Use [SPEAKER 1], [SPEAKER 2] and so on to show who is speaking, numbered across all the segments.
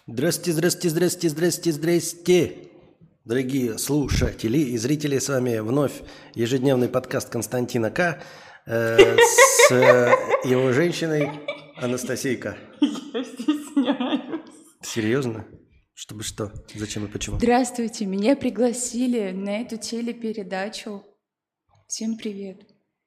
[SPEAKER 1] Здрасте, здрасте, здрасте, здрасте, здрасте, дорогие слушатели и зрители, с вами вновь ежедневный подкаст Константина К. С его женщиной Анастасийка.
[SPEAKER 2] Я стесняюсь.
[SPEAKER 1] Серьезно? Чтобы что? Зачем и почему?
[SPEAKER 2] Здравствуйте, меня пригласили на эту телепередачу. Всем привет.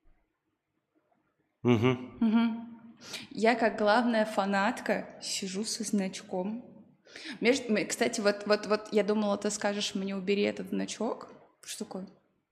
[SPEAKER 1] Угу.
[SPEAKER 2] Я, как главная фанатка, сижу со значком. Кстати, вот я думала, ты скажешь мне, убери этот значок. Что такое?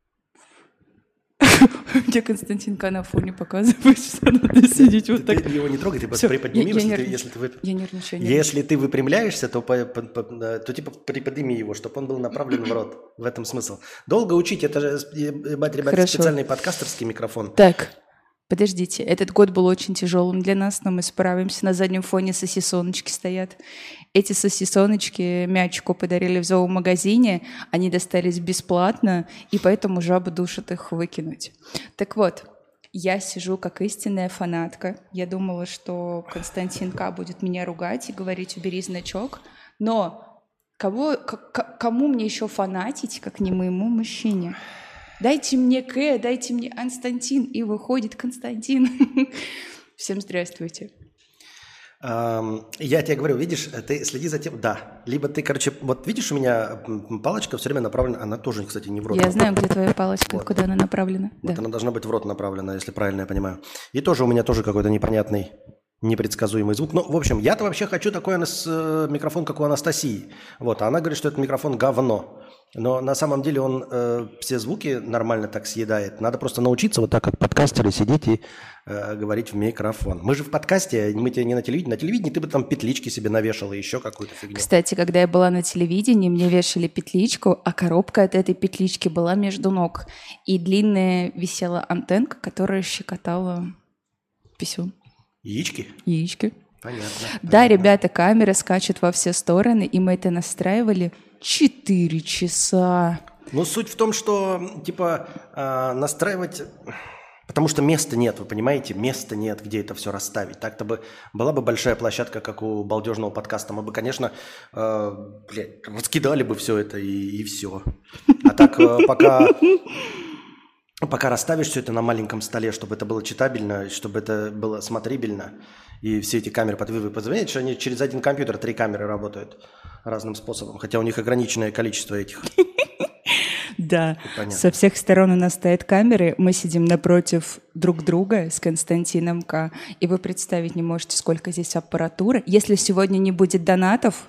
[SPEAKER 2] Мне Константин К. на фоне показывает, что надо сидеть вот так.
[SPEAKER 1] Ты его не трогай, ты
[SPEAKER 2] Всё,
[SPEAKER 1] приподними,
[SPEAKER 2] я нервничаю.
[SPEAKER 1] если ты выпрямляешься, то типа приподними его, чтобы он был направлен в рот. В этом смысл. Долго учить, это же, ребята,
[SPEAKER 2] Хорошо.
[SPEAKER 1] специальный подкастерский микрофон.
[SPEAKER 2] Так, подождите, этот год был очень тяжелым для нас, но мы справимся. На заднем фоне сосисоночки стоят. Эти сосисоночки мячику подарили в зоомагазине, они достались бесплатно, и поэтому жаба душит их выкинуть. Так вот, я сижу как истинная фанатка. Я думала, что Константин К. будет меня ругать и говорить «убери значок», но кому мне еще фанатить, как не моему мужчине? Дайте мне К, дайте мне Константин, и выходит Константин. Всем здравствуйте.
[SPEAKER 1] Я тебе говорю, видишь, ты следи за тем, да. Либо ты, короче, вот видишь, у меня палочка все время направлена, она тоже, кстати, не в рот.
[SPEAKER 2] Я знаю, где твоя палочка,
[SPEAKER 1] Вот.
[SPEAKER 2] куда она направлена.
[SPEAKER 1] Вот
[SPEAKER 2] Да.
[SPEAKER 1] она должна быть в рот направлена, если правильно я понимаю. И тоже у меня тоже какой-то непонятный, непредсказуемый звук. Ну, в общем, я-то вообще хочу такой микрофон, как у Анастасии. Вот, а она говорит, что этот микрофон говно. Но на самом деле он все звуки нормально так съедает. Надо просто научиться вот так, как подкастеры, сидеть и говорить в микрофон. Мы же в подкасте, мы тебе не на телевидении. На телевидении ты бы там петлички себе навешала, еще какую-то фигню.
[SPEAKER 2] Кстати, когда я была на телевидении, мне вешали петличку, а коробка от этой петлички была между ног. И длинная висела антенка, которая щекотала писюн.
[SPEAKER 1] Яички?
[SPEAKER 2] Яички.
[SPEAKER 1] Понятно.
[SPEAKER 2] Да, ребята, камера скачет во все стороны, и мы это настраивали 4 часа.
[SPEAKER 1] Ну, суть в том, что, типа, настраивать... Потому что места нет, вы понимаете? Места нет, где это все расставить. Так-то бы была бы большая площадка, как у балдежного подкаста. Мы бы, конечно, раскидали бы все это и все. А так пока расставишь все это на маленьком столе, чтобы это было читабельно, чтобы это было смотрибельно, и все эти камеры позволяют, что они через один компьютер 3 камеры работают разным способом, хотя у них ограниченное количество этих.
[SPEAKER 2] Да,
[SPEAKER 1] Понятно.
[SPEAKER 2] со всех сторон у нас стоят камеры, мы сидим напротив друг друга с Константином К. И вы представить не можете, сколько здесь аппаратуры. Если сегодня не будет донатов,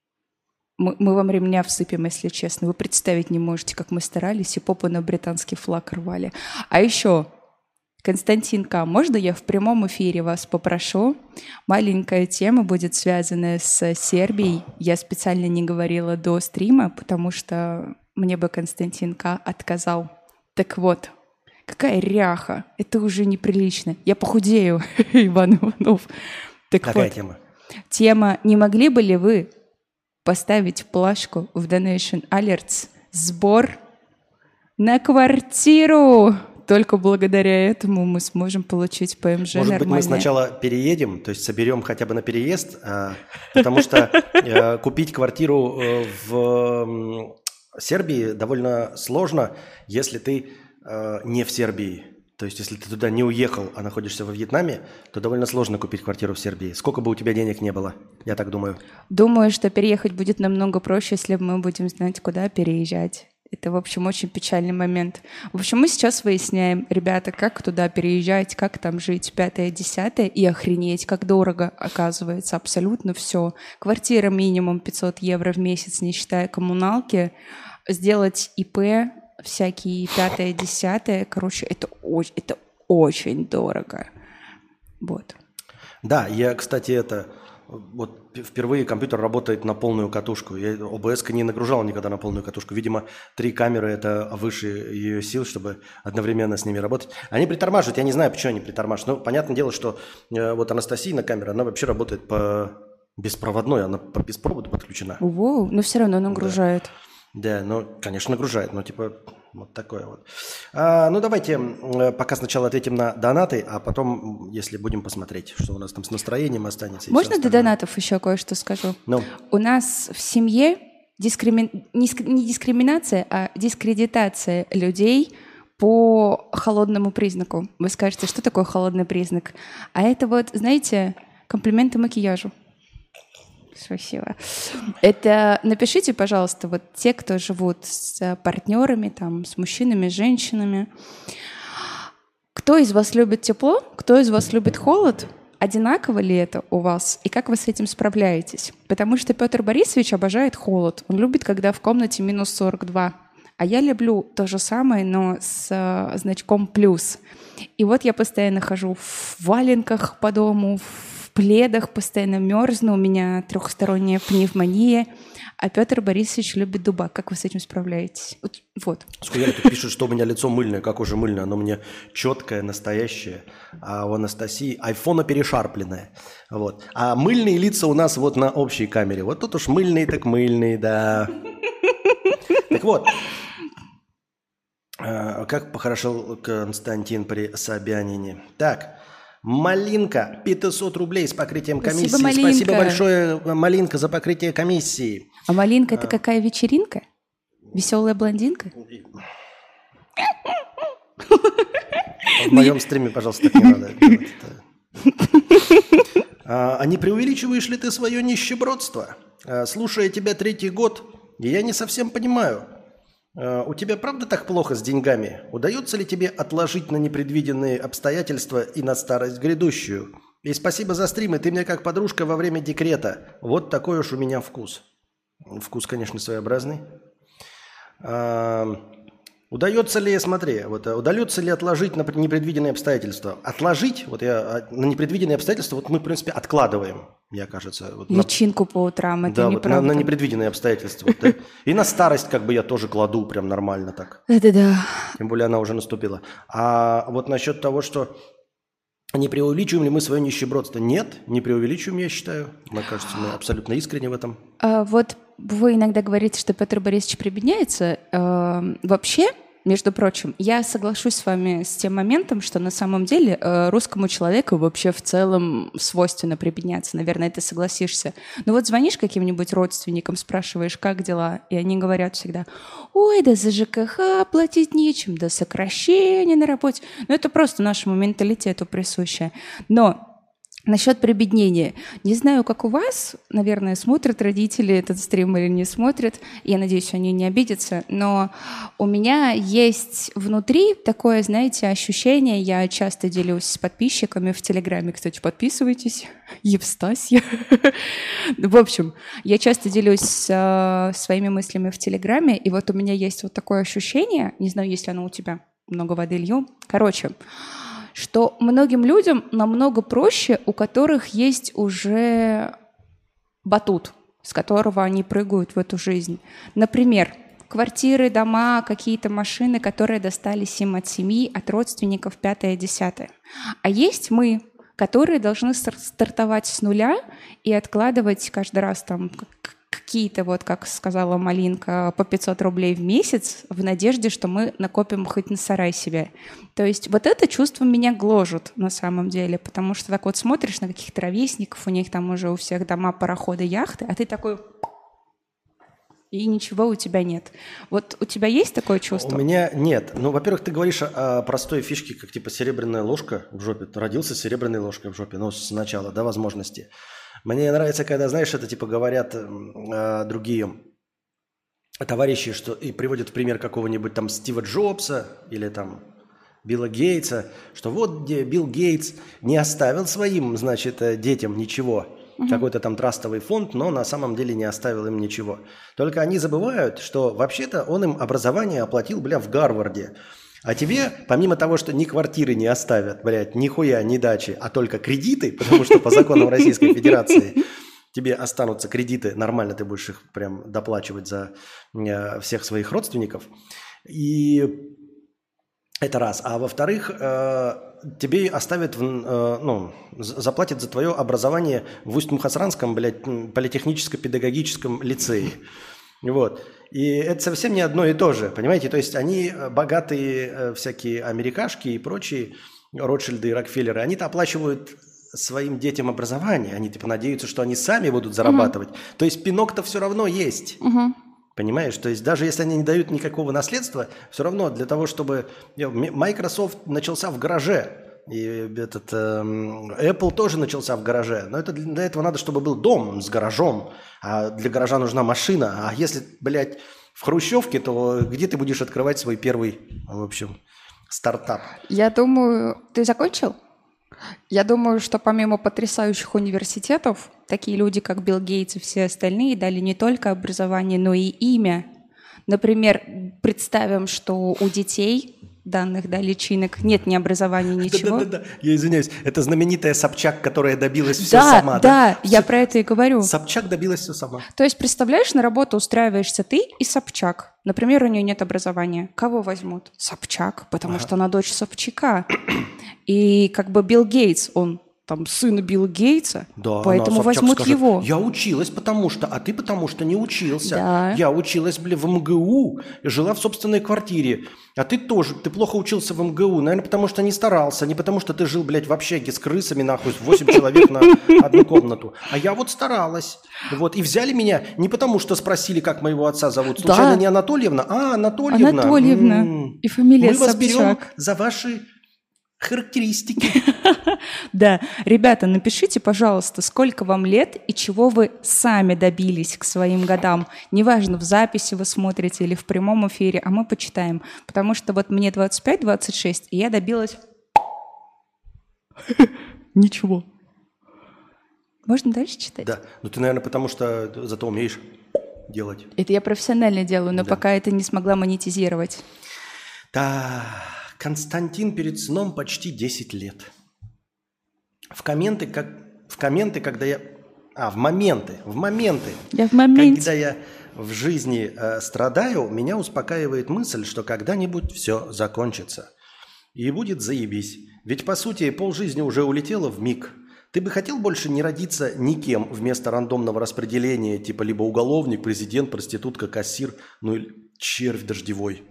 [SPEAKER 2] мы вам ремня всыпем, если честно. Вы представить не можете, как мы старались и попу на британский флаг рвали. А еще, Константин К., можно я в прямом эфире вас попрошу? Маленькая тема будет связана с Сербией. Я специально не говорила до стрима, потому что мне бы Константин К. отказал. Так вот, какая ряха. Это уже неприлично. Я похудею, Иван Иванов. Так
[SPEAKER 1] Какая
[SPEAKER 2] вот,
[SPEAKER 1] тема?
[SPEAKER 2] Тема «Не могли бы ли вы поставить плашку в Donation Alerts сбор на квартиру?» Только благодаря этому мы сможем получить ПМЖ
[SPEAKER 1] Может быть, мы
[SPEAKER 2] нормальное.
[SPEAKER 1] сначала переедем, то есть соберем хотя бы на переезд, потому что купить квартиру в Сербии довольно сложно, если ты не в Сербии. То есть, если ты туда не уехал, а находишься во Вьетнаме, то довольно сложно купить квартиру в Сербии. Сколько бы у тебя денег не было, я так думаю.
[SPEAKER 2] Думаю, что переехать будет намного проще, если мы будем знать, куда переезжать. Это, в общем, очень печальный момент. В общем, мы сейчас выясняем, ребята, как туда переезжать, как там жить, 5-10, и охренеть, как дорого оказывается абсолютно все. Квартира минимум 500 евро в месяц, не считая коммуналки. Сделать ИП, всякие 5-10, короче, это очень дорого. Вот.
[SPEAKER 1] Да, я, кстати, вот впервые компьютер работает на полную катушку. Я ОБС не нагружал никогда на полную катушку. Видимо, 3 камеры – это выше ее сил, чтобы одновременно с ними работать. Они притормаживают, я не знаю, почему они притормаживают. Ну, понятное дело, что вот Анастасийна камера, она вообще работает по беспроводной, она по беспроводу подключена.
[SPEAKER 2] Воу, но все равно нагружает.
[SPEAKER 1] Да, ну, конечно, нагружает, но типа Вот такое вот. Ну, давайте пока сначала ответим на донаты, а потом, если будем посмотреть, что у нас там с настроением останется.
[SPEAKER 2] Можно до донатов еще кое-что скажу?
[SPEAKER 1] Ну.
[SPEAKER 2] У нас в семье не дискриминация, а дискредитация людей по холодному признаку. Вы скажете, что такое холодный признак? А это вот, знаете, комплименты макияжу. Спасибо. Это напишите, пожалуйста, вот те, кто живут с партнерами, там, с мужчинами, с женщинами. Кто из вас любит тепло? Кто из вас любит холод? Одинаково ли это у вас? И как вы с этим справляетесь? Потому что Петр Борисович обожает холод. Он любит, когда в комнате минус 42. А я люблю то же самое, но с значком плюс. И вот я постоянно хожу в валенках по дому, в пледах, постоянно мерзну, у меня 3-сторонняя пневмония, а Петр Борисович любит дубак. Как вы с этим справляетесь? Вот.
[SPEAKER 1] Сколько тут пишут, что у меня лицо мыльное. Как уже мыльное? Оно у меня четкое, настоящее. А у Анастасии айфона перешарпленное. Вот. А мыльные лица у нас вот на общей камере. Вот тут уж мыльные, так мыльные, да. Так вот. Как похорошел Константин при Собянине. Так, Малинка, 500 рублей с покрытием комиссии.
[SPEAKER 2] Спасибо, Малинка.
[SPEAKER 1] Спасибо большое, Малинка, за покрытие комиссии.
[SPEAKER 2] А Малинка — это какая вечеринка? Веселая блондинка?
[SPEAKER 1] В моем стриме, пожалуйста, так не надо делать. А не преувеличиваешь ли ты свое нищебродство? Слушая тебя 3-й год, я не совсем понимаю. У тебя правда так плохо с деньгами? Удается ли тебе отложить на непредвиденные обстоятельства и на старость грядущую? И спасибо за стримы, ты мне как подружка во время декрета. Вот такой уж у меня вкус. Вкус, конечно, своеобразный. Удается ли, смотри, вот удается ли отложить на непредвиденные обстоятельства? Отложить, вот я на непредвиденные обстоятельства, вот мы, в принципе, откладываем, мне кажется. Вот
[SPEAKER 2] личинку по утрам, это
[SPEAKER 1] да,
[SPEAKER 2] неправда.
[SPEAKER 1] Вот на непредвиденные обстоятельства. Вот, да? И на старость как бы я тоже кладу прям нормально так.
[SPEAKER 2] Это да.
[SPEAKER 1] Тем более она уже наступила. А вот насчет того, что не преувеличиваем ли мы свое нищебродство? Нет, не преувеличиваем, я считаю. Мне кажется, мы абсолютно искренне в этом.
[SPEAKER 2] Вот вы иногда говорите, что Петр Борисович прибедняется. Вообще, между прочим, я соглашусь с вами с тем моментом, что на самом деле русскому человеку вообще в целом свойственно прибедняться. Наверное, ты согласишься. Но вот звонишь каким-нибудь родственникам, спрашиваешь, как дела, и они говорят всегда: ой, да за ЖКХ платить нечем, да сокращение на работе. Ну, это просто нашему менталитету присуще. Но насчет прибеднения. Не знаю, как у вас, наверное, смотрят родители этот стрим или не смотрят. Я надеюсь, они не обидятся. Но у меня есть внутри такое, знаете, ощущение. Я часто делюсь с подписчиками в Телеграме. Кстати, подписывайтесь. Евстасья. В общем, я часто делюсь своими мыслями в Телеграме. И вот у меня есть вот такое ощущение. Не знаю, есть ли оно у тебя. Много воды лью. Короче, что многим людям намного проще, у которых есть уже батут, с которого они прыгают в эту жизнь. Например, квартиры, дома, какие-то машины, которые достались им от семьи, от родственников, 5-10. А есть мы, которые должны стартовать с нуля и откладывать каждый раз там какие-то, вот как сказала Малинка, по 500 рублей в месяц в надежде, что мы накопим хоть на сарай себе. То есть вот это чувство меня гложет на самом деле, потому что так вот смотришь на каких-то ровесников, у них там уже у всех дома, пароходы, яхты, а ты такой... И ничего у тебя нет. Вот у тебя есть такое чувство?
[SPEAKER 1] У меня нет. Ну, во-первых, ты говоришь о простой фишке, как типа серебряная ложка в жопе. Ты родился с серебряной ложкой в жопе, ну, сначала, да, возможности. Мне нравится, когда, знаешь, это типа говорят другие товарищи, что и приводят в пример какого-нибудь там Стива Джобса или там Билла Гейтса, что вот где Билл Гейтс не оставил своим, значит, детям ничего, какой-то там трастовый фонд, но на самом деле не оставил им ничего. Только они забывают, что вообще-то он им образование оплатил, бля, в Гарварде. А тебе, помимо того, что ни квартиры не оставят, блядь, нихуя, ни дачи, а только кредиты, потому что по законам Российской Федерации тебе останутся кредиты, нормально ты будешь их прям доплачивать за всех своих родственников. И это раз. А во-вторых, тебе оставят, ну, заплатят за твое образование в Усть-Мухосранском, блядь, политехническо-педагогическом лицее. Вот. И это совсем не одно и то же, понимаете? То есть они богатые всякие америкашки и прочие, Ротшильды и Рокфеллеры, они-то оплачивают своим детям образование. Они типа надеются, что они сами будут зарабатывать. То есть пинок-то все равно есть. Понимаешь? То есть даже если они не дают никакого наследства, все равно для того, чтобы... Microsoft начался в гараже. И этот Apple тоже начался в гараже. Но это для этого надо, чтобы был дом с гаражом. А для гаража нужна машина. А если, блядь, в хрущевке, то где ты будешь открывать свой первый, в общем, стартап?
[SPEAKER 2] Я думаю... Ты закончил? Я думаю, что помимо потрясающих университетов, такие люди, как Билл Гейтс и все остальные, дали не только образование, но и имя. Например, представим, что у детей... данных, да, личинок. Нет ни образования, ничего.
[SPEAKER 1] Да, я извиняюсь. Это знаменитая Собчак, которая добилась все сама.
[SPEAKER 2] Да, я про это и говорю.
[SPEAKER 1] Собчак добилась все сама.
[SPEAKER 2] То есть, представляешь, на работу устраиваешься ты и Собчак. Например, у нее нет образования. Кого возьмут? Собчак, потому что она дочь Собчака. И как бы Билл Гейтс, он там сын Билла Гейтса,
[SPEAKER 1] да,
[SPEAKER 2] поэтому возьмут скажет, его.
[SPEAKER 1] Я училась потому что, а ты потому что не учился.
[SPEAKER 2] Да.
[SPEAKER 1] Я училась, в МГУ и жила в собственной квартире. А ты тоже, ты плохо учился в МГУ, наверное, потому что не старался, не потому что ты жил, блядь, в общаге с крысами, нахуй, 8 человек на одну комнату. А я вот старалась. Вот, и взяли меня не потому, что спросили, как моего отца зовут. Случайно не Анатольевна? А, Анатольевна.
[SPEAKER 2] Анатольевна. И фамилия Собчак.
[SPEAKER 1] Мы вас берем за ваши... характеристики.
[SPEAKER 2] Да. Ребята, напишите, пожалуйста, сколько вам лет и чего вы сами добились к своим годам. Неважно, в записи вы смотрите или в прямом эфире, а мы почитаем. Потому что вот мне 25-26, и я добилась... Ничего. Можно дальше читать?
[SPEAKER 1] Да. Ну ты, наверное, потому что зато умеешь делать.
[SPEAKER 2] Это я профессионально делаю, но пока это не смогла монетизировать.
[SPEAKER 1] Да... Константин перед сном почти 10 лет. В моменты, когда я в жизни страдаю, меня успокаивает мысль, что когда-нибудь все закончится. И будет заебись. Ведь, по сути, полжизни уже улетело вмиг. Ты бы хотел больше не родиться никем вместо рандомного распределения, типа либо уголовник, президент, проститутка, кассир, ну или червь дождевой?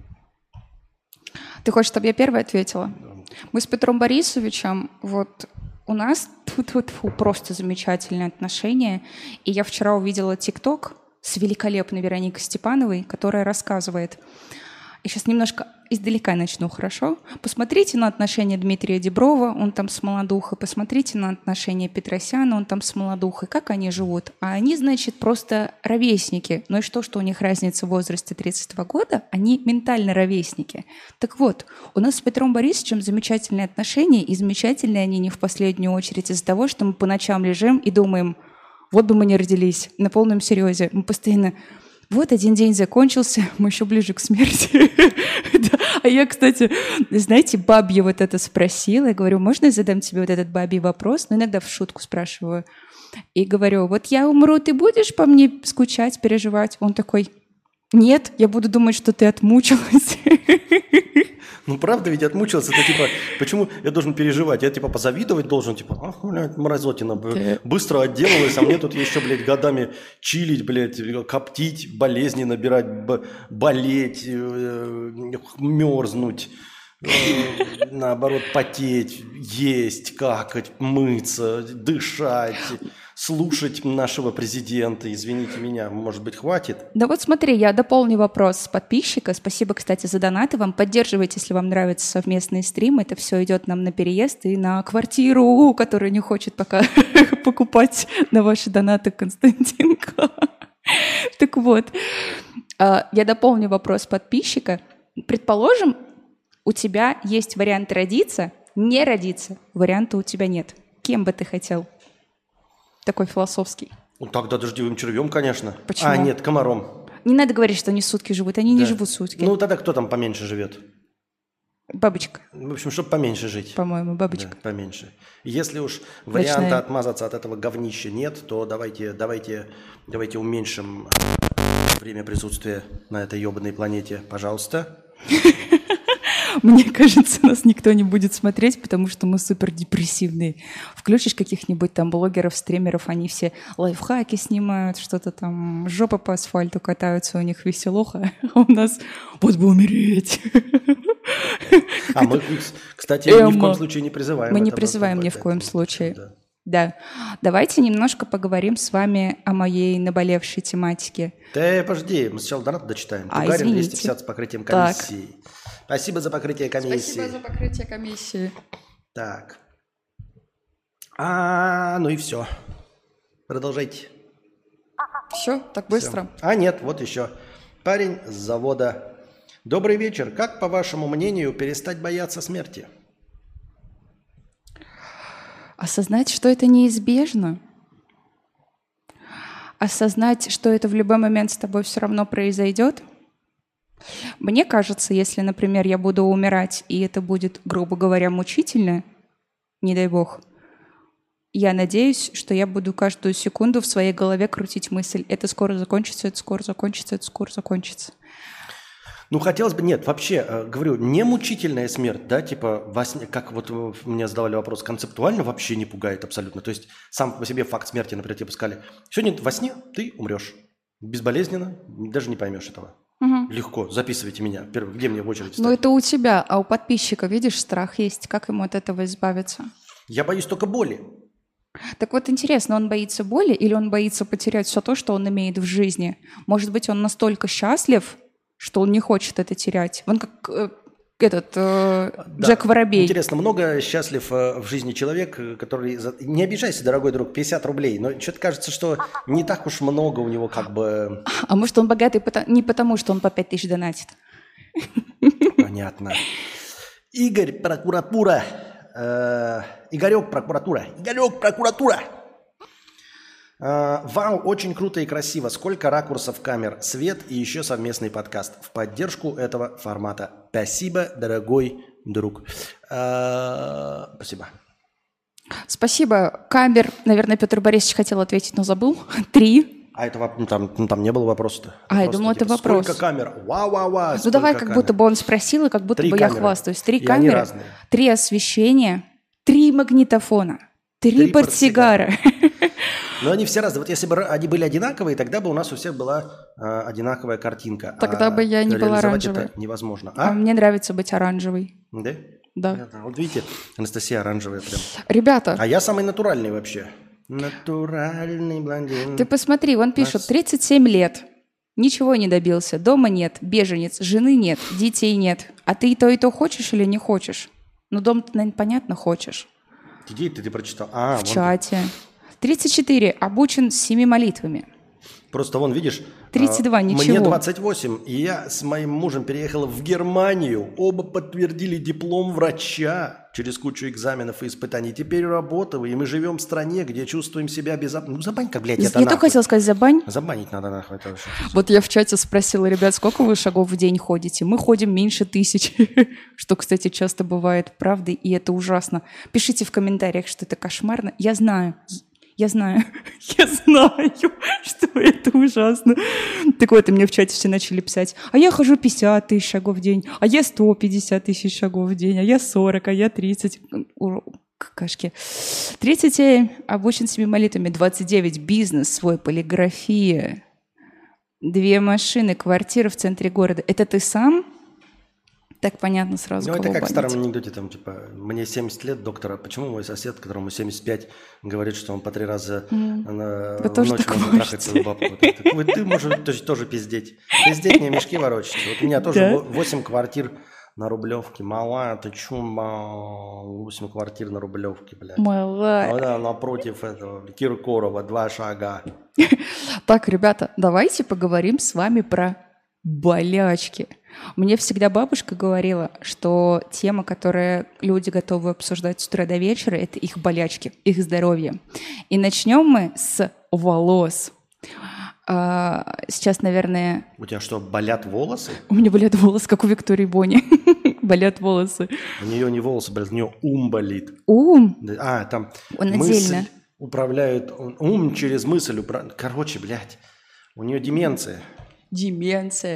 [SPEAKER 2] Ты хочешь, чтобы я первая ответила? Мы с Петром Борисовичем, вот у нас просто замечательные отношения. И я вчера увидела ТикТок с великолепной Вероникой Степановой, которая рассказывает. Я сейчас немножко издалека начну, хорошо? Посмотрите на отношения Дмитрия Диброва, он там с молодухой. Посмотрите на отношения Петросяна, он там с молодухой. Как они живут? А они, значит, просто ровесники. Ну и что у них разница в возрасте 32 года? Они ментально ровесники. Так вот, у нас с Петром Борисовичем замечательные отношения, и замечательные они не в последнюю очередь из-за того, что мы по ночам лежим и думаем, вот бы мы не родились, на полном серьезе. Мы постоянно... Вот один день закончился, мы еще ближе к смерти. А я, кстати, знаете, бабье вот это спросила. Я говорю, можно я задам тебе вот этот бабий вопрос? Ну, иногда в шутку спрашиваю. И говорю, вот я умру, ты будешь по мне скучать, переживать? Он такой, нет, я буду думать, что ты отмучилась.
[SPEAKER 1] Ну, правда, ведь отмучился. Это типа, почему я должен переживать? Я типа позавидовать должен, типа, ах, блядь, мразотина, быстро отделалась, а мне тут еще, блядь, годами чилить, блядь, коптить, болезни набирать, болеть, мерзнуть, наоборот, потеть, есть, какать, мыться, дышать, слушать нашего президента. Извините меня, может быть, хватит?
[SPEAKER 2] Да вот смотри, я дополню вопрос подписчика. Спасибо, кстати, за донаты. Вам поддерживайте, если вам нравятся совместные стримы. Это все идет нам на переезд и на квартиру, которую не хочет пока покупать на ваши донаты Константинка. Так вот, я дополню вопрос подписчика. Предположим, у тебя есть вариант родиться, не родиться. Варианта у тебя нет. Кем бы ты хотел? Такой философский.
[SPEAKER 1] Ну, тогда дождевым червем, конечно.
[SPEAKER 2] Почему?
[SPEAKER 1] А, нет, комаром.
[SPEAKER 2] Не надо говорить, что они сутки живут. Они не живут сутки.
[SPEAKER 1] Ну, тогда кто там поменьше живет?
[SPEAKER 2] Бабочка.
[SPEAKER 1] В общем, чтобы поменьше жить.
[SPEAKER 2] По-моему, бабочка.
[SPEAKER 1] Да, поменьше. Если уж варианта отмазаться от этого говнища нет, то давайте уменьшим время присутствия на этой ебаной планете, пожалуйста.
[SPEAKER 2] Мне кажется, нас никто не будет смотреть, потому что мы супер депрессивные. Включишь каких-нибудь там блогеров, стримеров, они все лайфхаки снимают, что-то там, жопы по асфальту катаются, у них веселуха, а у нас вот бы умереть.
[SPEAKER 1] А мы, кстати, ни в коем случае не призываем.
[SPEAKER 2] Мы не призываем ни в коем случае. Да. Давайте немножко поговорим с вами о моей наболевшей тематике.
[SPEAKER 1] Да, подожди, мы сначала донат дочитаем. Тугарин 250 с покрытием комиссии. Спасибо за покрытие комиссии.
[SPEAKER 2] Спасибо за покрытие комиссии.
[SPEAKER 1] Так. Ну и все. Продолжайте.
[SPEAKER 2] Все, так быстро?
[SPEAKER 1] Всё. Нет, вот еще. Парень с завода. Добрый вечер. Как, по вашему мнению, перестать бояться смерти?
[SPEAKER 2] Осознать, что это неизбежно. Осознать, что это в любой момент с тобой все равно произойдет. Мне кажется, если, например, я буду умирать, и это будет, грубо говоря, мучительно, не дай бог, я надеюсь, что я буду каждую секунду в своей голове крутить мысль: это скоро закончится, это скоро закончится, это скоро закончится.
[SPEAKER 1] Ну, хотелось бы, нет, вообще, говорю, не мучительная смерть, да, типа во сне, как вот мне задавали вопрос, концептуально вообще не пугает абсолютно. То есть сам по себе факт смерти, например, тебе сказали, сегодня во сне ты умрешь, безболезненно, даже не поймешь этого. Угу. Легко, записывайте меня, где мне в очередь встать?
[SPEAKER 2] Ну, это у тебя, а у подписчика, видишь, страх есть, как ему от этого избавиться?
[SPEAKER 1] Я боюсь только боли.
[SPEAKER 2] Так вот, интересно, он боится боли или он боится потерять все то, что он имеет в жизни? Может быть, он настолько счастлив, что он не хочет это терять. Он как Джек Воробей.
[SPEAKER 1] Интересно, много счастлив в жизни человек, который... Не обижайся, дорогой друг, 50 рублей, но что-то кажется, что не так уж много у него как бы...
[SPEAKER 2] А может, он богатый не потому, что он по 5000 донатит?
[SPEAKER 1] Понятно. Игорь, прокуратура. Игорек, прокуратура. Игорек, прокуратура. Вау, очень круто и красиво. Сколько ракурсов камер, свет и еще совместный подкаст. В поддержку этого формата. Спасибо, дорогой друг. Спасибо.
[SPEAKER 2] Спасибо. Камер, наверное, Петр Борисович хотел ответить, но забыл. 3.
[SPEAKER 1] А это там не было вопроса-то.
[SPEAKER 2] Я думал, это вопрос.
[SPEAKER 1] Сколько камер? Вау.
[SPEAKER 2] Ну давай, как будто бы он спросил, и как будто бы я хвастаюсь. 3 камеры, 3 освещения, 3 магнитофона, 3 портсигара.
[SPEAKER 1] Но они все разные. Вот если бы они были одинаковые, тогда бы у нас у всех была одинаковая картинка.
[SPEAKER 2] Тогда бы я не была оранжевой.
[SPEAKER 1] Это невозможно.
[SPEAKER 2] А мне нравится быть оранжевой.
[SPEAKER 1] Да?
[SPEAKER 2] Да.
[SPEAKER 1] Вот видите, Анастасия оранжевая прям.
[SPEAKER 2] Ребята.
[SPEAKER 1] А я самый натуральный вообще. Натуральный блондин.
[SPEAKER 2] Ты посмотри, он пишет, 37 лет. Ничего не добился. Дома нет, беженец, жены нет, детей нет. А ты и то хочешь или не хочешь? Ну, дом-то, наверное, понятно, хочешь.
[SPEAKER 1] Где ты прочитал?
[SPEAKER 2] В чате. 34. Обучен 7 молитвами.
[SPEAKER 1] Просто вон, видишь,
[SPEAKER 2] 32, ничего.
[SPEAKER 1] Мне 28, и я с моим мужем переехала в Германию. Оба подтвердили диплом врача через кучу экзаменов и испытаний. Теперь работаю, и мы живем в стране, где чувствуем себя безопасно. Ну, забань-ка, блядь, это
[SPEAKER 2] Я только хотела сказать, забань.
[SPEAKER 1] Забанить надо, нахуй. Это вообще.
[SPEAKER 2] Вот я в чате спросила, ребят, сколько вы шагов в день ходите? Мы ходим меньше 1000. Что, кстати, часто бывает правдой, и это ужасно. Пишите в комментариях, что это кошмарно. Я знаю, что это ужасно. Так вот, и мне в чате все начали писать, а я хожу 50 000 шагов в день, а я 150 000 шагов в день, а я 40, а я 30. Какашки. 37, обучен 7 молитвами, 29, бизнес свой, полиграфия, 2 машины, квартира в центре города. Это ты сам? Так понятно сразу,
[SPEAKER 1] это как
[SPEAKER 2] банить.
[SPEAKER 1] в старом анекдоте, там, типа, мне 70 лет, доктора, почему мой сосед, которому 75, говорит, что он по 3 раза в ночь может трахать свою бабку? Ты можешь тоже пиздеть. Пиздеть не мешки ворочать. Вот у меня тоже 8 квартир на Рублевке. Малая, ты чума? 8 квартир на Рублевке, блядь.
[SPEAKER 2] Малая.
[SPEAKER 1] Да, напротив этого, Киркорова, 2 шага.
[SPEAKER 2] Так, ребята, давайте поговорим с вами про болячки. Мне всегда бабушка говорила, что тема, которую люди готовы обсуждать с утра до вечера, это их болячки, их здоровье. И начнем мы с волос. Сейчас, наверное...
[SPEAKER 1] У тебя что, болят волосы?
[SPEAKER 2] У меня болят волосы, как у Виктории Бони. Болят волосы.
[SPEAKER 1] У нее не волосы болят, у нее ум болит.
[SPEAKER 2] Ум?
[SPEAKER 1] Там
[SPEAKER 2] он
[SPEAKER 1] мысль
[SPEAKER 2] отдельно.
[SPEAKER 1] Управляет, ум через мысль управляет. Короче, блядь, у нее деменция.
[SPEAKER 2] Деменция.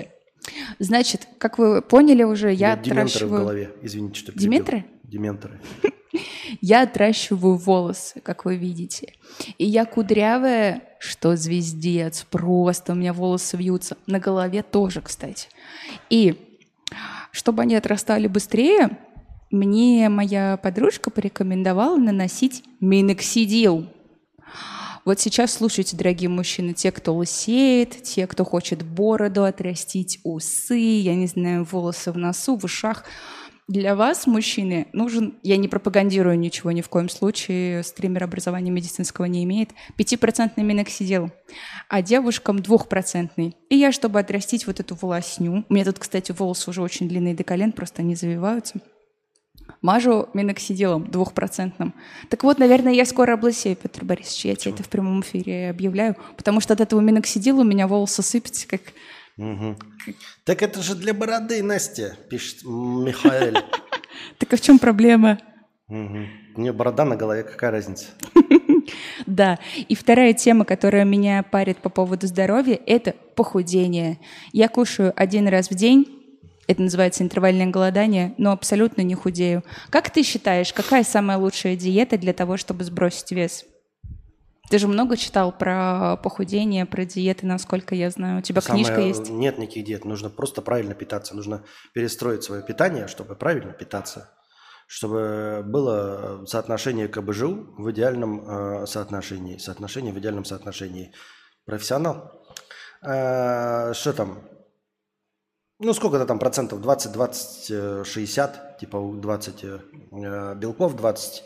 [SPEAKER 2] Значит, как вы поняли уже, я
[SPEAKER 1] Дементоры в
[SPEAKER 2] отращиваю...
[SPEAKER 1] голове. Извините, что перебил.
[SPEAKER 2] Дементоры?
[SPEAKER 1] Дементоры.
[SPEAKER 2] Я отращиваю волосы, как вы видите. И я кудрявая, что звездец, просто у меня волосы вьются. На голове тоже, кстати. И чтобы они отрастали быстрее, мне моя подружка порекомендовала наносить миноксидил. Вот сейчас слушайте, дорогие мужчины, те, кто лысеет, те, кто хочет бороду отрастить, усы, я не знаю, волосы в носу, в ушах. Для вас, мужчины, нужен, я не пропагандирую ничего ни в коем случае, стример образования медицинского не имеет, 5% миноксидил, а девушкам 2%. И я, чтобы отрастить вот эту волосню, у меня тут, кстати, волосы уже очень длинные до колен, просто они завиваются, мажу миноксидилом 2%. Так вот, наверное, я скоро облысею, Петр Борисович, я тебе это в прямом эфире объявляю, потому что от этого миноксидила у меня волосы сыпятся, как...
[SPEAKER 1] Угу. Так это же для бороды, Настя, пишет Михаэль.
[SPEAKER 2] Так а в чем проблема?
[SPEAKER 1] Угу. У нее борода на голове, какая разница?
[SPEAKER 2] Да, и вторая тема, которая меня парит по поводу здоровья, это похудение. Я кушаю 1 раз в день, это называется интервальное голодание, но абсолютно не худею. Как ты считаешь, какая самая лучшая диета для того, чтобы сбросить вес? Ты же много читал про похудение, про диеты, насколько я знаю. У тебя книжка есть?
[SPEAKER 1] Нет никаких диет, нужно просто правильно питаться. Нужно перестроить свое питание, чтобы правильно питаться. Чтобы было соотношение КБЖУ в идеальном соотношении. Соотношение в идеальном соотношении. Профессионал. Что там? Ну, сколько-то там процентов? 20, 20, 60. Типа 20 белков, 20...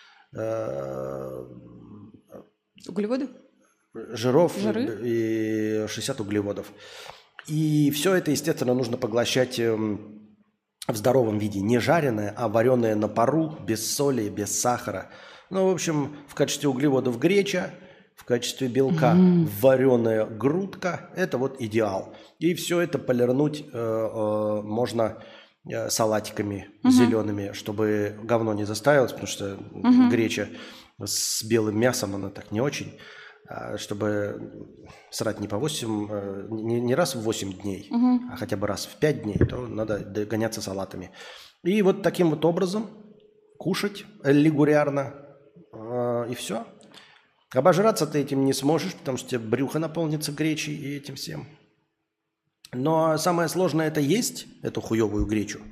[SPEAKER 2] Углеводы?
[SPEAKER 1] Жиров
[SPEAKER 2] Жиры?
[SPEAKER 1] и 60 углеводов. И все это, естественно, нужно поглощать в здоровом виде. Не жареное, а вареное на пару, без соли, без сахара. Ну, в общем, в качестве углеводов греча, в качестве белка вареная грудка. Это вот идеал. И все это полирнуть можно салатиками зелеными, чтобы говно не заставилось, потому что греча с белым мясом, она так не очень. Чтобы срать не по 8, не раз в 8 дней, а хотя бы раз в 5 дней, то надо гоняться салатами. И вот таким вот образом кушать регулярно, и все. Обожраться ты этим не сможешь, потому что тебе брюхо наполнится гречей и этим всем. Но самое сложное – это есть эту хуевую гречу.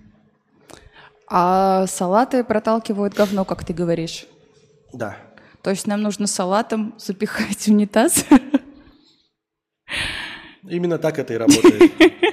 [SPEAKER 2] А салаты проталкивают говно, как ты говоришь.
[SPEAKER 1] Да.
[SPEAKER 2] То есть нам нужно салатом запихать в унитаз?
[SPEAKER 1] Именно так это и работает.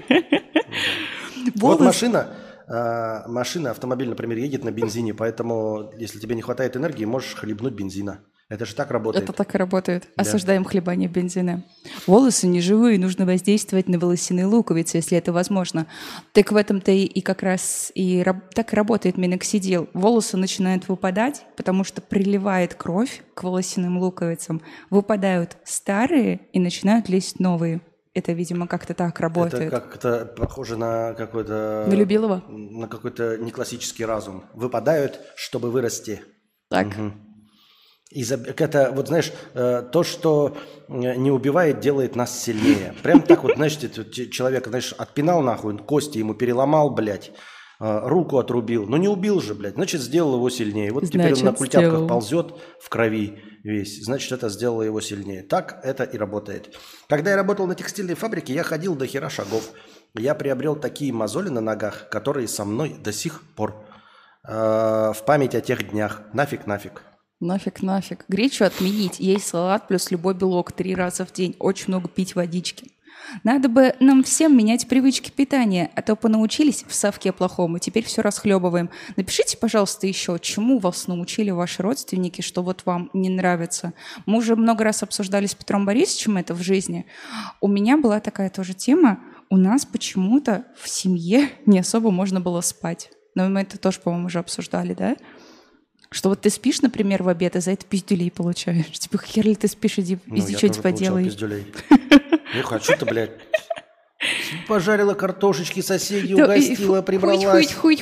[SPEAKER 1] Вот машина, автомобиль, например, едет на бензине, поэтому если тебе не хватает энергии, можешь хлебнуть бензина. Это же так работает.
[SPEAKER 2] Это так и работает.
[SPEAKER 1] Да.
[SPEAKER 2] Осуждаем хлебание бензина. Волосы не живые, нужно воздействовать на волосяные луковицы, если это возможно. Так в этом-то и как раз так и работает миноксидил. Волосы начинают выпадать, потому что приливает кровь к волосяным луковицам. Выпадают старые и начинают лезть новые. Это, видимо, как-то так работает.
[SPEAKER 1] Это как-то похоже на какой-то...
[SPEAKER 2] На Любилова?
[SPEAKER 1] На какой-то неклассический разум. Выпадают, чтобы вырасти.
[SPEAKER 2] Так.
[SPEAKER 1] Угу. Это, вот знаешь, то, что не убивает, делает нас сильнее. Прям так вот, знаешь, человека, знаешь, отпинал нахуй, кости ему переломал, блядь, руку отрубил. Но не убил же, блядь, значит, сделал его сильнее. Вот теперь он на культяпках ползет в крови весь, значит, это сделало его сильнее. Так это и работает. Когда я работал на текстильной фабрике, я ходил до хера шагов. Я приобрел такие мозоли на ногах, которые со мной до сих пор в память о тех днях. Нафиг.
[SPEAKER 2] Нафиг. Гречу отменить. Есть салат плюс любой белок 3 раза в день. Очень много пить водички. Надо бы нам всем менять привычки питания, а то понаучились в совке плохому, теперь все расхлебываем. Напишите, пожалуйста, еще, чему вас научили ваши родственники, что вот вам не нравится. Мы уже много раз обсуждали с Петром Борисовичем это в жизни. У меня была такая тоже тема. У нас почему-то в семье не особо можно было спать. Но мы это тоже, по-моему, уже обсуждали, да? Что вот ты спишь, например, в обед, и за это пиздюлей получаешь. Типа, хер ли ты спишь, иди что-нибудь поделай.
[SPEAKER 1] Не хочу-то, блядь. Пожарила картошечки, соседей угостила, прибралась.
[SPEAKER 2] Хуй.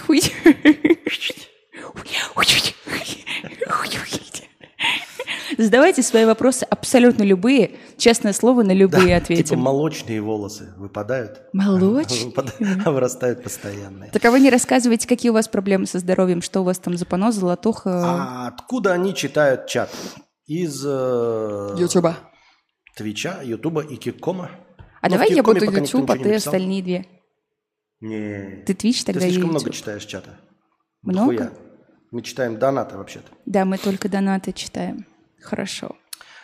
[SPEAKER 2] Задавайте свои вопросы абсолютно любые. Честное слово, на любые
[SPEAKER 1] Типа
[SPEAKER 2] ответим.
[SPEAKER 1] молочные волосы выпадают.
[SPEAKER 2] Молочные?
[SPEAKER 1] А вырастают постоянные.
[SPEAKER 2] Так а вы не рассказываете, какие у вас проблемы со здоровьем, что у вас там за понос, золотуха?
[SPEAKER 1] А откуда они читают чат? Из
[SPEAKER 2] Ютуба.
[SPEAKER 1] Твича, Ютуба и Киккома.
[SPEAKER 2] А
[SPEAKER 1] Но
[SPEAKER 2] давай
[SPEAKER 1] в
[SPEAKER 2] я
[SPEAKER 1] Киккоме
[SPEAKER 2] буду
[SPEAKER 1] пока никто
[SPEAKER 2] Ютуб, а
[SPEAKER 1] ничего не
[SPEAKER 2] ты
[SPEAKER 1] написал.
[SPEAKER 2] остальные две.
[SPEAKER 1] Не.
[SPEAKER 2] Ты Твич,
[SPEAKER 1] Ты
[SPEAKER 2] тогда
[SPEAKER 1] слишком
[SPEAKER 2] и
[SPEAKER 1] много
[SPEAKER 2] YouTube.
[SPEAKER 1] читаешь чата.
[SPEAKER 2] Много?
[SPEAKER 1] Дохуя. Мы читаем донаты вообще-то.
[SPEAKER 2] Да, мы только донаты читаем. Хорошо.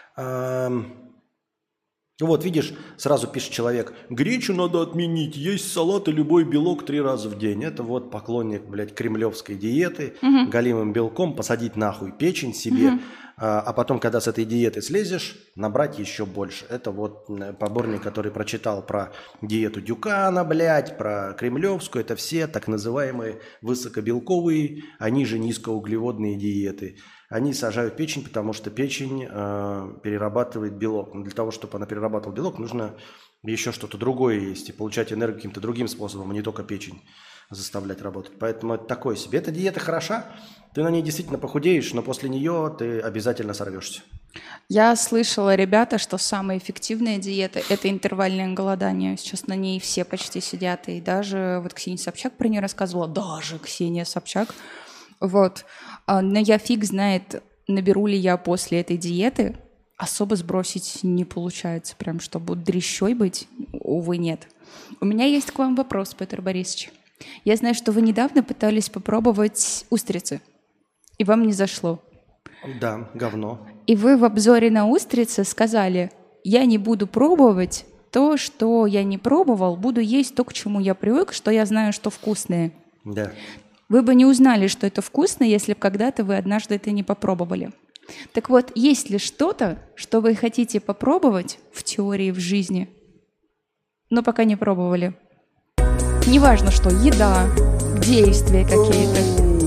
[SPEAKER 1] Вот, видишь, сразу пишет человек, гречу надо отменить, есть салат и любой белок 3 раза в день. Это вот поклонник, блядь, кремлевской диеты, галимым белком посадить нахуй печень себе, а потом, когда с этой диеты слезешь, набрать еще больше. Это вот поборник, который прочитал про диету Дюкана, блядь, про кремлевскую. Это все так называемые высокобелковые, они же низкоуглеводные диеты. Они сажают печень, потому что печень перерабатывает белок. Но для того, чтобы она перерабатывала белок, нужно еще что-то другое есть и получать энергию каким-то другим способом, а не только печень заставлять работать. Поэтому это такое себе. Эта диета хороша, ты на ней действительно похудеешь, но после нее ты обязательно сорвешься.
[SPEAKER 2] Я слышала, ребята, что самая эффективная диета – это интервальное голодание. Сейчас на ней все почти сидят. И даже вот Ксения Собчак про нее рассказывала. Даже Ксения Собчак. Вот. Но я фиг знает, наберу ли я после этой диеты. Особо сбросить не получается. Прям, чтобы дрящой быть, увы, нет. У меня есть к вам вопрос, Петр Борисович. Я знаю, что вы недавно пытались попробовать устрицы, и вам не зашло.
[SPEAKER 1] Да, говно.
[SPEAKER 2] И вы в обзоре на устрицы сказали, я не буду пробовать то, что я не пробовал, буду есть то, к чему я привык, что я знаю, что вкусное.
[SPEAKER 1] Да.
[SPEAKER 2] Вы бы не узнали, что это вкусно, если бы когда-то вы однажды это не попробовали. Так вот, есть ли что-то, что вы хотите попробовать в теории, в жизни, но пока не пробовали? Неважно, что еда, действия какие-то.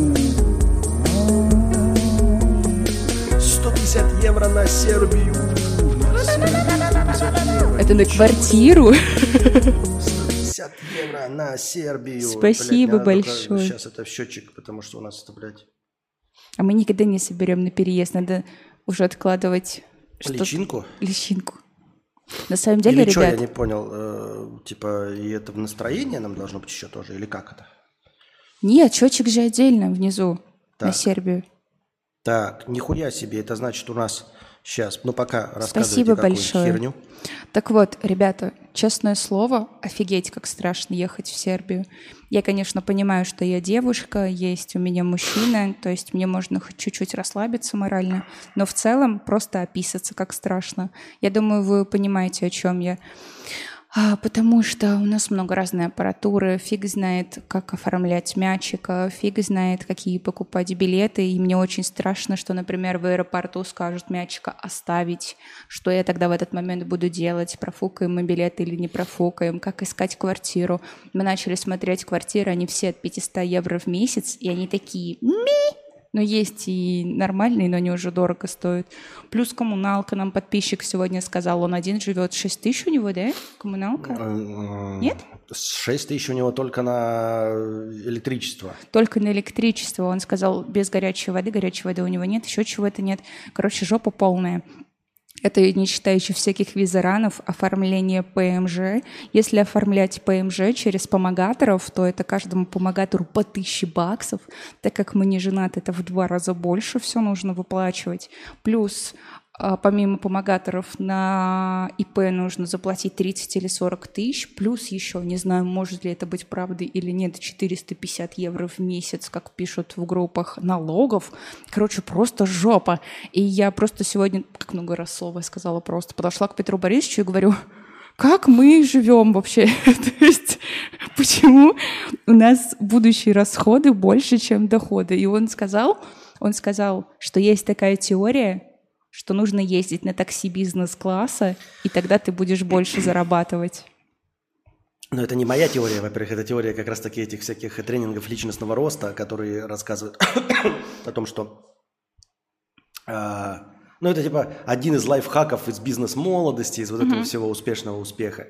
[SPEAKER 1] 150 евро на Сербию.
[SPEAKER 2] Это на квартиру?
[SPEAKER 1] 150 евро на Сербию.
[SPEAKER 2] Спасибо
[SPEAKER 1] Блядь,
[SPEAKER 2] большое.
[SPEAKER 1] Сейчас это в счетчик, потому что у нас это, блядь...
[SPEAKER 2] А мы никогда не соберем на переезд. Надо уже откладывать что-то.
[SPEAKER 1] Личинку?
[SPEAKER 2] Личинку. На самом деле,
[SPEAKER 1] Или что,
[SPEAKER 2] ребят...
[SPEAKER 1] я не понял. Типа, и это в настроение нам должно быть еще тоже? Или как это?
[SPEAKER 2] Нет, счетчик же отдельно внизу, на
[SPEAKER 1] Так.
[SPEAKER 2] Сербию.
[SPEAKER 1] Так, нихуя себе. Это значит у нас сейчас... Ну, пока рассказывайте
[SPEAKER 2] Спасибо
[SPEAKER 1] какую-нибудь
[SPEAKER 2] большое.
[SPEAKER 1] херню.
[SPEAKER 2] Так вот, ребята, честное слово, офигеть, как страшно ехать в Сербию. Я, конечно, понимаю, что я девушка, есть у меня мужчина, то есть мне можно хоть чуть-чуть расслабиться морально, но в целом просто описаться, как страшно. Я думаю, вы понимаете, о чем я. Потому что у нас много разной аппаратуры, фиг знает, как оформлять мячика, фиг знает, какие покупать билеты, и мне очень страшно, что, например, в аэропорту скажут мячика оставить, что я тогда в этот момент буду делать, профукаем мы билеты или не профукаем, как искать квартиру. Мы начали смотреть квартиры, они все от 500 евро в месяц, и они такие но есть и нормальные, но они уже дорого стоят. Плюс коммуналка, нам подписчик сегодня сказал, он один живет, 6 тысяч у него, да? Коммуналка? Нет?
[SPEAKER 1] 6 тысяч у него только на электричество.
[SPEAKER 2] Только на электричество. Он сказал, без горячей воды у него нет, еще чего-то нет. Короче, жопа полная. Это не считая еще всяких визаранов, оформление ПМЖ. Если оформлять ПМЖ через помогаторов, то это каждому помогатору по 1000 баксов. Так как мы не женаты, это в 2 раза больше все нужно выплачивать. Плюс помимо помогаторов на ИП нужно заплатить 30 или 40 тысяч. Плюс еще, не знаю, может ли это быть правдой или нет, 450 евро в месяц, как пишут в группах, налогов. Короче, просто жопа. И я просто сегодня, как много раз слово я сказала, просто подошла к Петру Борисовичу и говорю, как мы живем вообще? То есть почему у нас будущие расходы больше, чем доходы? И он сказал, что есть такая теория, что нужно ездить на такси бизнес-класса, и тогда ты будешь больше зарабатывать.
[SPEAKER 1] Но это не моя теория, во-первых, это теория как раз-таки этих всяких тренингов личностного роста, которые рассказывают о том, что... Ну, это типа один из лайфхаков из бизнес-молодости, из вот этого всего успешного успеха.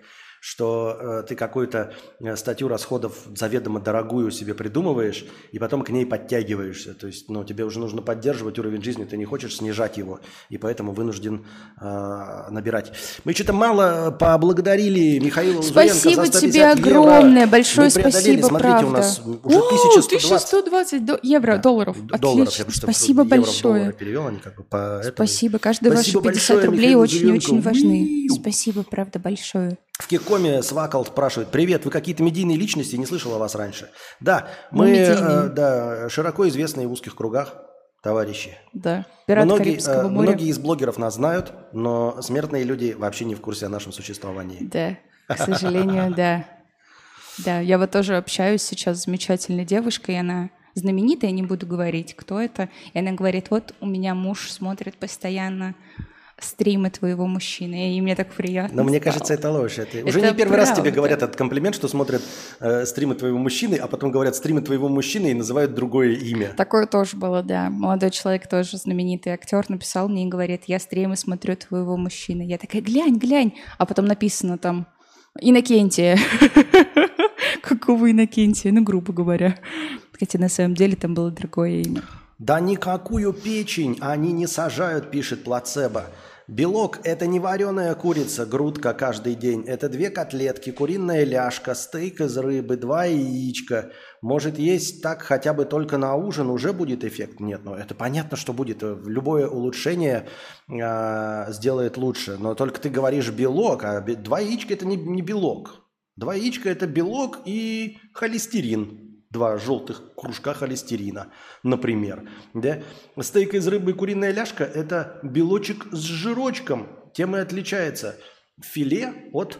[SPEAKER 1] что ты какую-то статью расходов заведомо дорогую себе придумываешь, и потом к ней подтягиваешься. То есть, тебе уже нужно поддерживать уровень жизни, ты не хочешь снижать его, и поэтому вынужден набирать. Мы что-то мало поблагодарили Михаила Узуренко
[SPEAKER 2] Спасибо
[SPEAKER 1] за 150
[SPEAKER 2] тебе
[SPEAKER 1] евро.
[SPEAKER 2] огромное, большое
[SPEAKER 1] Смотрите,
[SPEAKER 2] спасибо, правда.
[SPEAKER 1] у нас уже 1120
[SPEAKER 2] евро, долларов. Отлично, спасибо большое.
[SPEAKER 1] Перевел, они как бы по
[SPEAKER 2] спасибо, каждые ваши 50 рублей очень-очень важны. Спасибо, правда, большое.
[SPEAKER 1] В Кикоме Свакал спрашивает: привет, вы какие-то медийные личности, не слышал о вас раньше. Да, мы широко известные в узких кругах товарищи.
[SPEAKER 2] Да, пират Карибского моря.
[SPEAKER 1] Многие из блогеров нас знают, но смертные люди вообще не в курсе о нашем существовании.
[SPEAKER 2] Да, к сожалению, да. Да, я вот тоже общаюсь сейчас с замечательной девушкой, она знаменитая, я не буду говорить, кто это. И она говорит: вот у меня муж смотрит постоянно стримы твоего мужчины, и мне так приятно.
[SPEAKER 1] Но мне кажется, это ложь. Это уже не первый раз тебе говорят этот комплимент, что смотрят стримы твоего мужчины, а потом говорят стримы твоего мужчины и называют другое имя.
[SPEAKER 2] Такое тоже было, да. Молодой человек, тоже знаменитый актер, написал мне и говорит: я стримы смотрю твоего мужчины. Я такая: глянь. А потом написано там Иннокентия. Какого Иннокентия? Ну, грубо говоря. Хотя на самом деле там было другое имя.
[SPEAKER 1] Да никакую печень они не сажают, пишет Плацебо. Белок – это не вареная курица, грудка каждый день. Это 2 котлетки, куриная ляжка, стейк из рыбы, 2 яичка. Может, есть так хотя бы только на ужин, уже будет эффект? Нет, это понятно, что будет. Любое улучшение сделает лучше. Но только ты говоришь белок, а 2 яичка – это не белок. 2 яичка – это белок и холестерин. 2 желтых кружка холестерина, например. Да? Стейк из рыбы и куриная ляжка – это белочек с жирочком. Тем и отличается филе от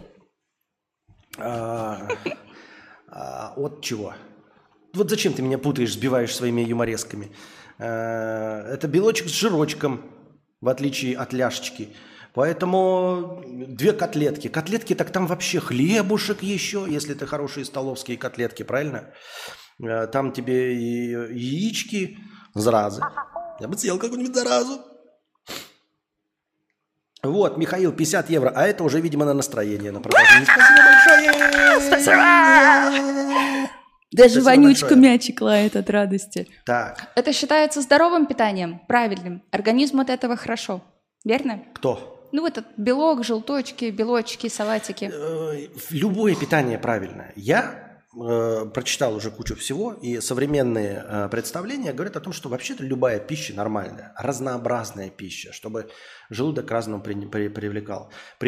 [SPEAKER 1] чего? Вот зачем ты меня путаешь, сбиваешь своими юморесками? Это белочек с жирочком, в отличие от ляшечки. Поэтому 2 котлетки. Котлетки, так там вообще хлебушек еще, если это хорошие столовские котлетки, правильно? Там тебе и яички, заразы. Я бы съел какую-нибудь заразу. Вот, Михаил, 50 евро. А это уже, видимо, на настроение, на продолжение. Спасибо большое!
[SPEAKER 2] Спасибо! Даже вонючка мячик лает от радости.
[SPEAKER 1] Так.
[SPEAKER 2] Это считается здоровым питанием, правильным. Организму от этого хорошо. Верно?
[SPEAKER 1] Кто?
[SPEAKER 2] Этот белок, желточки, белочки, салатики.
[SPEAKER 1] Любое питание правильное. Я прочитал уже кучу всего, и современные представления говорят о том, что вообще-то любая пища нормальная, разнообразная пища, чтобы желудок к разному привыкал.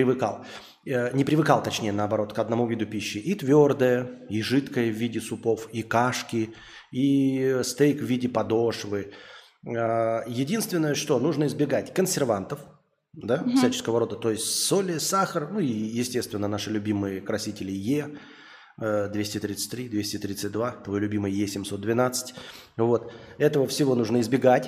[SPEAKER 1] Не привыкал, точнее, наоборот, к одному виду пищи. И твердое, и жидкое в виде супов, и кашки, и стейк в виде подошвы. Единственное, что нужно избегать консервантов, да, всяческого рода, то есть соли, сахар, и, естественно, наши любимые красители Е, 233, 232, твой любимый Е712. Вот. Этого всего нужно избегать.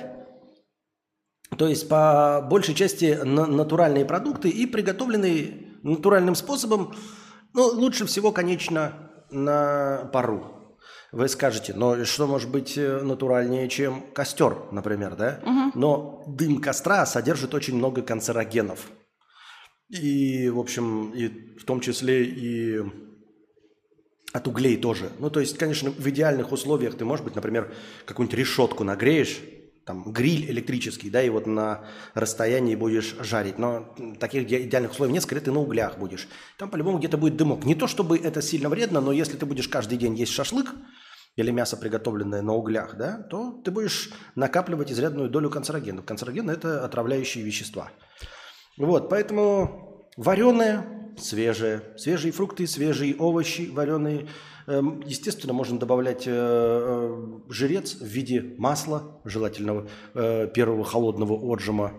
[SPEAKER 1] То есть по большей части натуральные продукты и приготовленные натуральным способом, лучше всего, конечно, на пару. Вы скажете, но что может быть натуральнее, чем костер, например, да? Но дым костра содержит очень много канцерогенов. И, в общем, и в том числе и от углей тоже. То есть, конечно, в идеальных условиях ты, может быть, например, какую-нибудь решетку нагреешь, там, гриль электрический, да, и вот на расстоянии будешь жарить. Но таких идеальных условий нет, скорее ты на углях будешь. Там по-любому где-то будет дымок. Не то, чтобы это сильно вредно, но если ты будешь каждый день есть шашлык или мясо, приготовленное на углях, да, то ты будешь накапливать изрядную долю канцерогенов. Канцерогены – это отравляющие вещества. Вот, поэтому вареное, свежие фрукты, свежие овощи вареные. Естественно, можно добавлять жирец в виде масла, желательного первого холодного отжима.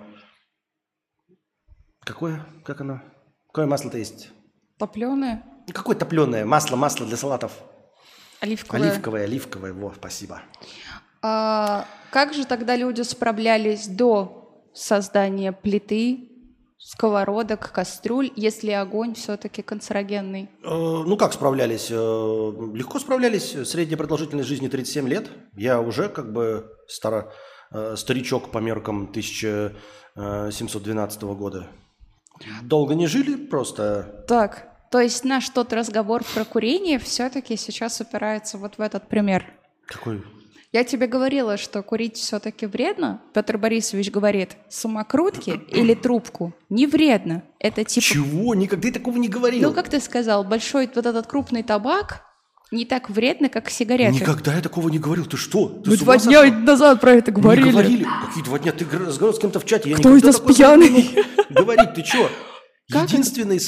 [SPEAKER 1] Какое? Как оно? Какое масло-то есть?
[SPEAKER 2] Топленое?
[SPEAKER 1] Какое топленое? Масло для салатов.
[SPEAKER 2] Оливковое.
[SPEAKER 1] Оливковое. Во, спасибо.
[SPEAKER 2] Как же тогда люди справлялись до создания плиты, сковородок, кастрюль, если огонь все-таки канцерогенный?
[SPEAKER 1] Как справлялись? Легко справлялись. Средняя продолжительность жизни 37 лет. Я уже как бы старичок по меркам 1712 года. Долго не жили, просто...
[SPEAKER 2] Так, То есть наш тот разговор про курение все-таки сейчас упирается вот в этот пример.
[SPEAKER 1] Какой?
[SPEAKER 2] Я тебе говорила, что курить все-таки вредно. Петр Борисович говорит, самокрутки или трубку не вредно. Это типа...
[SPEAKER 1] Чего? Никогда я такого не говорил.
[SPEAKER 2] Ну, как ты сказал, большой вот этот крупный табак не так вредно, как сигареты.
[SPEAKER 1] Никогда я такого не говорил. Ты что? Ты
[SPEAKER 2] Мы
[SPEAKER 1] с ума
[SPEAKER 2] 2 дня
[SPEAKER 1] сошел?
[SPEAKER 2] назад про это говорили.
[SPEAKER 1] Не говорили. Какие 2 дня? Ты разговаривал с кем-то в чате. Я
[SPEAKER 2] Кто из
[SPEAKER 1] никогда
[SPEAKER 2] нас
[SPEAKER 1] такое
[SPEAKER 2] пьяный?
[SPEAKER 1] не буду говорить. Ты что?
[SPEAKER 2] Как
[SPEAKER 1] Единственный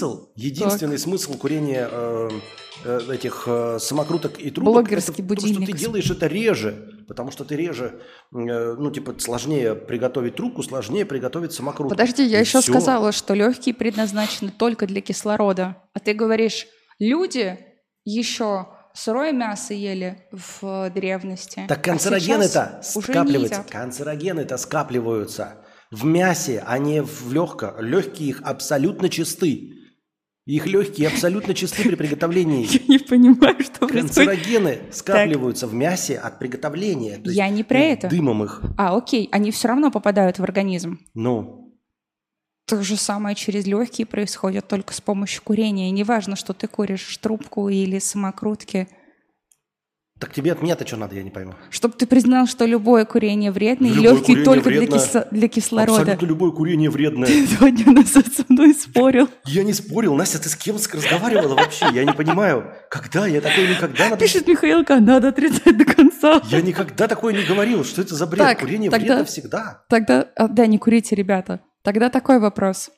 [SPEAKER 1] смысл курения этих самокруток и трубок,
[SPEAKER 2] Блогерский
[SPEAKER 1] это в том, что
[SPEAKER 2] будильник.
[SPEAKER 1] ты делаешь это реже, потому что ты реже, сложнее приготовить трубку, сложнее приготовить самокрутку.
[SPEAKER 2] Подожди, я
[SPEAKER 1] И
[SPEAKER 2] еще
[SPEAKER 1] всё.
[SPEAKER 2] сказала, что легкие предназначены только для кислорода. А ты говоришь, люди еще сырое мясо ели в древности.
[SPEAKER 1] Так
[SPEAKER 2] а
[SPEAKER 1] канцерогены-то
[SPEAKER 2] сейчас уже не
[SPEAKER 1] скапливаются.
[SPEAKER 2] едят.
[SPEAKER 1] Канцерогены-то скапливаются в мясе, а не в легком. Легкие их абсолютно чисты. Их легкие абсолютно чисты при приготовлении.
[SPEAKER 2] Я не понимаю, что происходит.
[SPEAKER 1] Канцерогены скапливаются в мясе от приготовления. То есть
[SPEAKER 2] Я не про это.
[SPEAKER 1] Дымом их.
[SPEAKER 2] Окей, они все равно попадают в организм.
[SPEAKER 1] Ну,
[SPEAKER 2] То же самое через легкие происходит только с помощью курения. И неважно, что ты куришь трубку или самокрутки.
[SPEAKER 1] так тебе от меня-то что надо, я не пойму.
[SPEAKER 2] Чтобы ты признал, что любое курение вредно, и
[SPEAKER 1] Любое
[SPEAKER 2] легкие
[SPEAKER 1] курение
[SPEAKER 2] только
[SPEAKER 1] вредно.
[SPEAKER 2] для кислорода.
[SPEAKER 1] Абсолютно любое курение вредное.
[SPEAKER 2] Ты 2 дня назад со мной спорил.
[SPEAKER 1] Я не спорил. Настя, ты с кем разговаривала вообще? Я не понимаю. Когда? Я такое никогда...
[SPEAKER 2] Пишет Михаилка, надо отрицать до конца.
[SPEAKER 1] Я никогда такое не говорил. Что это за бред?
[SPEAKER 2] Так,
[SPEAKER 1] Курение
[SPEAKER 2] тогда-
[SPEAKER 1] вредно всегда.
[SPEAKER 2] Тогда, да, не курите, ребята. Тогда такой вопрос.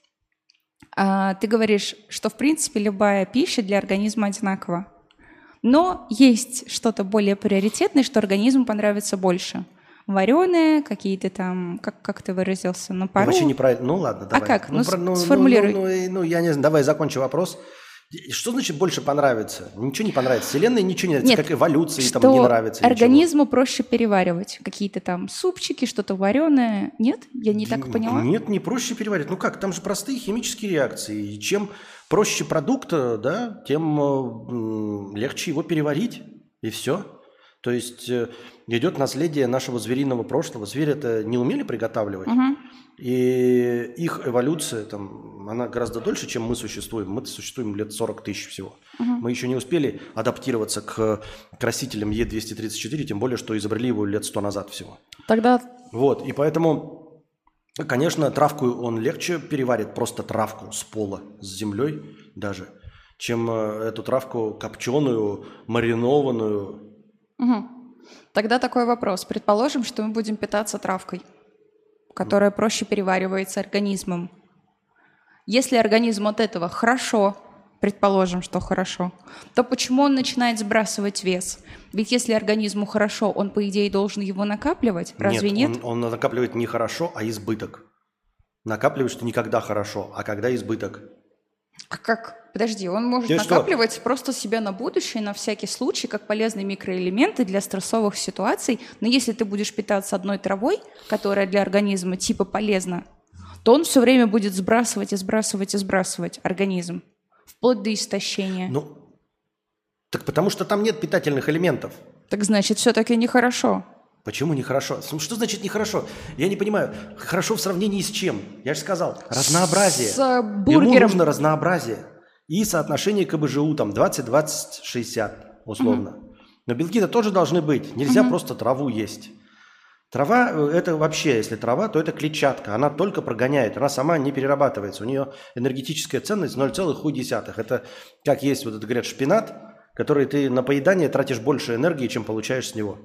[SPEAKER 2] Ты говоришь, что в принципе любая пища для организма одинакова. Но есть что-то более приоритетное, что организму понравится больше. Вареное, какие-то там, как ты выразился, на пару.
[SPEAKER 1] Вообще неправильно. Ну ладно, давай.
[SPEAKER 2] как? Сформулируй.
[SPEAKER 1] Я не знаю, давай закончу вопрос. Что значит больше понравится? Ничего не понравится. Вселенной ничего не нравится,
[SPEAKER 2] Нет,
[SPEAKER 1] как эволюции
[SPEAKER 2] что
[SPEAKER 1] там не нравится. ничего.
[SPEAKER 2] организму проще переваривать. Какие-то там супчики, что-то вареное. Нет? Я не так поняла?
[SPEAKER 1] Нет, не проще переваривать. Ну как, там же простые химические реакции. И чем проще продукт, да, тем легче его переварить. И все. То есть идет наследие нашего звериного прошлого. Звери это не умели приготавливать.
[SPEAKER 2] Угу.
[SPEAKER 1] И их эволюция, там, она гораздо дольше, чем мы существуем. Мы существуем лет 40 тысяч всего. Мы еще не успели адаптироваться к красителям Е234, тем более, что изобрели его лет 100 назад всего.
[SPEAKER 2] Тогда
[SPEAKER 1] Вот, и поэтому, конечно, травку он легче переварит, просто травку с пола, с землей даже, чем эту травку копченую, маринованную.
[SPEAKER 2] Угу. Тогда такой вопрос. Предположим, что мы будем питаться травкой, которая проще переваривается организмом. Если организм от этого хорошо, предположим, что хорошо, то почему он начинает сбрасывать вес? Ведь если организму хорошо, он, по идее, должен его накапливать. Разве нет?
[SPEAKER 1] Он накапливает не хорошо, а избыток. Накапливает, что никогда хорошо, а когда избыток.
[SPEAKER 2] А как? Подожди, он может
[SPEAKER 1] Ты
[SPEAKER 2] накапливать просто себя на будущее, на всякий случай, как полезные микроэлементы для стрессовых ситуаций. Но если ты будешь питаться одной травой, которая для организма типа полезна, то он все время будет сбрасывать организм, вплоть до истощения.
[SPEAKER 1] Ну, так потому что там нет питательных элементов.
[SPEAKER 2] Так значит, все-таки нехорошо.
[SPEAKER 1] Почему нехорошо? Что значит нехорошо? Я не понимаю. Хорошо в сравнении с чем? Я же сказал, разнообразие.
[SPEAKER 2] С бургером.
[SPEAKER 1] Ему нужно разнообразие. И соотношение КБЖУ там 20-20-60 условно. Но белки-то тоже должны быть. Нельзя просто траву есть. Трава, это вообще, если трава, то это клетчатка. Она только прогоняет, она сама не перерабатывается. У нее энергетическая ценность 0,1. Это как есть, вот это говорят, шпинат, который ты на поедание тратишь больше энергии, чем получаешь с него.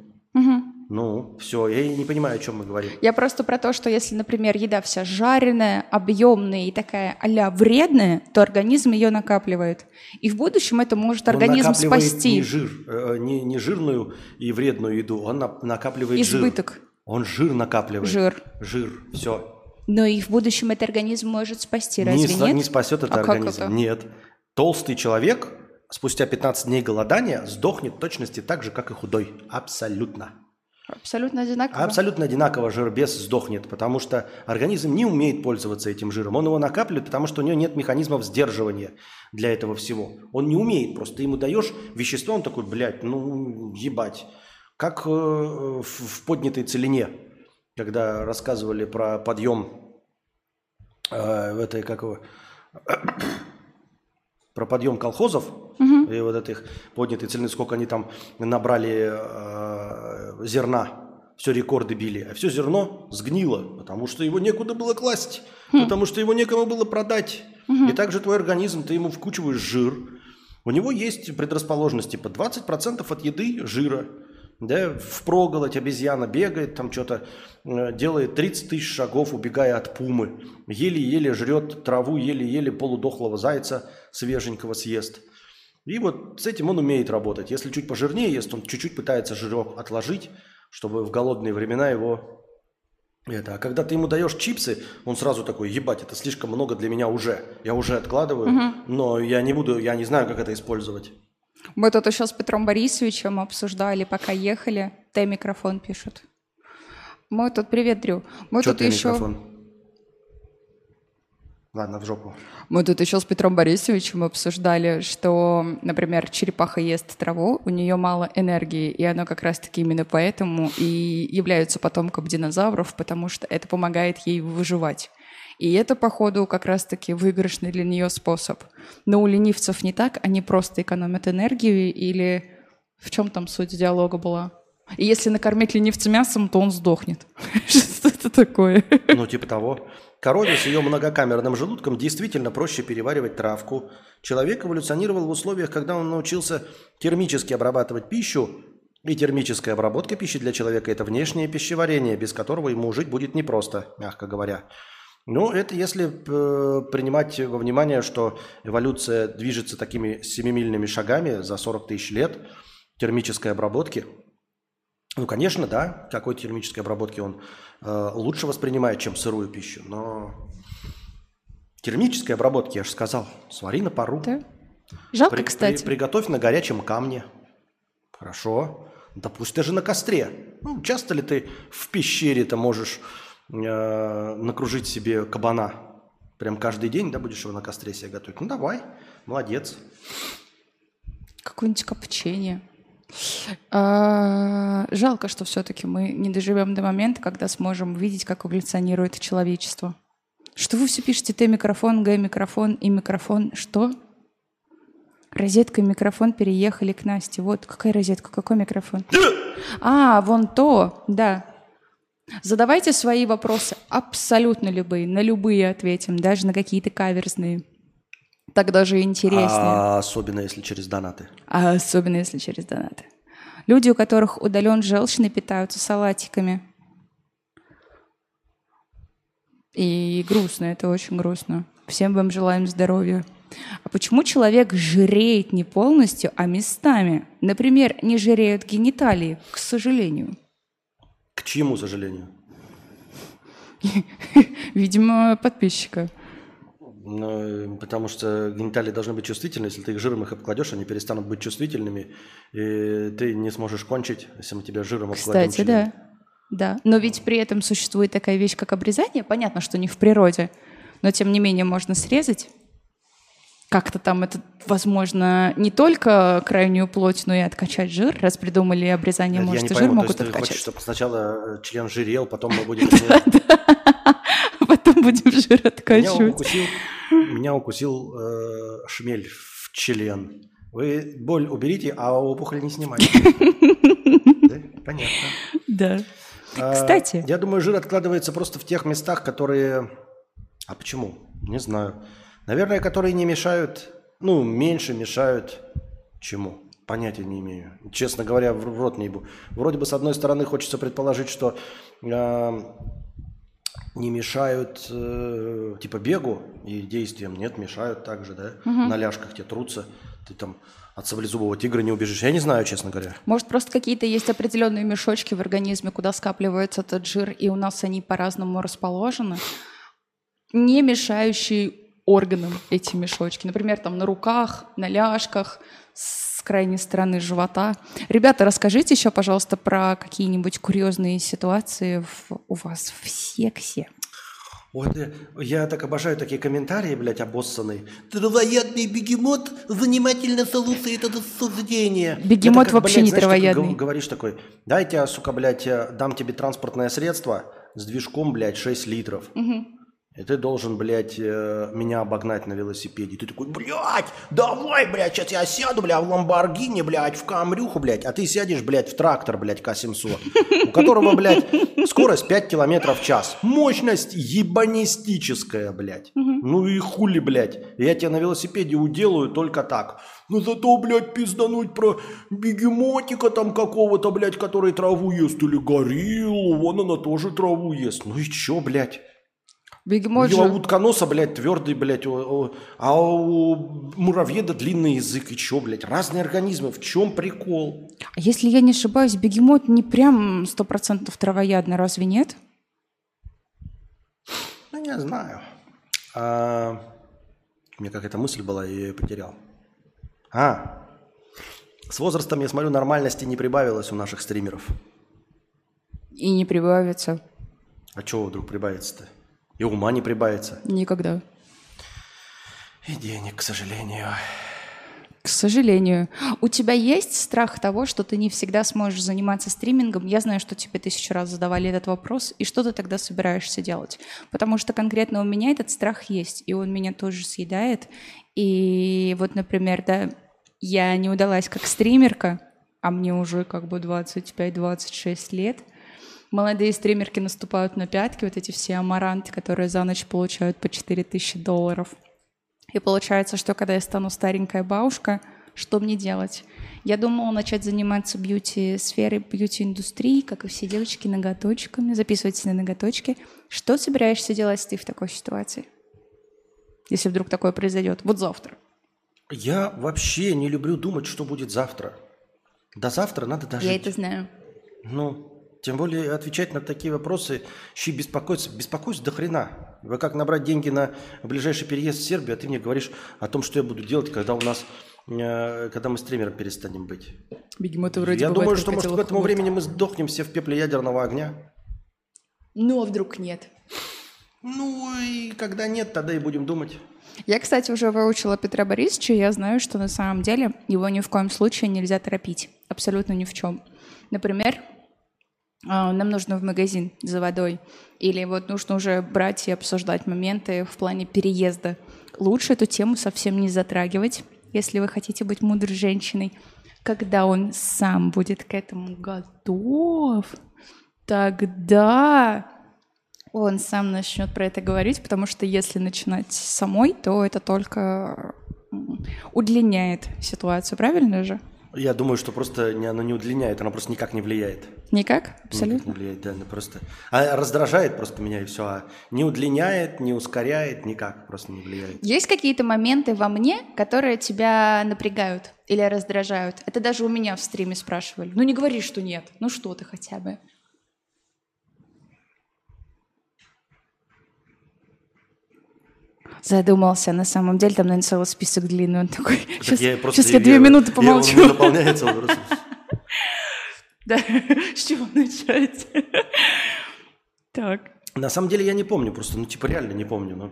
[SPEAKER 1] Ну, все, я не понимаю, о чем мы говорим.
[SPEAKER 2] Я просто про то, что если, например, еда вся жареная, объемная и такая а-ля вредная, то организм ее накапливает. И в будущем это может организм
[SPEAKER 1] Он накапливает
[SPEAKER 2] спасти.
[SPEAKER 1] не жир, не жирную и вредную еду, он накапливает
[SPEAKER 2] Избыток.
[SPEAKER 1] жир. Он жир накапливает. Жир, все.
[SPEAKER 2] Но и в будущем это организм может спасти, разве нет?
[SPEAKER 1] Не спасет это
[SPEAKER 2] А как
[SPEAKER 1] организм.
[SPEAKER 2] это?
[SPEAKER 1] Нет. Толстый человек спустя 15 дней голодания сдохнет в точности так же, как и худой. Абсолютно.
[SPEAKER 2] Абсолютно одинаково.
[SPEAKER 1] Абсолютно одинаково жирбес сдохнет, потому что организм не умеет пользоваться этим жиром. Он его накапливает, потому что у него нет механизмов сдерживания для этого всего. Он не умеет, просто ты ему даешь вещество, он такой, блядь, ну ебать. Как в поднятой целине, когда рассказывали про подъем в этой, как его, про подъем колхозов и вот этих поднятой целины, сколько они там набрали зерна. Все рекорды били, а все зерно сгнило, потому что его некуда было класть, потому что его некому было продать. И также твой организм, ты ему вкучиваешь жир. У него есть предрасположенности по 20% от еды жира. Да, впроголодь обезьяна бегает, там что-то делает 30 тысяч шагов, убегая от пумы. Еле-еле жрет траву, еле-еле полудохлого зайца свеженького съест. И вот с этим он умеет работать. Если чуть пожирнее ест, он чуть-чуть пытается жирок отложить, чтобы в голодные времена его... А когда ты ему даешь чипсы, он сразу такой: ебать, это слишком много для меня уже. Я уже откладываю, но я не знаю, как это использовать.
[SPEAKER 2] Мы тут еще с Петром Борисовичем обсуждали, пока ехали. Т-микрофон пишут. Мы тут... Привет, Дрю. Мы
[SPEAKER 1] Чё
[SPEAKER 2] тут еще...
[SPEAKER 1] микрофон? Ладно, в жопу.
[SPEAKER 2] Мы тут еще с Петром Борисовичем обсуждали, что, например, черепаха ест траву, у нее мало энергии, и она как раз-таки именно поэтому и является потомком динозавров, потому что это помогает ей выживать. И это, походу, как раз-таки выигрышный для нее способ. Но у ленивцев не так, они просто экономят энергию, или в чем там суть диалога была? И если накормить ленивца мясом, то он сдохнет. Что это такое?
[SPEAKER 1] Ну, типа того. Корове с ее многокамерным желудком действительно проще переваривать травку. Человек эволюционировал в условиях, когда он научился термически обрабатывать пищу, и термическая обработка пищи для человека – это внешнее пищеварение, без которого ему жить будет непросто, мягко говоря. Ну, это если принимать во внимание, что эволюция движется такими семимильными шагами за 40 тысяч лет термической обработки. Ну, конечно, да, какой термической обработки он лучше воспринимает, чем сырую пищу, но термической обработки, я же сказал, свари на пару.
[SPEAKER 2] Да. Жалко, кстати.
[SPEAKER 1] Приготовь на горячем камне. Хорошо. Да пусть даже на костре. Ну, часто ли ты в пещере-то можешь накружить себе кабана? Прям каждый день, да, будешь его на костре себе готовить? Ну, давай, молодец.
[SPEAKER 2] Какое-нибудь копчение. Жалко, что все-таки мы не доживем до момента, когда сможем видеть, как эволюционирует человечество. Что вы все пишете? Т-микрофон, Г-микрофон и микрофон. Что? Розетка и микрофон переехали к Насте. Вот, какая розетка, какой микрофон? Вон то, да. Задавайте свои вопросы, абсолютно любые, на любые ответим, даже на какие-то каверзные. Так даже интереснее.
[SPEAKER 1] Особенно если через донаты.
[SPEAKER 2] Особенно если через донаты. Люди, у которых удален желчный, питаются салатиками. И грустно, это очень грустно. Всем вам желаем здоровья. А почему человек жиреет не полностью, а местами? Например, не жиреют гениталии, к сожалению.
[SPEAKER 1] К чьему сожалению?
[SPEAKER 2] Видимо, подписчика.
[SPEAKER 1] Ну, потому что гениталии должны быть чувствительны. Если ты их жиром их обкладешь, они перестанут быть чувствительными, и ты не сможешь кончить, если мы тебя жиром обкладем.
[SPEAKER 2] Кстати, да. Да. Но ведь при этом существует такая вещь, как обрезание. Понятно, что не в природе, но тем не менее можно срезать. Как-то там это, возможно, не только крайнюю плоть, но и откачать жир. Раз придумали обрезание,
[SPEAKER 1] Я
[SPEAKER 2] может,
[SPEAKER 1] не
[SPEAKER 2] и
[SPEAKER 1] пойму,
[SPEAKER 2] жир могут
[SPEAKER 1] то есть
[SPEAKER 2] откачать.
[SPEAKER 1] ты хочешь, чтобы сначала член жирел, потом мы будем...
[SPEAKER 2] Потом будем жир откачивать.
[SPEAKER 1] Меня укусил шмель в член. Вы боль уберите, а опухоль не снимайте. Понятно.
[SPEAKER 2] Да. Кстати.
[SPEAKER 1] Я думаю, жир откладывается просто в тех местах, которые... А почему? Не знаю. Наверное, которые не мешают, меньше мешают чему? Понятия не имею. Честно говоря, в рот не ебу. Вроде бы, с одной стороны, хочется предположить, что не мешают типа бегу и действиям. Нет, мешают также, да? На ляжках тебе трутся. Ты там от саблезубого тигра не убежишь. Я не знаю, честно говоря.
[SPEAKER 2] Может, просто какие-то есть определенные мешочки в организме, куда скапливается этот жир, и у нас они по-разному расположены, не мешающие органам эти мешочки. Например, там на руках, на ляжках, с крайней стороны живота. Ребята, расскажите еще, пожалуйста, про какие-нибудь курьезные ситуации у вас в сексе.
[SPEAKER 1] Вот, я так обожаю такие комментарии, блядь, обоссанные. Травоядный бегемот занимательно слушает это суждение.
[SPEAKER 2] Бегемот
[SPEAKER 1] как,
[SPEAKER 2] вообще
[SPEAKER 1] блядь,
[SPEAKER 2] не
[SPEAKER 1] знаешь,
[SPEAKER 2] травоядный.
[SPEAKER 1] Говоришь такой: дайте, сука, блядь, дам тебе транспортное средство с движком, блядь, 6 литров. И ты должен, блядь, меня обогнать на велосипеде. И ты такой, блядь, давай, блядь, сейчас я сяду, блядь, в Ламборгини, блядь, в Камрюху, блядь. А ты сядешь, блядь, в трактор, блядь, К700, у которого, блядь, скорость 5 километров в час. Мощность ебанистическая, блядь. Ну и хули, блядь. Я тебя на велосипеде уделаю только так. Но зато, блядь, пиздануть про бегемотика там какого-то, блядь, который траву ест. Или гориллу, вон она тоже траву ест. Ну и чё, блядь?
[SPEAKER 2] Бегемот
[SPEAKER 1] У
[SPEAKER 2] же...
[SPEAKER 1] утконоса, блядь, твердый, блядь, а у муравьеда длинный язык. И чё, блядь? Разные организмы. В чем прикол?
[SPEAKER 2] А если я не ошибаюсь, бегемот не прям 100% травоядный, разве нет?
[SPEAKER 1] Ну, не знаю. У меня какая-то мысль была, я ее потерял. С возрастом, я смотрю, нормальности не прибавилось у наших стримеров.
[SPEAKER 2] И не прибавится.
[SPEAKER 1] А чего вдруг прибавится-то? И ума не прибавится.
[SPEAKER 2] Никогда.
[SPEAKER 1] И денег, к сожалению.
[SPEAKER 2] К сожалению. У тебя есть страх того, что ты не всегда сможешь заниматься стримингом? Я знаю, что тебе 1000 раз задавали этот вопрос. И что ты тогда собираешься делать? Потому что конкретно у меня этот страх есть, и он меня тоже съедает. И вот, например, да, я не удалась как стримерка, а мне уже как бы 25-26 лет. Молодые стримерки наступают на пятки, вот эти все амаранты, которые за ночь получают по $4000. И получается, что когда я стану старенькая бабушка, что мне делать? Я думала начать заниматься бьюти-сферой, бьюти-индустрией, как и все девочки, ноготочками. Записывайтесь на ноготочки. Что собираешься делать ты в такой ситуации? Если вдруг такое произойдет. Вот завтра.
[SPEAKER 1] Я вообще не люблю думать, что будет завтра. До завтра надо дожить.
[SPEAKER 2] Я это знаю.
[SPEAKER 1] Ну, тем более отвечать на такие вопросы, еще и беспокоиться. Беспокоюсь до хрена. Вы как набрать деньги на ближайший переезд в Сербию, а ты мне говоришь о том, что я буду делать, когда мы стримером перестанем быть.
[SPEAKER 2] Бегемоты вроде
[SPEAKER 1] Я
[SPEAKER 2] бывает,
[SPEAKER 1] думаю, что, может, к этому времени мы сдохнем все в пепле ядерного огня.
[SPEAKER 2] Ну, а вдруг нет?
[SPEAKER 1] Ну, и когда нет, тогда и будем думать.
[SPEAKER 2] Я, кстати, уже выучила Петра Борисовича, и я знаю, что на самом деле его ни в коем случае нельзя торопить. Абсолютно ни в чем. Например, нам нужно в магазин за водой, или вот нужно уже брать и обсуждать моменты в плане переезда. Лучше эту тему совсем не затрагивать, если вы хотите быть мудрой женщиной. Когда он сам будет к этому готов, тогда он сам начнет про это говорить, потому что если начинать самой, то это только удлиняет ситуацию, правильно же?
[SPEAKER 1] Я думаю, что просто оно не удлиняет, оно просто никак не влияет.
[SPEAKER 2] Никак? Абсолютно?
[SPEAKER 1] Никак не влияет, да, оно просто... раздражает просто меня и все. А не удлиняет, не ускоряет, никак просто не влияет.
[SPEAKER 2] Есть какие-то моменты во мне, которые тебя напрягают или раздражают? Это даже у меня в стриме спрашивали. Ну не говори, что нет. Ну что ты хотя бы. Задумался, на самом деле, там, наверное, целый список длинный. Он такой, сейчас я 2 минуты помолчу.
[SPEAKER 1] Он заполняется.
[SPEAKER 2] Да, с чего начать? Так.
[SPEAKER 1] На самом деле я не помню просто, реально не помню.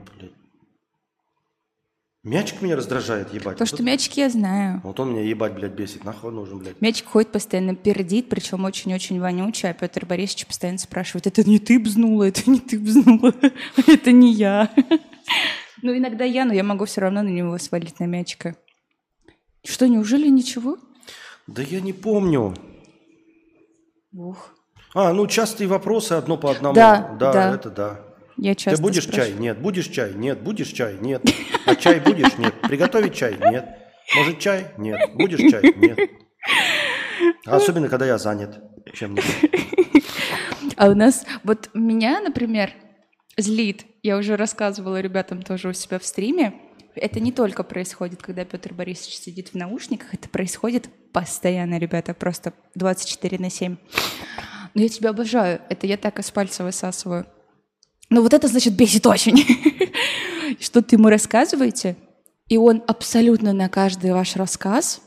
[SPEAKER 1] Мячик меня раздражает, ебать.
[SPEAKER 2] То, что мячик я знаю.
[SPEAKER 1] Вот он меня ебать, блядь, бесит. Нахуй нужен, блядь.
[SPEAKER 2] Мячик ходит постоянно, пердит, причем очень-очень вонючий, а Петр Борисович постоянно спрашивает, это не ты бзнула, это не ты бзнула, это не я. Ну, иногда но я могу все равно на него свалить на мячика. Что, неужели ничего?
[SPEAKER 1] Да я не помню.
[SPEAKER 2] Ух.
[SPEAKER 1] Частые вопросы одно по одному.
[SPEAKER 2] Да.
[SPEAKER 1] Это да.
[SPEAKER 2] Я часто
[SPEAKER 1] Ты будешь
[SPEAKER 2] спрашиваю.
[SPEAKER 1] чай? Нет. Будешь чай? Нет. Будешь чай? Нет. А чай будешь? Нет. Приготовить чай? Нет. Может, чай? Нет. Будешь чай? Нет. Особенно, когда я занят чем-нибудь.
[SPEAKER 2] А у нас, вот меня, например, злит, я уже рассказывала ребятам тоже у себя в стриме, это не только происходит, когда Петр Борисович сидит в наушниках, это происходит постоянно, ребята, просто 24/7. Но я тебя обожаю, это я так из пальца высасываю. Но вот это, значит, бесит очень. Что-то ему рассказываете, и он абсолютно на каждый ваш рассказ...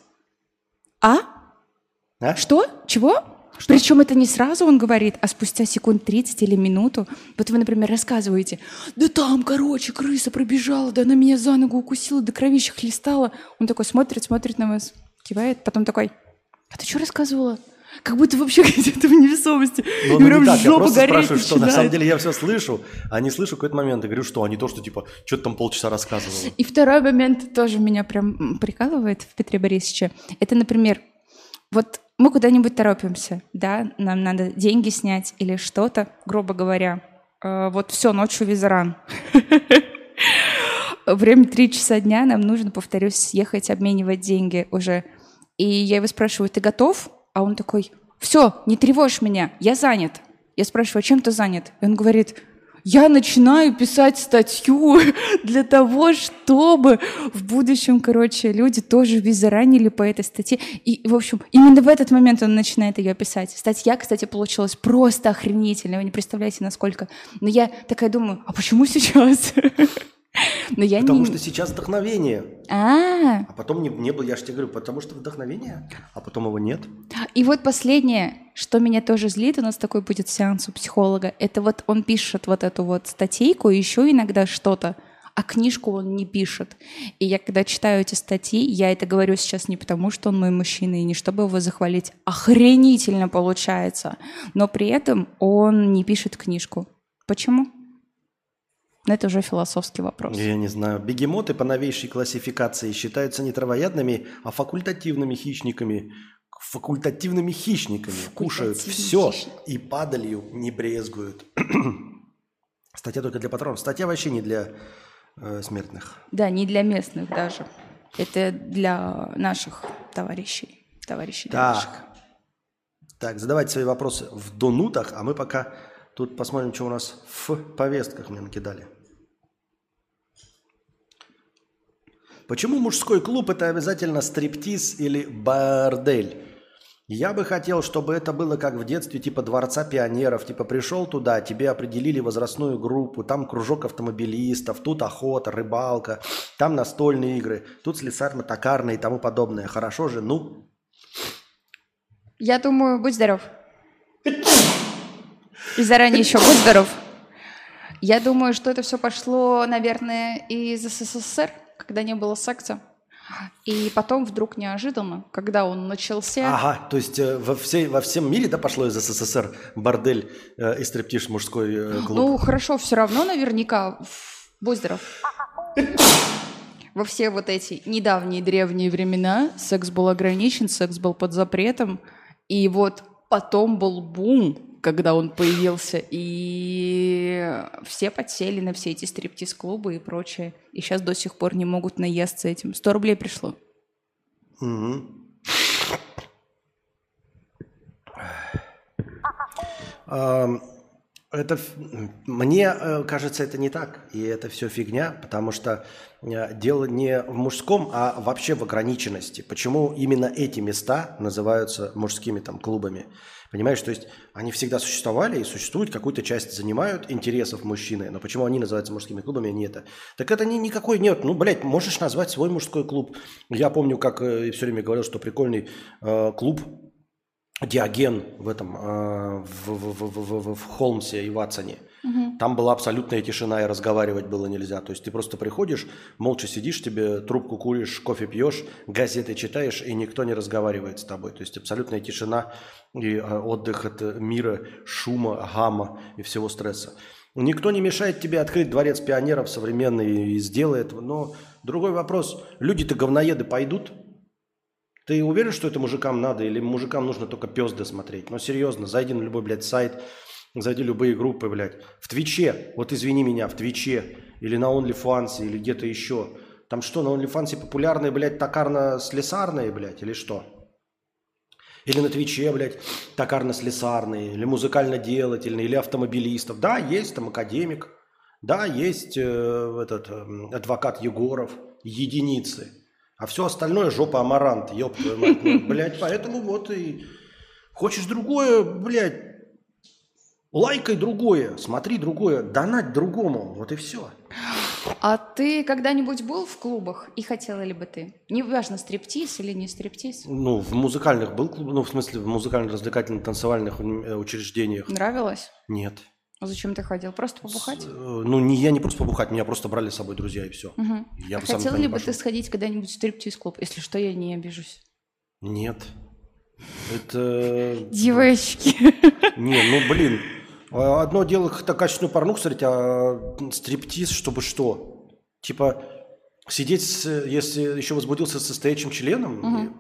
[SPEAKER 2] Что? Чего? Причем это не сразу он говорит, а спустя секунд 30 или минуту. Вот вы, например, рассказываете, да там, крыса пробежала, да она меня за ногу укусила, да кровища хлестала. Он такой смотрит на вас, кивает, потом такой, а ты что рассказывала? Как будто вообще где-то в невесомости.
[SPEAKER 1] Но
[SPEAKER 2] И прям
[SPEAKER 1] не так, я
[SPEAKER 2] жопа
[SPEAKER 1] просто
[SPEAKER 2] гореть
[SPEAKER 1] спрашиваю, что на
[SPEAKER 2] начинает.
[SPEAKER 1] самом деле я все слышу, а не слышу какой-то момент. И говорю, что, а не то, что типа, что ты там полчаса рассказывала.
[SPEAKER 2] И второй момент тоже меня прям прикалывает в Петре Борисовиче. Это, например, вот мы куда-нибудь торопимся, да, нам надо деньги снять или что-то, грубо говоря. Вот все, ночью визаран. Время 3 часа дня, нам нужно, повторюсь, съехать, обменивать деньги уже. И я его спрашиваю, ты готов? А он такой, все, не тревожь меня, я занят. Я спрашиваю, а чем ты занят? И он говорит, я начинаю писать статью для того, чтобы в будущем, короче, люди тоже визаранили по этой статье. И, в общем, именно в этот момент он начинает ее писать. Статья, кстати, получилась просто охренительная. Вы не представляете, насколько. Но я такая думаю, а почему сейчас? Но я
[SPEAKER 1] Потому что сейчас вдохновение.
[SPEAKER 2] А
[SPEAKER 1] А потом не было, я же тебе говорю, потому что вдохновение, а потом его нет.
[SPEAKER 2] И вот последнее, что меня тоже злит, у нас такой будет сеанс у психолога, это вот он пишет вот эту вот статейку, еще иногда что-то, а книжку он не пишет. И я когда читаю эти статьи, я это говорю сейчас не потому, что он мой мужчина, и не чтобы его захвалить, охренительно получается, но при этом он не пишет книжку. Почему? Но это уже философский вопрос.
[SPEAKER 1] Я не знаю. Бегемоты по новейшей классификации считаются не травоядными, а факультативными хищниками. Факультативными хищниками. Кушают все и падалью не брезгуют. Статья только для патронов. Статья вообще не для смертных.
[SPEAKER 2] Да, не для местных даже. Это для наших товарищей. Товарищей наших.
[SPEAKER 1] Так, задавайте свои вопросы в донутах, а мы пока тут посмотрим, что у нас в повестках мне накидали. Почему мужской клуб – это обязательно стриптиз или бордель? Я бы хотел, чтобы это было как в детстве, типа Дворца пионеров. Типа пришел туда, тебе определили возрастную группу, там кружок автомобилистов, тут охота, рыбалка, там настольные игры, тут слесарно-токарные и тому подобное. Хорошо же, ну?
[SPEAKER 2] Я думаю, будь здоров. И заранее еще будь здоров. Я думаю, что это все пошло, наверное, из СССР, когда не было секса. И потом вдруг неожиданно, когда он начался...
[SPEAKER 1] Ага, то есть во всем мире, да, пошло из СССР бордель и стриптиз мужской клуб?
[SPEAKER 2] Ну, хорошо, все равно наверняка. Будь здоров. Во все вот эти недавние древние времена секс был ограничен, секс был под запретом. И вот потом был бум, когда он появился, и все подсели на все эти стриптиз-клубы и прочее. И сейчас до сих пор не могут наесться этим. 100 рублей пришло.
[SPEAKER 1] Угу. Мне кажется, это не так, и это все фигня, потому что дело не в мужском, а вообще в ограниченности. Почему именно эти места называются мужскими там клубами? Понимаешь, то есть они всегда существовали и существуют, какую-то часть занимают интересов мужчины, но почему они называются мужскими клубами, а не это? Так это никакой нет, ну, блядь, можешь назвать свой мужской клуб. Я помню, как все время говорил, что прикольный клуб Диоген в этом, в Холмсе и Ватсоне. Угу. Там была абсолютная тишина, и разговаривать было нельзя. То есть ты просто приходишь, молча сидишь, тебе трубку куришь, кофе пьешь, газеты читаешь, и никто не разговаривает с тобой. То есть абсолютная тишина и отдых от мира, шума, гамма и всего стресса. Никто не мешает тебе открыть дворец пионеров современный и сделает. Но другой вопрос, люди-то говноеды пойдут? Ты уверен, что это мужикам надо, или мужикам нужно только пёзды смотреть? Ну, серьезно, зайди на любой, блядь, сайт, зайди в любые группы, блядь. В Твиче, вот извини меня, в Твиче, или на OnlyFans, или где-то еще. Там что, на OnlyFans популярные, блядь, токарно-слесарные, блядь, или что? Или на Твиче, блядь, токарно-слесарные, или музыкально-делательные, или автомобилистов. Да, есть там академик, да, есть адвокат Егоров, единицы. А все остальное жопа амарант, ёб твою мать. Ну, блядь, поэтому вот и... Хочешь другое, блядь, лайкай другое, смотри другое, донать другому, вот и все.
[SPEAKER 2] А ты когда-нибудь был в клубах и хотела ли бы ты? Неважно, стриптиз или не стриптиз.
[SPEAKER 1] Ну, в музыкальных был клуб, ну, в смысле, в музыкально-развлекательных танцевальных учреждениях.
[SPEAKER 2] Нравилось?
[SPEAKER 1] Нет.
[SPEAKER 2] А зачем ты ходил? Просто побухать?
[SPEAKER 1] Ну, я не просто побухать, меня просто брали с собой друзья и все.
[SPEAKER 2] Угу.
[SPEAKER 1] Я
[SPEAKER 2] хотел ли бы ты сходить когда-нибудь в стриптиз-клуб? Если что, я не обижусь.
[SPEAKER 1] Нет. Это...
[SPEAKER 2] Девочки.
[SPEAKER 1] Не, ну блин. Одно дело как-то качественную порнуху смотреть, а стриптиз, чтобы что? Типа сидеть, если еще возбудился со стоячим членом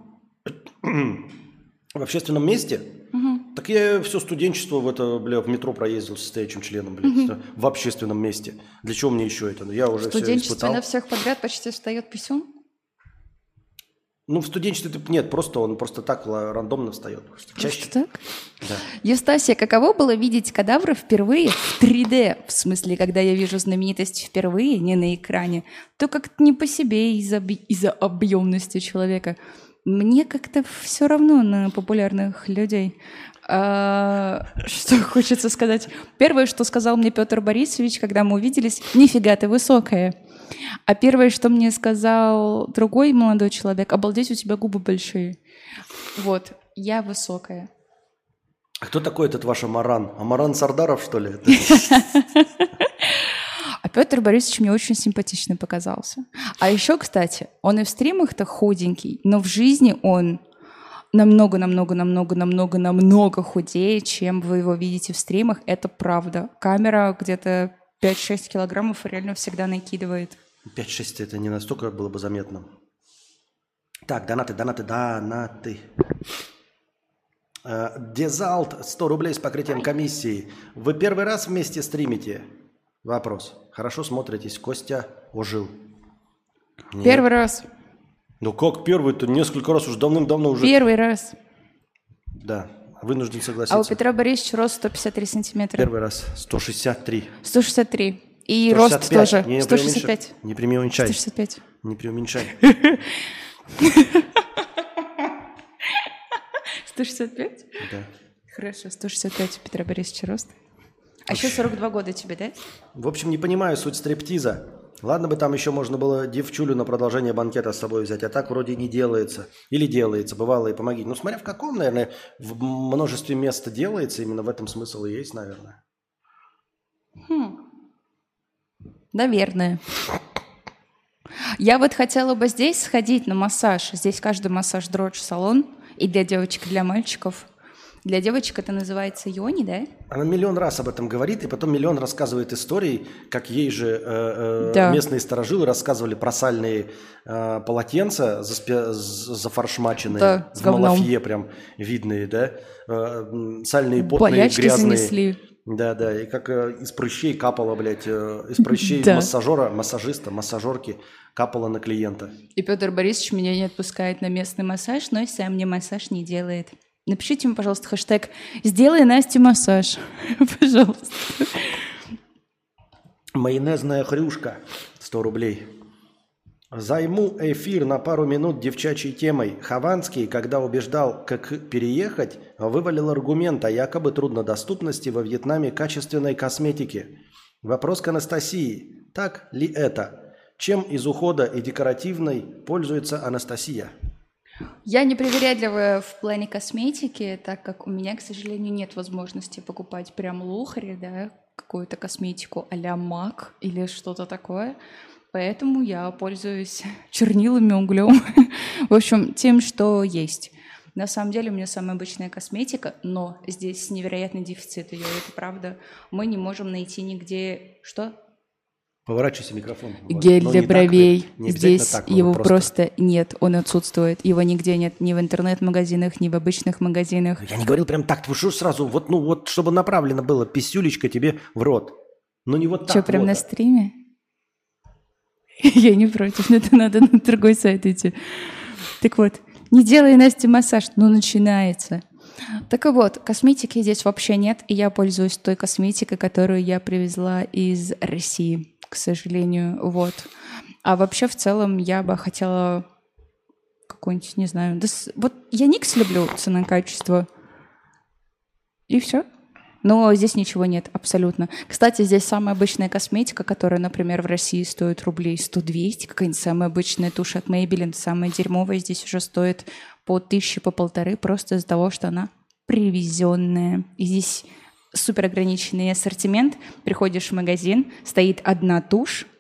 [SPEAKER 1] в общественном месте, так я все студенчество в метро проездил со стоячим членом, блядь, в общественном месте. Для чего мне еще это? Я уже все
[SPEAKER 2] Студенчество
[SPEAKER 1] испытал.
[SPEAKER 2] на всех подряд почти встает писюн?
[SPEAKER 1] Ну, в студенчестве нет, просто он просто так рандомно встает. Чаще.
[SPEAKER 2] Так?
[SPEAKER 1] Да.
[SPEAKER 2] Евстасия, каково было видеть кадавра впервые в 3D? В смысле, когда я вижу знаменитость впервые, не на экране, то как-то не по себе из-за объемности человека. Мне как-то все равно на популярных людей. Что хочется сказать? Первое, что сказал мне Петр Борисович, когда мы увиделись, нифига ты высокая. А первое, что мне сказал другой молодой человек, обалдеть, у тебя губы большие. Вот, я высокая.
[SPEAKER 1] А кто такой этот ваш Амаран? Амаран Сардаров, что ли?
[SPEAKER 2] А Петр Борисович мне очень симпатичный показался. А еще, кстати, он и в стримах-то худенький, но в жизни он намного худее, чем вы его видите в стримах. Это правда. Камера где-то 5-6 килограммов реально всегда накидывает.
[SPEAKER 1] 5-6 это не настолько было бы заметно. Так, донаты. Дезалт, 100 рублей с покрытием комиссии. Вы первый раз вместе стримите? Вопрос. Хорошо смотритесь. Костя ожил. Нет.
[SPEAKER 2] Первый раз.
[SPEAKER 1] Ну как первый-то? Несколько раз уже давным-давно уже.
[SPEAKER 2] Первый раз.
[SPEAKER 1] Да, вынужден согласиться.
[SPEAKER 2] А у Петра Борисовича рост 153 сантиметра.
[SPEAKER 1] Первый раз 163.
[SPEAKER 2] 163. И
[SPEAKER 1] 165.
[SPEAKER 2] рост тоже.
[SPEAKER 1] Не
[SPEAKER 2] 165.
[SPEAKER 1] Не преуменьшай.
[SPEAKER 2] 165.
[SPEAKER 1] Не преуменьшай.
[SPEAKER 2] 165?
[SPEAKER 1] Да.
[SPEAKER 2] Хорошо, 165 у Петра Борисовича рост. А еще 42 года тебе, да?
[SPEAKER 1] В общем, не понимаю суть стриптиза. Ладно бы там еще можно было девчулю на продолжение банкета с собой взять, а так вроде не делается. Или делается, бывало и помоги. Ну, смотря в каком, наверное, в множестве мест делается, именно в этом смысл и есть, наверное.
[SPEAKER 2] Наверное. Я вот хотела бы здесь сходить на массаж. Здесь каждый массаж дрочь-салон. И для девочек, и для мальчиков. Для девочек это называется йони, да?
[SPEAKER 1] Она миллион раз об этом говорит, и потом миллион рассказывает истории, как ей же местные старожилы рассказывали про сальные полотенца зафаршмаченные,
[SPEAKER 2] да,
[SPEAKER 1] в малафье прям видные, да? Сальные, потные,
[SPEAKER 2] болячки
[SPEAKER 1] грязные.
[SPEAKER 2] занесли.
[SPEAKER 1] Да, и как из прыщей капало, блядь, из прыщей массажиста, массажерки капало на клиента.
[SPEAKER 2] И Петр Борисович меня не отпускает на местный массаж, но и сам мне массаж не делает. Напишите мне, пожалуйста, хэштег «Сделай Насте массаж». Пожалуйста.
[SPEAKER 1] Майонезная хрюшка. 100 рублей. Займу эфир на пару минут девчачьей темой. Хованский, когда убеждал, как переехать, вывалил аргумент о якобы труднодоступности во Вьетнаме качественной косметики. Вопрос к Анастасии. Так ли это? Чем из ухода и декоративной пользуется Анастасия?
[SPEAKER 2] Я не привередливая в плане косметики, так как у меня, к сожалению, нет возможности покупать прям лухари, да, какую-то косметику а-ля MAC или что-то такое. Поэтому я пользуюсь чернилами, углем, в общем, тем, что есть. На самом деле у меня самая обычная косметика, но здесь невероятный дефицит ее, это правда. Мы не можем найти нигде... Что?
[SPEAKER 1] Поворачивайся микрофон.
[SPEAKER 2] Гель для бровей. Здесь
[SPEAKER 1] так,
[SPEAKER 2] его просто нет, он отсутствует. Его нигде нет, ни в интернет-магазинах, ни в обычных магазинах.
[SPEAKER 1] Я не говорил прям так, вы что сразу, вот чтобы направлено было писюлечка тебе в рот. Ну не вот так.
[SPEAKER 2] Что, прям на стриме? Я не против, но это надо на другой сайт идти. Так вот, не делай Насте массаж, но начинается. Так вот, косметики здесь вообще нет, и я пользуюсь той косметикой, которую я привезла из России. К сожалению, вот. А вообще, в целом, я бы хотела какой-нибудь, не знаю... Вот я Никс люблю, цена-качество. И все. Но здесь ничего нет, абсолютно. Кстати, здесь самая обычная косметика, которая, например, в России стоит рублей 100-200. Какая-нибудь самая обычная тушь от Maybelline, самая дерьмовая, здесь уже стоит по 1000, по 1500, просто из-за того, что она привезенная. И здесь... супер ограниченный ассортимент. Приходишь в магазин, стоит одна тушь,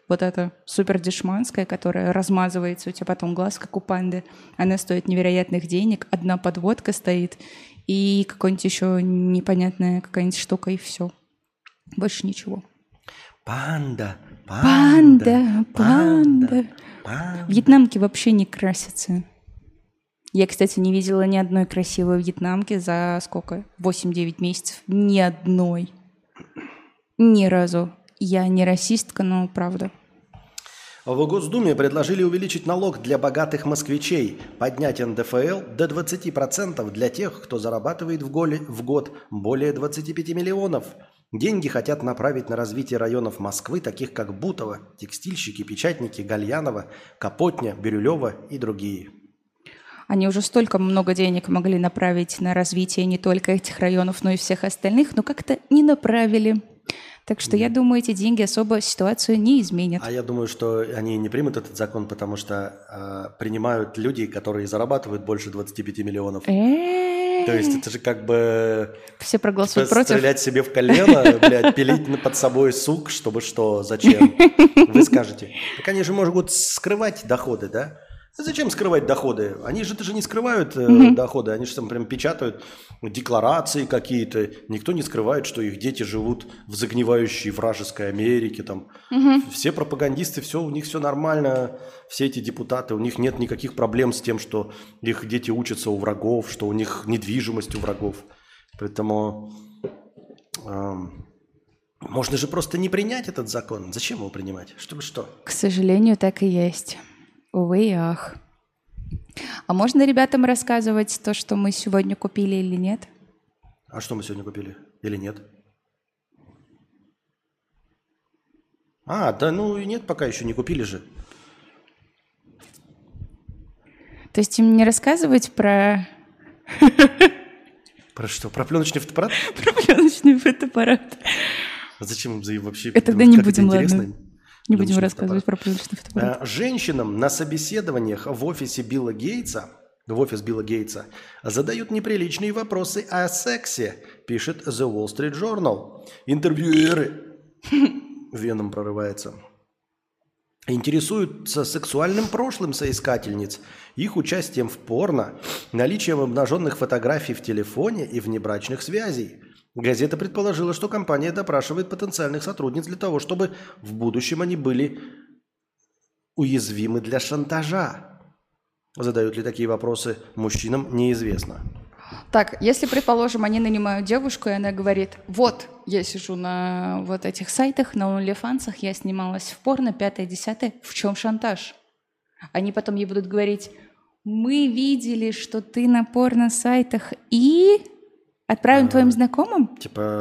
[SPEAKER 2] вот эта супер дешманская, которая размазывается у тебя потом глаз, как у панды. Она стоит невероятных денег, одна подводка стоит, и какой-нибудь еще непонятная какая-нибудь штука, и все. Больше ничего.
[SPEAKER 1] Панда,
[SPEAKER 2] Панда,
[SPEAKER 1] панда.
[SPEAKER 2] Вьетнамки вообще не красятся. Я, кстати, не видела ни одной красивой вьетнамки за сколько? 8-9 месяцев. Ни одной. Ни разу. Я не расистка, но правда.
[SPEAKER 1] В Госдуме предложили увеличить налог для богатых москвичей, поднять НДФЛ до 20% для тех, кто зарабатывает в год более 25 миллионов. Деньги хотят направить на развитие районов Москвы, таких как Бутово, текстильщики, печатники, Гальянова, Капотня, Бирюлево и другие.
[SPEAKER 2] Они уже столько много денег могли направить на развитие не только этих районов, но и всех остальных, но как-то не направили. Так что я думаю, эти деньги особо ситуацию не изменят.
[SPEAKER 1] А я думаю, что они не примут этот закон, потому что принимают люди, которые зарабатывают больше 25 миллионов. То есть это же как бы...
[SPEAKER 2] Все проголосуют против.
[SPEAKER 1] Стрелять себе в колено, блядь, пилить под собой сук, чтобы что, зачем? Вы скажете. Так они же могут скрывать доходы, да? Зачем скрывать доходы? Они же не скрывают доходы, они же там прям печатают декларации какие-то. Никто не скрывает, что их дети живут в загнивающей вражеской Америке. Там. Все пропагандисты, у них все нормально, все эти депутаты, у них нет никаких проблем с тем, что их дети учатся у врагов, что у них недвижимость у врагов. Поэтому можно же просто не принять этот закон. Зачем его принимать? Чтобы что?
[SPEAKER 2] К сожалению, так и есть. Увы и ах. А можно ребятам рассказывать то, что мы сегодня купили или нет?
[SPEAKER 1] А что мы сегодня купили? Или нет? Да ну и нет, пока еще не купили же.
[SPEAKER 2] То есть им не рассказывать про...
[SPEAKER 1] Про что? Про пленочный фотоаппарат?
[SPEAKER 2] Про пленочный фотоаппарат.
[SPEAKER 1] А зачем им вообще...
[SPEAKER 2] Это тогда не будем, ладно. Не будем рассказывать про пленочный фотоаппарат.
[SPEAKER 1] Женщинам на собеседованиях в офис Билла Гейтса задают неприличные вопросы о сексе, пишет The Wall Street Journal. Интервьюеры веном прорывается. Интересуются сексуальным прошлым соискательниц, их участием в порно, наличием обнаженных фотографий в телефоне и внебрачных связей. Газета предположила, что компания допрашивает потенциальных сотрудниц для того, чтобы в будущем они были уязвимы для шантажа. Задают ли такие вопросы мужчинам, неизвестно.
[SPEAKER 2] Так, если, предположим, они нанимают девушку, и она говорит, вот, я сижу на вот этих сайтах, на OnlyFans, я снималась в порно, 5-10, в чем шантаж? Они потом ей будут говорить, мы видели, что ты на порно-сайтах и... Отправим твоим знакомым?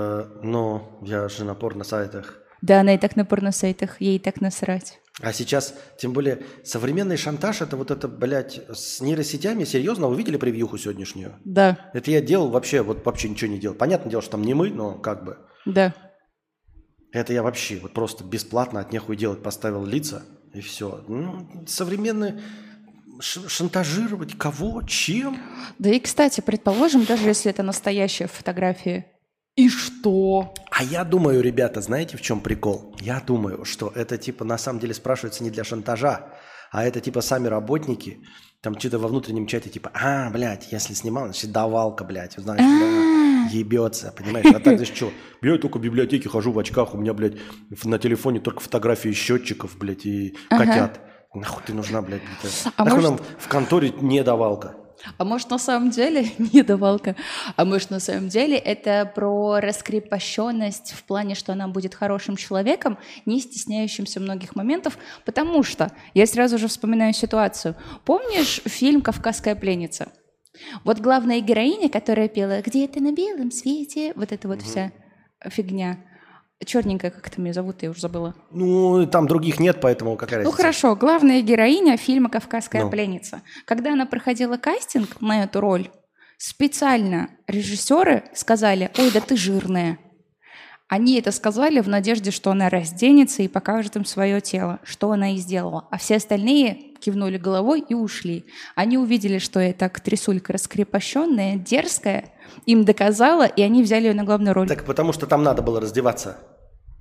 [SPEAKER 1] Я же на порно-сайтах.
[SPEAKER 2] Да, она и так на порно-сайтах, ей и так насрать.
[SPEAKER 1] А сейчас, тем более, современный шантаж, это, блядь, с нейросетями, серьезно, вы видели превьюху сегодняшнюю?
[SPEAKER 2] Да.
[SPEAKER 1] Это я делал вообще ничего не делал. Понятное дело, что там не мы, но как бы.
[SPEAKER 2] Да.
[SPEAKER 1] Это я вообще просто бесплатно от нехуй делать поставил лица, и все. Современный... Шантажировать кого? Чем? Да
[SPEAKER 2] и, кстати, предположим, даже если это настоящая фотография. И что?
[SPEAKER 1] А я думаю, ребята, знаете, в чем прикол? Я думаю, что это на самом деле спрашивается не для шантажа, а это сами работники, там что-то во внутреннем чате блядь, если снимал, значит давалка, блядь, знаешь, ебется, понимаешь? А так, значит, что? Я только в библиотеке хожу в очках, у меня, блядь, на телефоне только фотографии счетчиков, блядь, и котят. Нахуй ты нужна, блядь, нахуй нам в конторе не давалка.
[SPEAKER 2] А может, на самом деле, не давалка, а может, на самом деле это про раскрепощенность в плане, что она будет хорошим человеком, не стесняющимся многих моментов, потому что я сразу же вспоминаю ситуацию. Помнишь фильм «Кавказская пленница»? Вот главная героиня, которая пела «Где-то на белом свете», вот эта вот вся фигня. Черненькая, как это меня зовут, я уже забыла.
[SPEAKER 1] Там других нет, поэтому какая разница?
[SPEAKER 2] Хорошо, главная героиня фильма «Кавказская пленница». Когда она проходила кастинг на эту роль, специально режиссеры сказали, ой, да ты жирная. Они это сказали в надежде, что она разденется и покажет им свое тело, что она и сделала. А все остальные кивнули головой и ушли. Они увидели, что эта актрисулька раскрепощенная, дерзкая, им доказала, и они взяли ее на главную роль.
[SPEAKER 1] Так потому что там надо было раздеваться.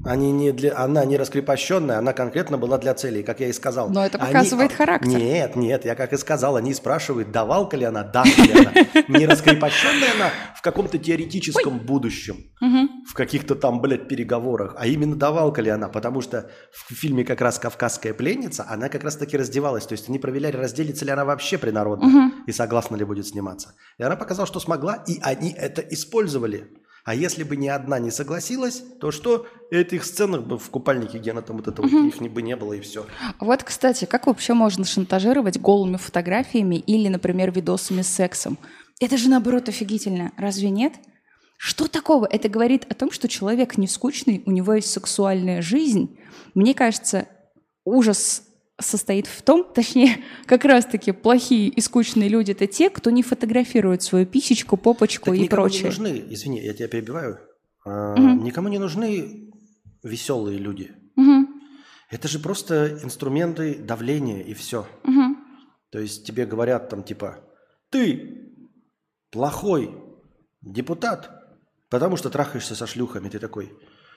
[SPEAKER 1] Она не раскрепощенная, она конкретно была для целей, как я и сказал.
[SPEAKER 2] Но это показывает характер.
[SPEAKER 1] Нет, я как и сказал, они спрашивают, давалка ли она, даст ли она. Не раскрепощенная она в каком-то теоретическом будущем, в каких-то там, переговорах, а именно давалка ли она, потому что в фильме как раз «Кавказская пленница» она как раз таки раздевалась, то есть они проверяли, разделится ли она вообще принародно и согласна ли будет сниматься. И она показала, что смогла, и они это использовали. А если бы ни одна не согласилась, то что? Этих сценах бы в купальнике, где она там вот этого, их бы не было, и все.
[SPEAKER 2] Вот, кстати, как вообще можно шантажировать голыми фотографиями или, например, видосами с сексом? Это же, наоборот, офигительно. Разве нет? Что такого? Это говорит о том, что человек не скучный, у него есть сексуальная жизнь. Мне кажется, ужас состоит в том, точнее, как раз-таки плохие и скучные люди — это те, кто не фотографирует свою писечку, попочку и прочее.
[SPEAKER 1] Никому не нужны, извини, я тебя перебиваю, никому не нужны веселые люди. Это же просто инструменты давления и все. То есть тебе говорят там типа, ты плохой депутат, потому что трахаешься со шлюхами. Ты такой...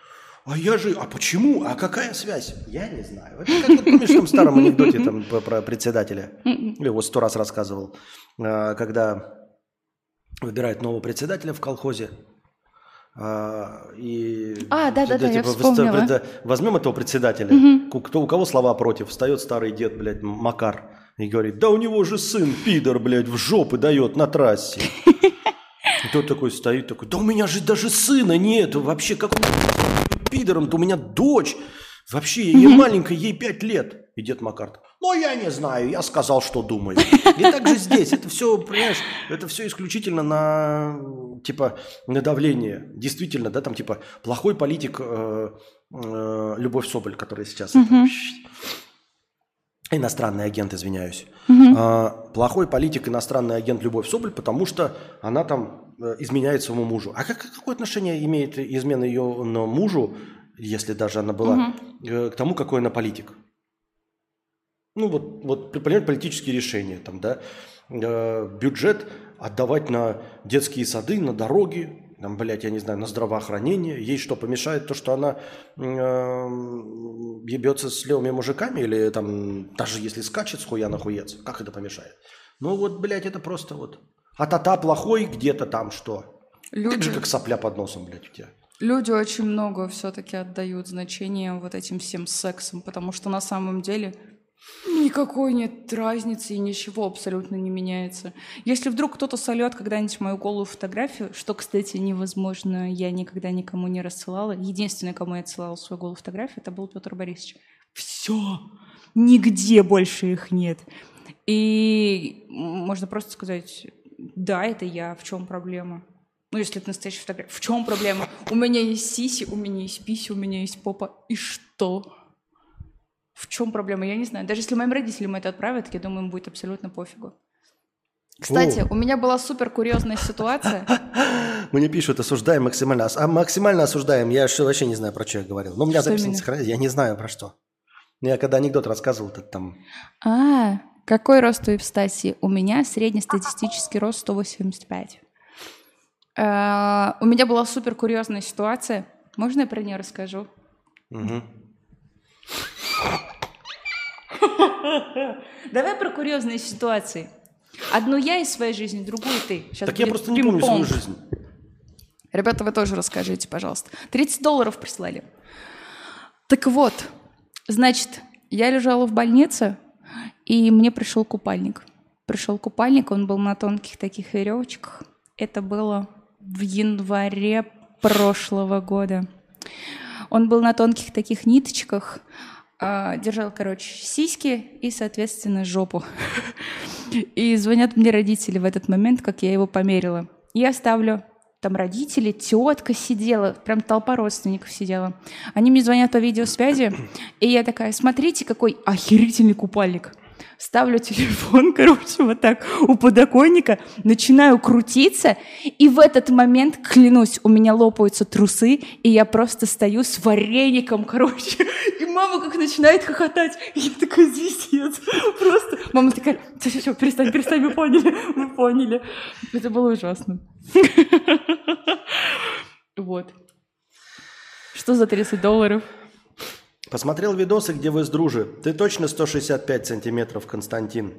[SPEAKER 1] А почему? А какая связь? Я не знаю. Это как помнишь в том старом анекдоте там, про председателя? Я его 100 раз рассказывал. Когда выбирают нового председателя в колхозе.
[SPEAKER 2] Да, я вспомнила.
[SPEAKER 1] Возьмем этого председателя. У кого слова против? Встает старый дед, Макар. И говорит, да у него же сын, пидор, в жопы дает на трассе. И тот такой стоит, такой, да у меня же даже сына нет. Вообще, как он... пидором-то, у меня дочь, вообще ей маленькая, ей 5 лет. И дед Макар, я не знаю, я сказал, что думаю. И так же здесь, это все, понимаешь, это все исключительно на давление. Действительно, да, там плохой политик Любовь Соболь, которая сейчас... Иностранный агент, извиняюсь. Плохой политик, иностранный агент Любовь Соболь, потому что она там изменяет своему мужу. А какое отношение имеет измена ее мужу, если даже она была, к тому, какой она политик? Принимать политические решения, там, да, бюджет отдавать на детские сады, на дороги, там, я не знаю, на здравоохранение. Ей что, помешает то, что она ебется с левыми мужиками или там, даже если скачет с хуя на хуец? Как это помешает? Это просто А-та-та плохой где-то там что? Так же, как сопля под носом, у тебя.
[SPEAKER 2] Люди очень много все-таки отдают значение этим всем сексам, потому что на самом деле никакой нет разницы и ничего абсолютно не меняется. Если вдруг кто-то сольет когда-нибудь мою голую фотографию, что, кстати, невозможно, я никогда никому не рассылала. Единственное, кому я отсылала свою голую фотографию, это был Петр Борисович. Все, нигде больше их нет. И можно просто сказать, да, это я, в чем проблема? Если это настоящая фотография, в чем проблема? У меня есть сиси, у меня есть писи, у меня есть попа, и что? В чем проблема? Я не знаю. Даже если моим родителям это отправят, я думаю, им будет абсолютно пофигу. Кстати, у меня была супер курьезная ситуация.
[SPEAKER 1] Мне пишут, осуждаем максимально. Максимально осуждаем. Я вообще не знаю, про что я говорил. Но у меня запись не сохранилась. Я не знаю, про что. Я когда анекдот рассказывал, то там...
[SPEAKER 2] Какой рост у Евстасии? У меня среднестатистический рост 185. У меня была супер курьезная ситуация. Можно я про нее расскажу? Давай про курьезные ситуации. Одну я из своей жизни, другую ты. Сейчас
[SPEAKER 1] так я просто не помню свою жизнь.
[SPEAKER 2] Ребята, вы тоже расскажите, пожалуйста. $30 прислали. Так вот, значит, я лежала в больнице, и мне пришел купальник. Он был на тонких таких веревочках. Это было в январе прошлого года. Он был на тонких таких ниточках, держал, сиськи и, соответственно, жопу. И звонят мне родители в этот момент, как я его померила. Я ставлю, там родители, тетка сидела, прям толпа родственников сидела. Они мне звонят по видеосвязи, и я такая, смотрите, какой охерительный купальник. Ставлю телефон, вот так у подоконника, начинаю крутиться, и в этот момент, клянусь, у меня лопаются трусы, и я просто стою с вареником, и мама как начинает хохотать, и я такая, звездец, просто. Мама такая, все, перестань, мы поняли. Это было ужасно. Вот. Что за $30?
[SPEAKER 1] Посмотрел видосы, где вы с дружи. Ты точно 165 сантиметров, Константин.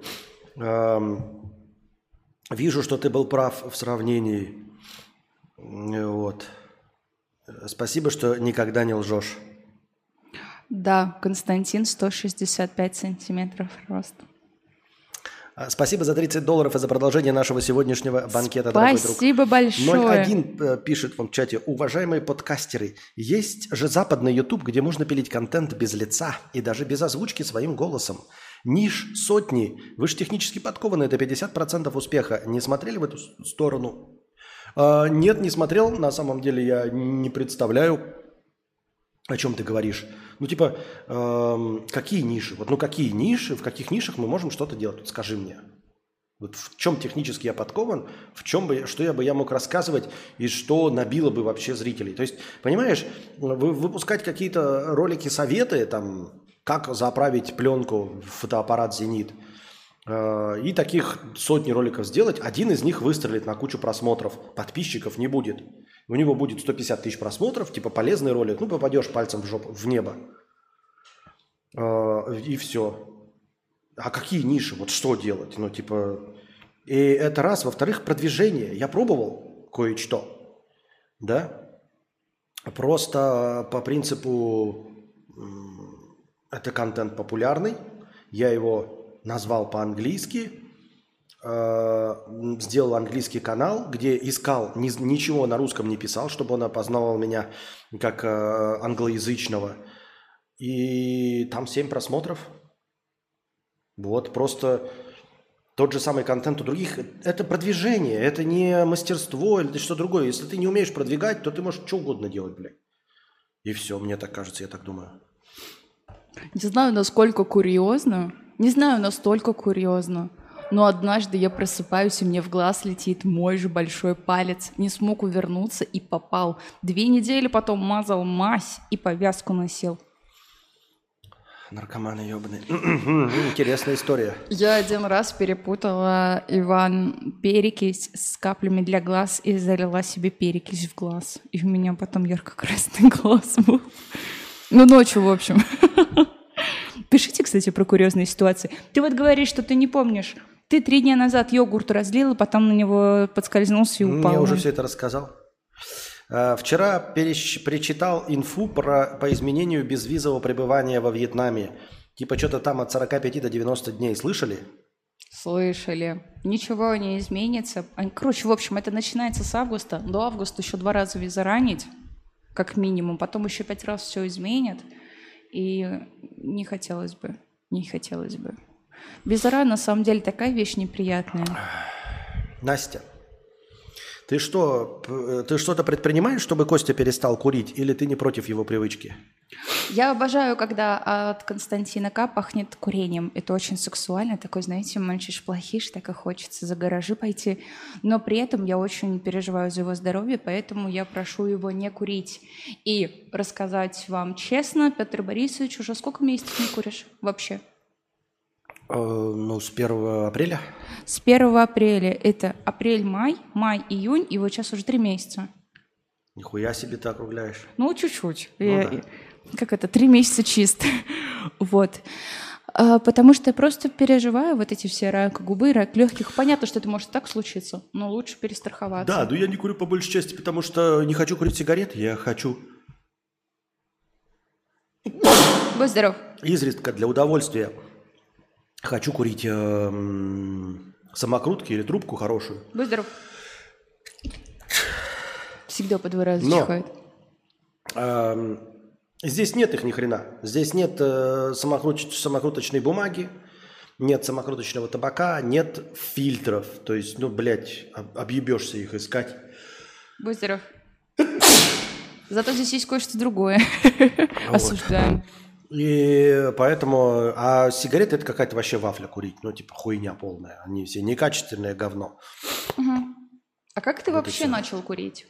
[SPEAKER 1] Вижу, что ты был прав в сравнении. Вот. Спасибо, что никогда не лжешь.
[SPEAKER 2] Да, Константин 165 сантиметров рост.
[SPEAKER 1] Спасибо за $30 и за продолжение нашего сегодняшнего банкета, дорогой друг.
[SPEAKER 2] Спасибо большое.
[SPEAKER 1] 01 пишет вам в чате. Уважаемые подкастеры, есть же западный YouTube, где можно пилить контент без лица и даже без озвучки своим голосом. Ниш сотни. Вы же технически подкованы, это 50% успеха. Не смотрели в эту сторону? Нет, не смотрел. На самом деле я не представляю, о чем ты говоришь. Ну, типа, какие ниши? Вот, ну, какие ниши, в каких нишах мы можем что-то делать? Вот скажи мне. Вот в чем технически я подкован, в чем бы, что я мог рассказывать и что набило бы вообще зрителей. То есть, понимаешь, выпускать какие-то ролики, советы, там, как заправить пленку в фотоаппарат «Зенит», и таких сотни роликов сделать, один из них выстрелит на кучу просмотров, подписчиков не будет. У него будет 150 тысяч просмотров, типа полезный ролик, ну попадешь пальцем в жопу, в небо. И все. А какие ниши? Вот что делать? Ну типа, и это раз. Во-вторых, продвижение. Я пробовал кое-что, да? Просто по принципу, это контент популярный, я его назвал по-английски, сделал английский канал, где искал, ничего на русском не писал, чтобы он опознавал меня как англоязычного. И там 7 просмотров. Вот, просто тот же самый контент у других. Это продвижение, это не мастерство или что другое. Если ты не умеешь продвигать, то ты можешь что угодно делать, блядь. И все, мне так кажется, я так думаю.
[SPEAKER 2] Не знаю, насколько курьезно. Не знаю, настолько курьезно. Но однажды я просыпаюсь, и мне в глаз летит мой же большой палец. Не смог увернуться и попал. 2 недели потом мазал мазь и повязку носил.
[SPEAKER 1] Наркоманы ебаные. Интересная история.
[SPEAKER 2] Я один раз перепутала, Иван, перекись с каплями для глаз и залила себе перекись в глаз. И у меня потом ярко-красный глаз был. Ну, ночью, в общем. Пишите, кстати, про курьезные ситуации. Ты вот говоришь, что ты не помнишь. Ты 3 дня назад йогурт разлил, и потом на него подскользнулся и упал.
[SPEAKER 1] Я уже все это рассказал. Вчера перечитал инфу по изменению безвизового пребывания во Вьетнаме. Типа что-то там от 45 до 90 дней. Слышали?
[SPEAKER 2] Слышали. Ничего не изменится. Короче, в общем, это начинается с августа. До августа еще 2 раза виза ранить, как минимум. Потом еще 5 раз все изменят. И не хотелось бы. Не хотелось бы. Виза на самом деле такая вещь неприятная.
[SPEAKER 1] Настя, ты что-то предпринимаешь, чтобы Костя перестал курить, или ты не против его привычки?
[SPEAKER 2] Я обожаю, когда от Константина К. пахнет курением. Это очень сексуально. Такой, знаете, мальчиш плохиш, так и хочется за гаражи пойти. Но при этом я очень переживаю за его здоровье, поэтому я прошу его не курить. И рассказать вам честно, Петр Борисович, уже сколько месяцев не куришь вообще?
[SPEAKER 1] Ну, с 1 апреля.
[SPEAKER 2] С 1 апреля. Это апрель-май, май-июнь, и вот сейчас уже 3 месяца.
[SPEAKER 1] Нихуя себе ты округляешь.
[SPEAKER 2] Ну, чуть-чуть.
[SPEAKER 1] Ну, да.
[SPEAKER 2] Как это? 3 месяца чисто. Вот. Потому что я просто переживаю вот эти все рак губы, рак легких. Понятно, что это может так случиться, но лучше перестраховаться.
[SPEAKER 1] Да, но я не курю по большей части, потому что не хочу курить сигареты. Я хочу...
[SPEAKER 2] Будь здоров.
[SPEAKER 1] Изредка для удовольствия. Хочу курить самокрутки или трубку хорошую.
[SPEAKER 2] Будь здоров. Всегда по 2 раза чихает.
[SPEAKER 1] Здесь нет их ни хрена. Здесь нет самокруточной бумаги, нет самокруточного табака, нет фильтров. То есть, ну, блядь, объебешься их искать.
[SPEAKER 2] Будь здоров. Зато здесь есть кое-что другое. Осуждаем.
[SPEAKER 1] И поэтому... А сигареты – это какая-то вообще вафля курить. Ну, типа, хуйня полная. Они все некачественное говно.
[SPEAKER 2] Угу. А как ты
[SPEAKER 1] Вот
[SPEAKER 2] вообще начал курить?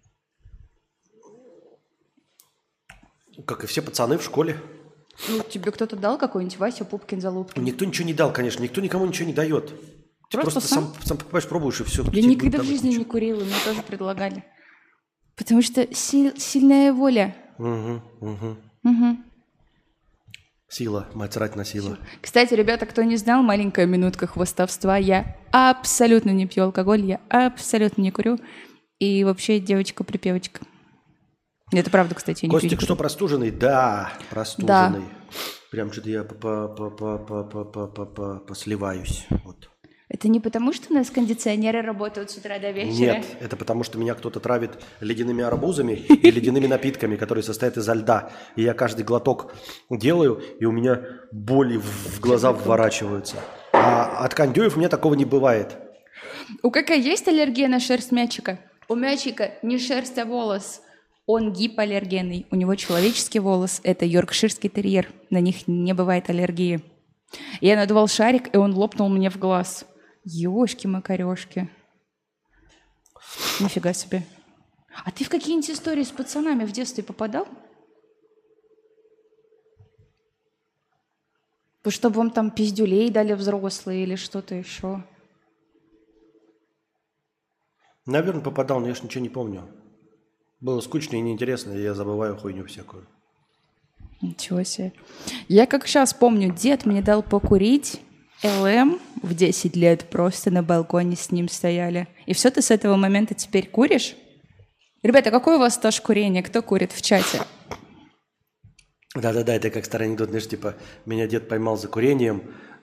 [SPEAKER 1] Как и все пацаны в школе.
[SPEAKER 2] Ну, тебе кто-то дал какой-нибудь Вася Пупкин-Залупкин?
[SPEAKER 1] Никто ничего не дал, конечно. Никто никому ничего не дает. Ты просто сам покупаешь, пробуешь, и все.
[SPEAKER 2] Я никогда в жизни не курила, мне тоже предлагали. Потому что сильная воля. Угу.
[SPEAKER 1] Сила, мать срать носила.
[SPEAKER 2] Кстати, ребята, кто не знал, маленькая минутка хвастовства. Я абсолютно не пью алкоголь, я абсолютно не курю. И вообще девочка-припевочка. Это правда, кстати, я не
[SPEAKER 1] Костик,
[SPEAKER 2] пью.
[SPEAKER 1] что, простуженный? Да, простуженный.
[SPEAKER 2] Да.
[SPEAKER 1] Прям что-то я посливаюсь. Вот.
[SPEAKER 2] Это не потому, что у нас кондиционеры работают с утра до вечера?
[SPEAKER 1] Нет, это потому, что меня кто-то травит ледяными арбузами и ледяными напитками, которые состоят изо льда. И я каждый глоток делаю, и у меня боли в глаза вворачиваются. А от кондюев у меня такого не бывает.
[SPEAKER 2] У какая есть аллергия на шерсть мячика? У мячика не шерсть, а волос. Он гипоаллергенный. У него человеческий волос. Это йоркширский терьер. На них не бывает аллергии. Я надувал шарик, и он лопнул мне в глаз. Ёшки-макарёшки. Нифига себе. А ты в какие-нибудь истории с пацанами в детстве попадал? Чтобы вам там пиздюлей дали взрослые или что-то еще?
[SPEAKER 1] Наверное, попадал, но я ж ничего не помню. Было скучно и неинтересно, и я забываю хуйню всякую.
[SPEAKER 2] Ничего себе. Я как сейчас помню, дед мне дал покурить ЛМ в 10 лет, просто на балконе с ним стояли. И все, ты с этого момента теперь куришь? Ребята, какой у вас стаж курения? Кто курит в чате?
[SPEAKER 1] Да-да-да, это как старый анекдот, знаешь, типа, меня дед поймал за курением,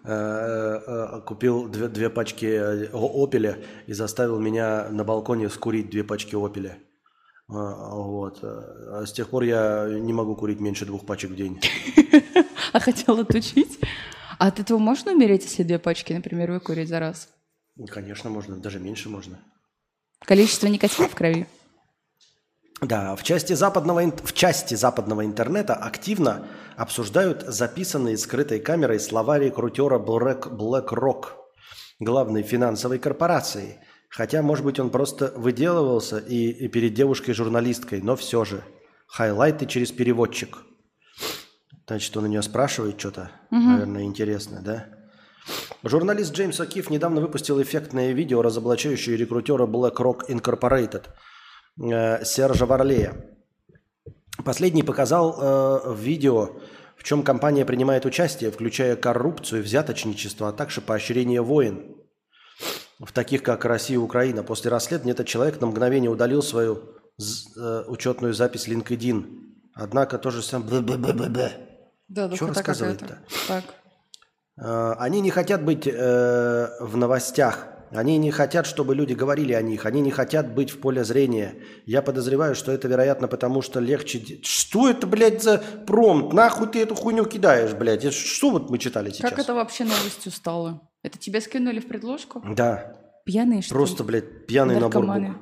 [SPEAKER 1] купил две пачки опеля и заставил меня на балконе скурить 2 пачки опеля. Вот. А с тех пор я не могу курить меньше 2 пачек в день.
[SPEAKER 2] А хотел отучить? А от этого можно умереть, если 2 пачки, например, выкурить за раз?
[SPEAKER 1] Конечно, можно, даже меньше можно.
[SPEAKER 2] Количество никотина в крови?
[SPEAKER 1] Да, в части западного интернета активно обсуждают записанные скрытой камерой слова рекрутера BlackRock, главной финансовой корпорации. Хотя, может быть, он просто выделывался и перед девушкой-журналисткой, но все же. Хайлайты через переводчик. Значит, он у нее спрашивает что-то, наверное, интересное, да? Журналист Джеймс О'Кифф недавно выпустил эффектное видео, разоблачающее рекрутера BlackRock Incorporated Сержа Варлея. Последний показал в видео, в чем компания принимает участие, включая коррупцию, взяточничество, а также поощрение войн, в таких как Россия и Украина. После расследования этот человек на мгновение удалил свою учетную запись LinkedIn. Однако то же самое...
[SPEAKER 2] Да,
[SPEAKER 1] что рассказывает-то?
[SPEAKER 2] Так.
[SPEAKER 1] Они не хотят быть в новостях. Они не хотят, чтобы люди говорили о них. Они не хотят быть в поле зрения. Я подозреваю, что это, вероятно, потому что легче... Что это, блядь, за промпт? Нахуй ты эту хуйню кидаешь, блядь? Что вот мы читали сейчас?
[SPEAKER 2] Как это вообще новостью стало? Это тебе скинули в предложку?
[SPEAKER 1] Да.
[SPEAKER 2] Пьяные, что ли?
[SPEAKER 1] Просто, блядь, пьяный набор букв.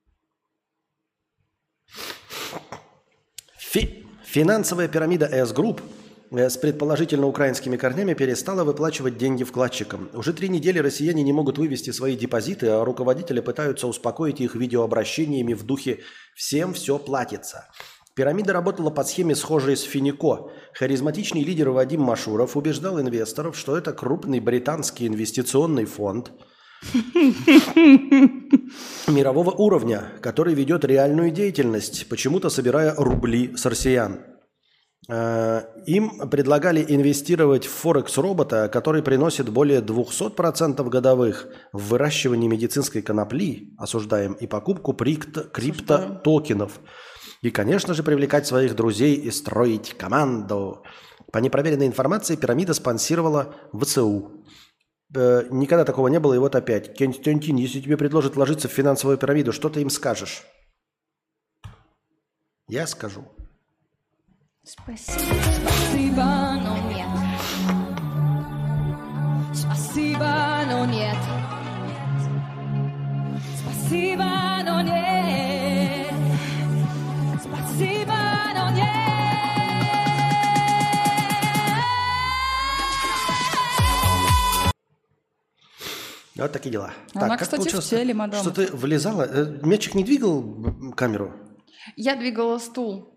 [SPEAKER 1] Финансовая пирамида S-Group с предположительно украинскими корнями перестала выплачивать деньги вкладчикам. Уже 3 недели россияне не могут вывести свои депозиты, а руководители пытаются успокоить их видеообращениями в духе «всем все платится». Пирамида работала по схеме, схожей с Финико. Харизматичный лидер Вадим Машуров убеждал инвесторов, что это крупный британский инвестиционный фонд мирового уровня, который ведет реальную деятельность, почему-то собирая рубли с россиян. Им предлагали инвестировать в Форекс-робота, который приносит более 200% годовых в выращивании медицинской конопли, осуждаем, и покупку криптотокенов. И, конечно же, привлекать своих друзей и строить команду. По непроверенной информации, пирамида спонсировала ВСУ. Никогда такого не было, и вот опять. Константин, если тебе предложат вложиться в финансовую пирамиду, что ты им скажешь? Я скажу.
[SPEAKER 2] Спасибо. Спасибо, но нет. Спасибо, но нет. Спасибо, но нет. Спасибо, но нет.
[SPEAKER 1] Вот такие дела.
[SPEAKER 2] Она,
[SPEAKER 1] так,
[SPEAKER 2] кстати, в теле, мадам.
[SPEAKER 1] Что ты влезала? Мячик не двигал камеру?
[SPEAKER 2] Я двигала стул.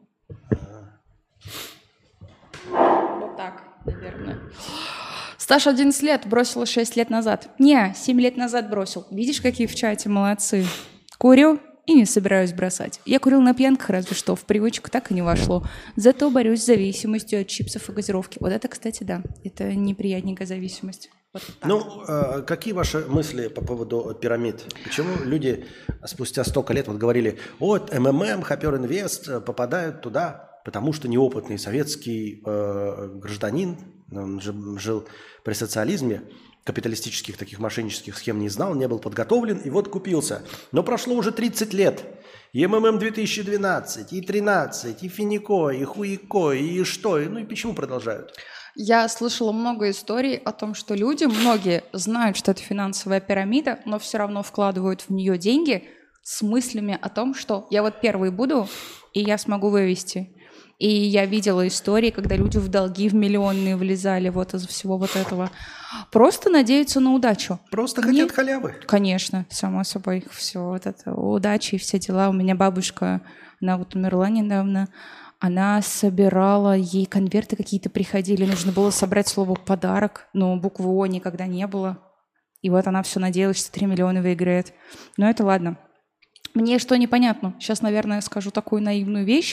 [SPEAKER 2] Вот так, наверное. Стаж 11 лет, бросила 6 лет назад. Не, 7 лет назад бросил. Видишь, какие в чате молодцы. Курю и не собираюсь бросать. Я курил на пьянках, разве что, в привычку так и не вошло. Зато борюсь с зависимостью от чипсов и газировки. Вот это, кстати, да, это неприятненькая зависимость. Вот
[SPEAKER 1] какие ваши мысли по поводу пирамид? Почему люди спустя столько лет вот говорили, вот МММ, Хопер Инвест попадают туда, потому что неопытный советский гражданин, он же жил при социализме, капиталистических таких мошеннических схем не знал, не был подготовлен, и вот купился. Но прошло уже 30 лет. И МММ 2012, и 13, и Финико, и Хуико, и что, ну и почему продолжают?
[SPEAKER 2] Я слышала много историй о том, что люди, многие знают, что это финансовая пирамида, но все равно вкладывают в нее деньги с мыслями о том, что я вот первый буду, и я смогу вывести. И я видела истории, когда люди в долги в миллионные влезали вот из-за всего вот этого. Просто надеются на удачу.
[SPEAKER 1] Просто хотят халявы.
[SPEAKER 2] Конечно, само собой, все вот это, удачи и все дела. У меня бабушка, она вот умерла недавно, она собирала, ей конверты какие-то приходили, нужно было собрать слово «подарок», но буквы «О» никогда не было. И вот она все надеялась, что 3 миллиона выиграет. Но это ладно. Мне что непонятно. Сейчас, наверное, скажу такую наивную вещь.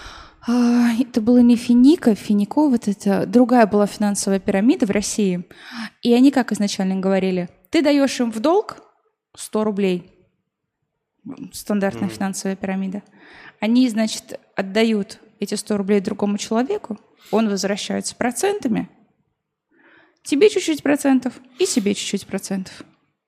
[SPEAKER 2] Это было не Финико, вот это другая была финансовая пирамида в России. И они как изначально говорили? Ты даешь им в долг 100 рублей. Стандартная финансовая пирамида. Они, значит, отдают эти 100 рублей другому человеку, он возвращает с процентами, тебе чуть-чуть процентов и себе чуть-чуть процентов.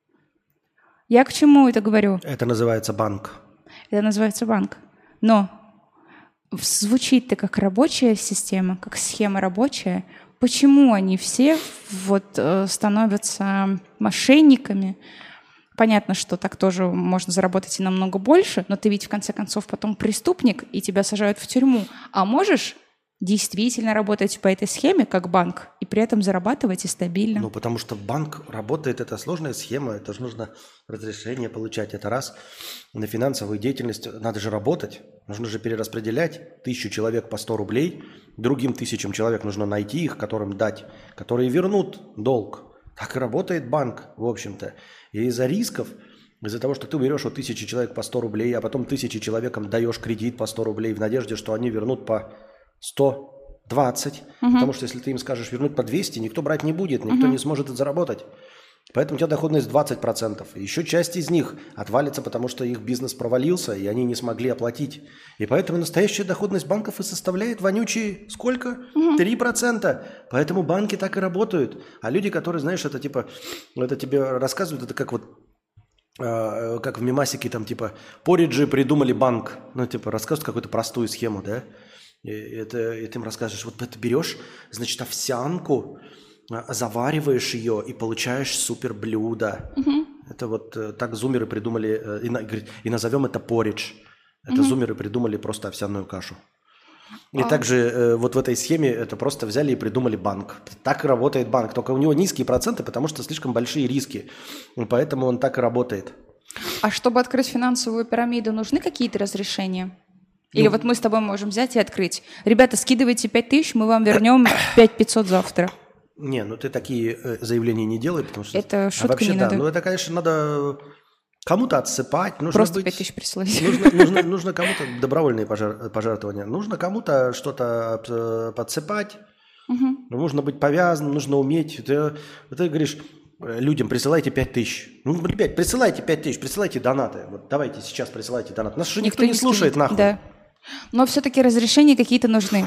[SPEAKER 2] Я к чему это говорю?
[SPEAKER 1] Это называется банк.
[SPEAKER 2] Это называется банк. Но звучит-то как рабочая система, как схема рабочая. Почему они все вот становятся мошенниками? Понятно, что так тоже можно заработать и намного больше, но ты ведь в конце концов потом преступник, и тебя сажают в тюрьму. А можешь действительно работать по этой схеме, как банк, и при этом зарабатывать и стабильно.
[SPEAKER 1] Ну, потому что банк работает, это сложная схема, это же нужно разрешение получать. Это раз. На финансовую деятельность надо же работать, нужно же перераспределять 1000 человек по 100 рублей, другим 1000 человек нужно найти их, которым дать, которые вернут долг. Так и работает банк, в общем-то. И из-за рисков, из-за того, что ты берешь у 1000 человек по 100 рублей, а потом 1000 человекам даешь кредит по 100 рублей в надежде, что они вернут по 120, потому что если ты им скажешь вернуть по 200, никто брать не будет, никто не сможет это заработать. Поэтому у тебя доходность 20%. Еще часть из них отвалится, потому что их бизнес провалился, и они не смогли оплатить. И поэтому настоящая доходность банков и составляет вонючие сколько? 3%. Поэтому банки так и работают. А люди, которые, знаешь, это типа, это тебе рассказывают, это как вот, как в мемасике там типа, пориджи придумали банк. Ну, типа, рассказывают какую-то простую схему, да? И ты им расскажешь, вот это берешь, значит, овсянку, завариваешь ее и получаешь супер блюдо. Это вот так зумеры придумали, и назовем это поридж. Это зумеры придумали просто овсяную кашу. И также вот в этой схеме это просто взяли и придумали банк. Так и работает банк, только у него низкие проценты, потому что слишком большие риски. И поэтому он так и работает.
[SPEAKER 2] А чтобы открыть финансовую пирамиду, нужны какие-то разрешения? Или вот мы с тобой можем взять и открыть. Ребята, скидывайте 5000, мы вам вернем 5500 завтра.
[SPEAKER 1] Не, ну ты такие заявления не делай, потому что...
[SPEAKER 2] Это шутка,
[SPEAKER 1] вообще,
[SPEAKER 2] не
[SPEAKER 1] да,
[SPEAKER 2] надо.
[SPEAKER 1] Ну это, конечно, надо кому-то отсыпать. Нужно
[SPEAKER 2] Просто
[SPEAKER 1] быть...
[SPEAKER 2] 5000 присылать.
[SPEAKER 1] Нужно кому-то добровольные пожертвования. Нужно кому-то что-то подсыпать. Нужно быть повязанным, нужно уметь. Ты говоришь людям, присылайте 5000. Ну, ребят, присылайте 5000, присылайте донаты. Вот давайте сейчас присылайте донаты. Нас же никто не слушает, нахуй.
[SPEAKER 2] Да. Но все-таки разрешения какие-то нужны.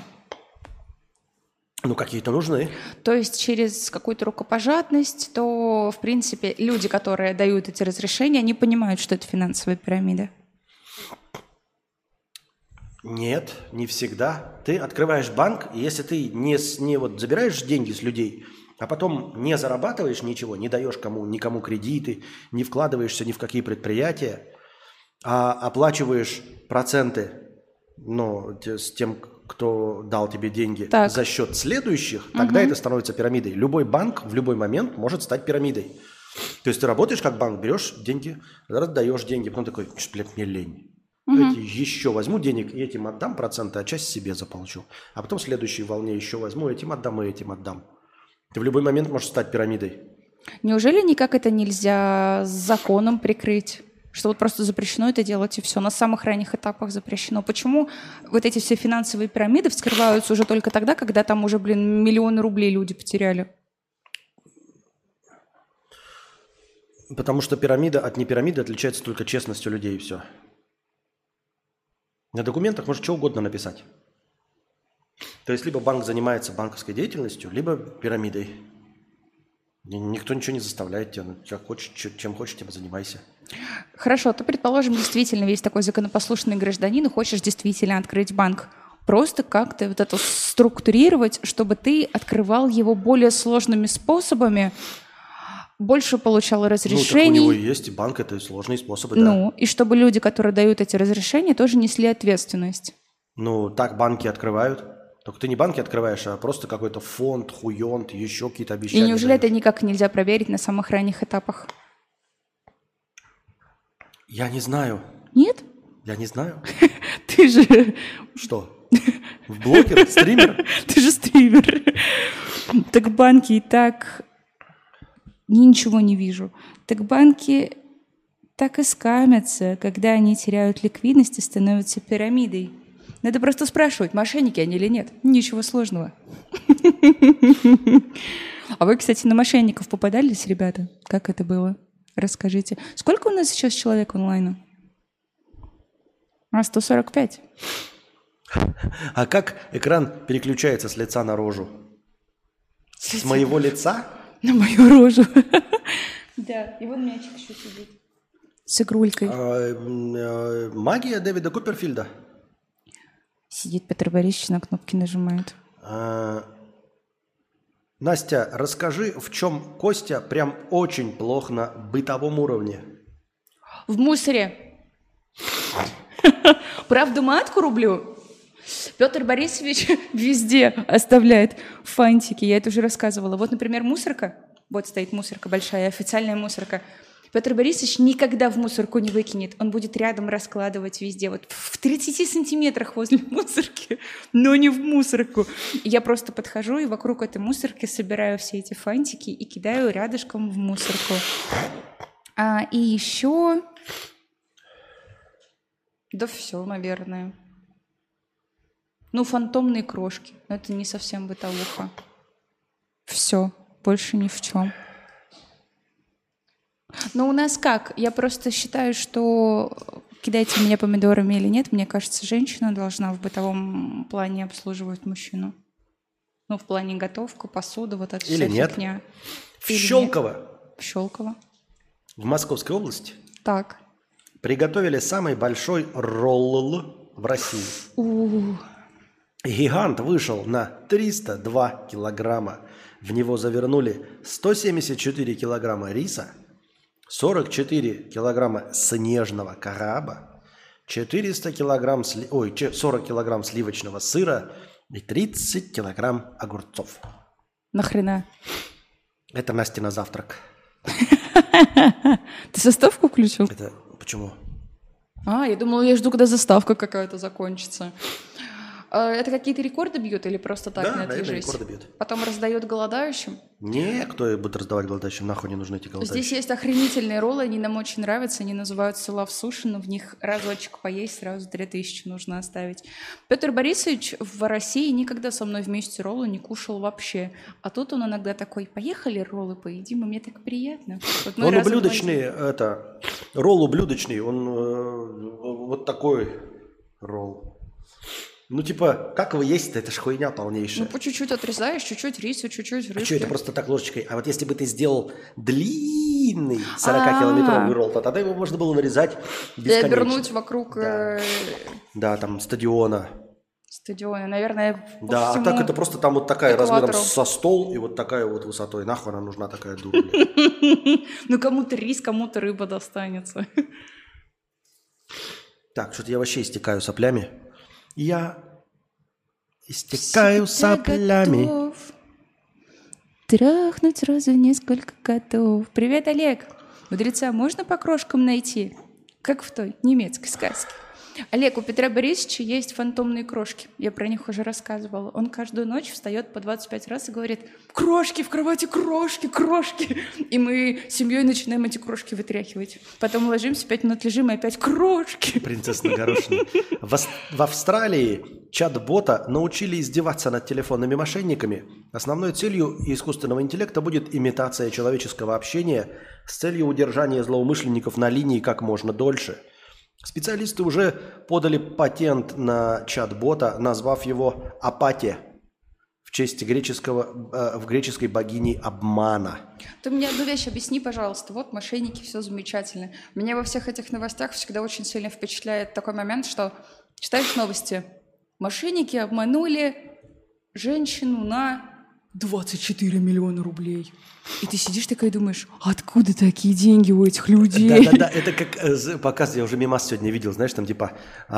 [SPEAKER 1] Ну, какие-то нужны.
[SPEAKER 2] То есть через какую-то рукопожатность, то, в принципе, люди, которые дают эти разрешения, они понимают, что это финансовая пирамида.
[SPEAKER 1] Нет, не всегда. Ты открываешь банк, и если ты не вот забираешь деньги с людей, а потом не зарабатываешь ничего, не даешь никому кредиты, не вкладываешься ни в какие предприятия, а оплачиваешь проценты, ну, с тем, кто дал тебе деньги за счет следующих, тогда это становится пирамидой. Любой банк в любой момент может стать пирамидой. То есть ты работаешь как банк, берешь деньги, даешь деньги, потом такой, блядь, мне лень. Еще возьму денег и этим отдам проценты, а часть себе заполучу. А потом в следующей волне еще возьму, этим отдам и этим отдам. Ты в любой момент можешь стать пирамидой.
[SPEAKER 2] Неужели никак это нельзя законом прикрыть? Что вот просто запрещено это делать, и все, на самых ранних этапах запрещено. Почему вот эти все финансовые пирамиды вскрываются уже только тогда, когда там уже, миллионы рублей люди потеряли?
[SPEAKER 1] Потому что пирамида от непирамиды отличается только честностью людей, и все. На документах можно что угодно написать. То есть либо банк занимается банковской деятельностью, либо пирамидой. Никто ничего не заставляет тебя. Чем хочешь, тем и занимайся.
[SPEAKER 2] Хорошо, ты, предположим, действительно весь такой законопослушный гражданин и хочешь действительно открыть банк. Просто как-то вот это структурировать, чтобы ты открывал его более сложными способами, больше получал разрешений.
[SPEAKER 1] Ну, так у него есть и банк, это сложные способы, да.
[SPEAKER 2] Ну, и чтобы люди, которые дают эти разрешения, тоже несли ответственность.
[SPEAKER 1] Ну, так банки открывают. Только ты не банки открываешь, а просто какой-то фонд, хуёнт, еще какие-то обещания.
[SPEAKER 2] И неужели это никак нельзя проверить на самых ранних этапах?
[SPEAKER 1] Я не знаю.
[SPEAKER 2] Нет?
[SPEAKER 1] Я не знаю.
[SPEAKER 2] Ты же...
[SPEAKER 1] Что? Блогер? Стример?
[SPEAKER 2] Ты же стример. Так банки и так... Ничего не вижу. Так банки так и скамятся, когда они теряют ликвидность и становятся пирамидой. Надо просто спрашивать, мошенники они или нет. Ничего сложного. А вы, кстати, на мошенников попадались, ребята? Как это было? Расскажите. Сколько у нас сейчас человек онлайна? 145.
[SPEAKER 1] А как экран переключается с лица на рожу? С моего лица?
[SPEAKER 2] На мою рожу. Да, и вон мячик еще сидит. С игрулькой.
[SPEAKER 1] Магия Дэвида Куперфильда.
[SPEAKER 2] Сидит Петр Борисович, на кнопки нажимает.
[SPEAKER 1] Настя, расскажи, в чем Костя прям очень плох на бытовом уровне?
[SPEAKER 2] В мусоре. Правду матку рублю. Петр Борисович везде оставляет фантики. Я это уже рассказывала. Вот, например, мусорка. Вот стоит мусорка большая, официальная мусорка. Петр Борисович никогда в мусорку не выкинет. Он будет рядом раскладывать везде. Вот в 30 сантиметрах возле мусорки, но не в мусорку. Я просто подхожу и вокруг этой мусорки собираю все эти фантики и кидаю рядышком в мусорку. И еще... Да все, наверное. Ну, фантомные крошки. Но это не совсем бытовуха. Все, больше ни в чем. Но у нас как? Я просто считаю, что кидайте меня помидорами или нет, мне кажется, женщина должна в бытовом плане обслуживать мужчину. Ну, в плане готовку, посуду, вот эта
[SPEAKER 1] или
[SPEAKER 2] вся
[SPEAKER 1] нет.
[SPEAKER 2] фигня.
[SPEAKER 1] В Щелково.
[SPEAKER 2] В Щелково.
[SPEAKER 1] В Московской области.
[SPEAKER 2] Так.
[SPEAKER 1] Приготовили самый большой ролл в России. Гигант вышел на 302 килограмма. В него завернули 174 килограмма риса, 44 килограмма снежного краба, 40 килограмм сливочного сыра и 30 килограмм огурцов.
[SPEAKER 2] Нахрена?
[SPEAKER 1] Это Настя на завтрак.
[SPEAKER 2] Ты заставку включил?
[SPEAKER 1] Это почему?
[SPEAKER 2] Я думала, я жду, когда заставка какая-то закончится. Это какие-то рекорды бьют или просто так,
[SPEAKER 1] да,
[SPEAKER 2] не отъезжайся?
[SPEAKER 1] Да, рекорды бьют.
[SPEAKER 2] Потом раздают голодающим?
[SPEAKER 1] Не, кто будет раздавать голодающим? Нахуй не нужны эти голодающие.
[SPEAKER 2] Здесь есть охренительные роллы, они нам очень нравятся, они называются Love Sushi, но в них разочек поесть, сразу 3000 нужно оставить. Петр Борисович в России никогда со мной вместе роллы не кушал вообще. А тут он иногда такой: поехали роллы поедим, и мне так приятно. Вот
[SPEAKER 1] он ублюдочный, ролл ублюдочный, он вот такой ролл. Ну, типа, как его есть-то? Это ж хуйня полнейшая.
[SPEAKER 2] Ну, по чуть-чуть отрезаешь, чуть-чуть рису, чуть-чуть рыбки.
[SPEAKER 1] А что, это просто так ложечкой? А вот если бы ты сделал длинный 40-километровый ролл, то тогда его можно было нарезать бесконечно.
[SPEAKER 2] И обернуть вокруг...
[SPEAKER 1] Да, там, стадиона.
[SPEAKER 2] Стадиона, наверное,
[SPEAKER 1] да, а так это просто там вот такая размером со стол и вот такая вот высотой. Нахуй она нужна такая дура?
[SPEAKER 2] Ну, кому-то рис, кому-то рыба достанется. Так,
[SPEAKER 1] что-то я вообще истекаю соплями. Я истекаю соплями.
[SPEAKER 2] Готов трахнуть сразу несколько котов. Привет, Олег. Мудреца можно по крошкам найти? Как в той немецкой сказке. Олег, у Петра Борисовича есть фантомные крошки. Я про них уже рассказывала. Он каждую ночь встает по 25 раз и говорит: крошки в кровати, крошки, крошки. И мы с семьей начинаем эти крошки вытряхивать. Потом ложимся, 5 минут лежим, и опять крошки.
[SPEAKER 1] Принцесса на горошине. В Австралии чат-бота научили издеваться над телефонными мошенниками. Основной целью искусственного интеллекта будет имитация человеческого общения с целью удержания злоумышленников на линии как можно дольше. Специалисты уже подали патент на чат-бота, назвав его Апате в честь греческой богини обмана.
[SPEAKER 2] Ты мне одну вещь объясни, пожалуйста. Вот мошенники, все замечательно. Меня во всех этих новостях всегда очень сильно впечатляет такой момент, что читаешь новости. Мошенники обманули женщину на 24 миллиона рублей. И ты сидишь такая и думаешь, откуда такие деньги у этих людей?
[SPEAKER 1] Да-да-да, это как показ, я уже мемас сегодня видел, знаешь, там типа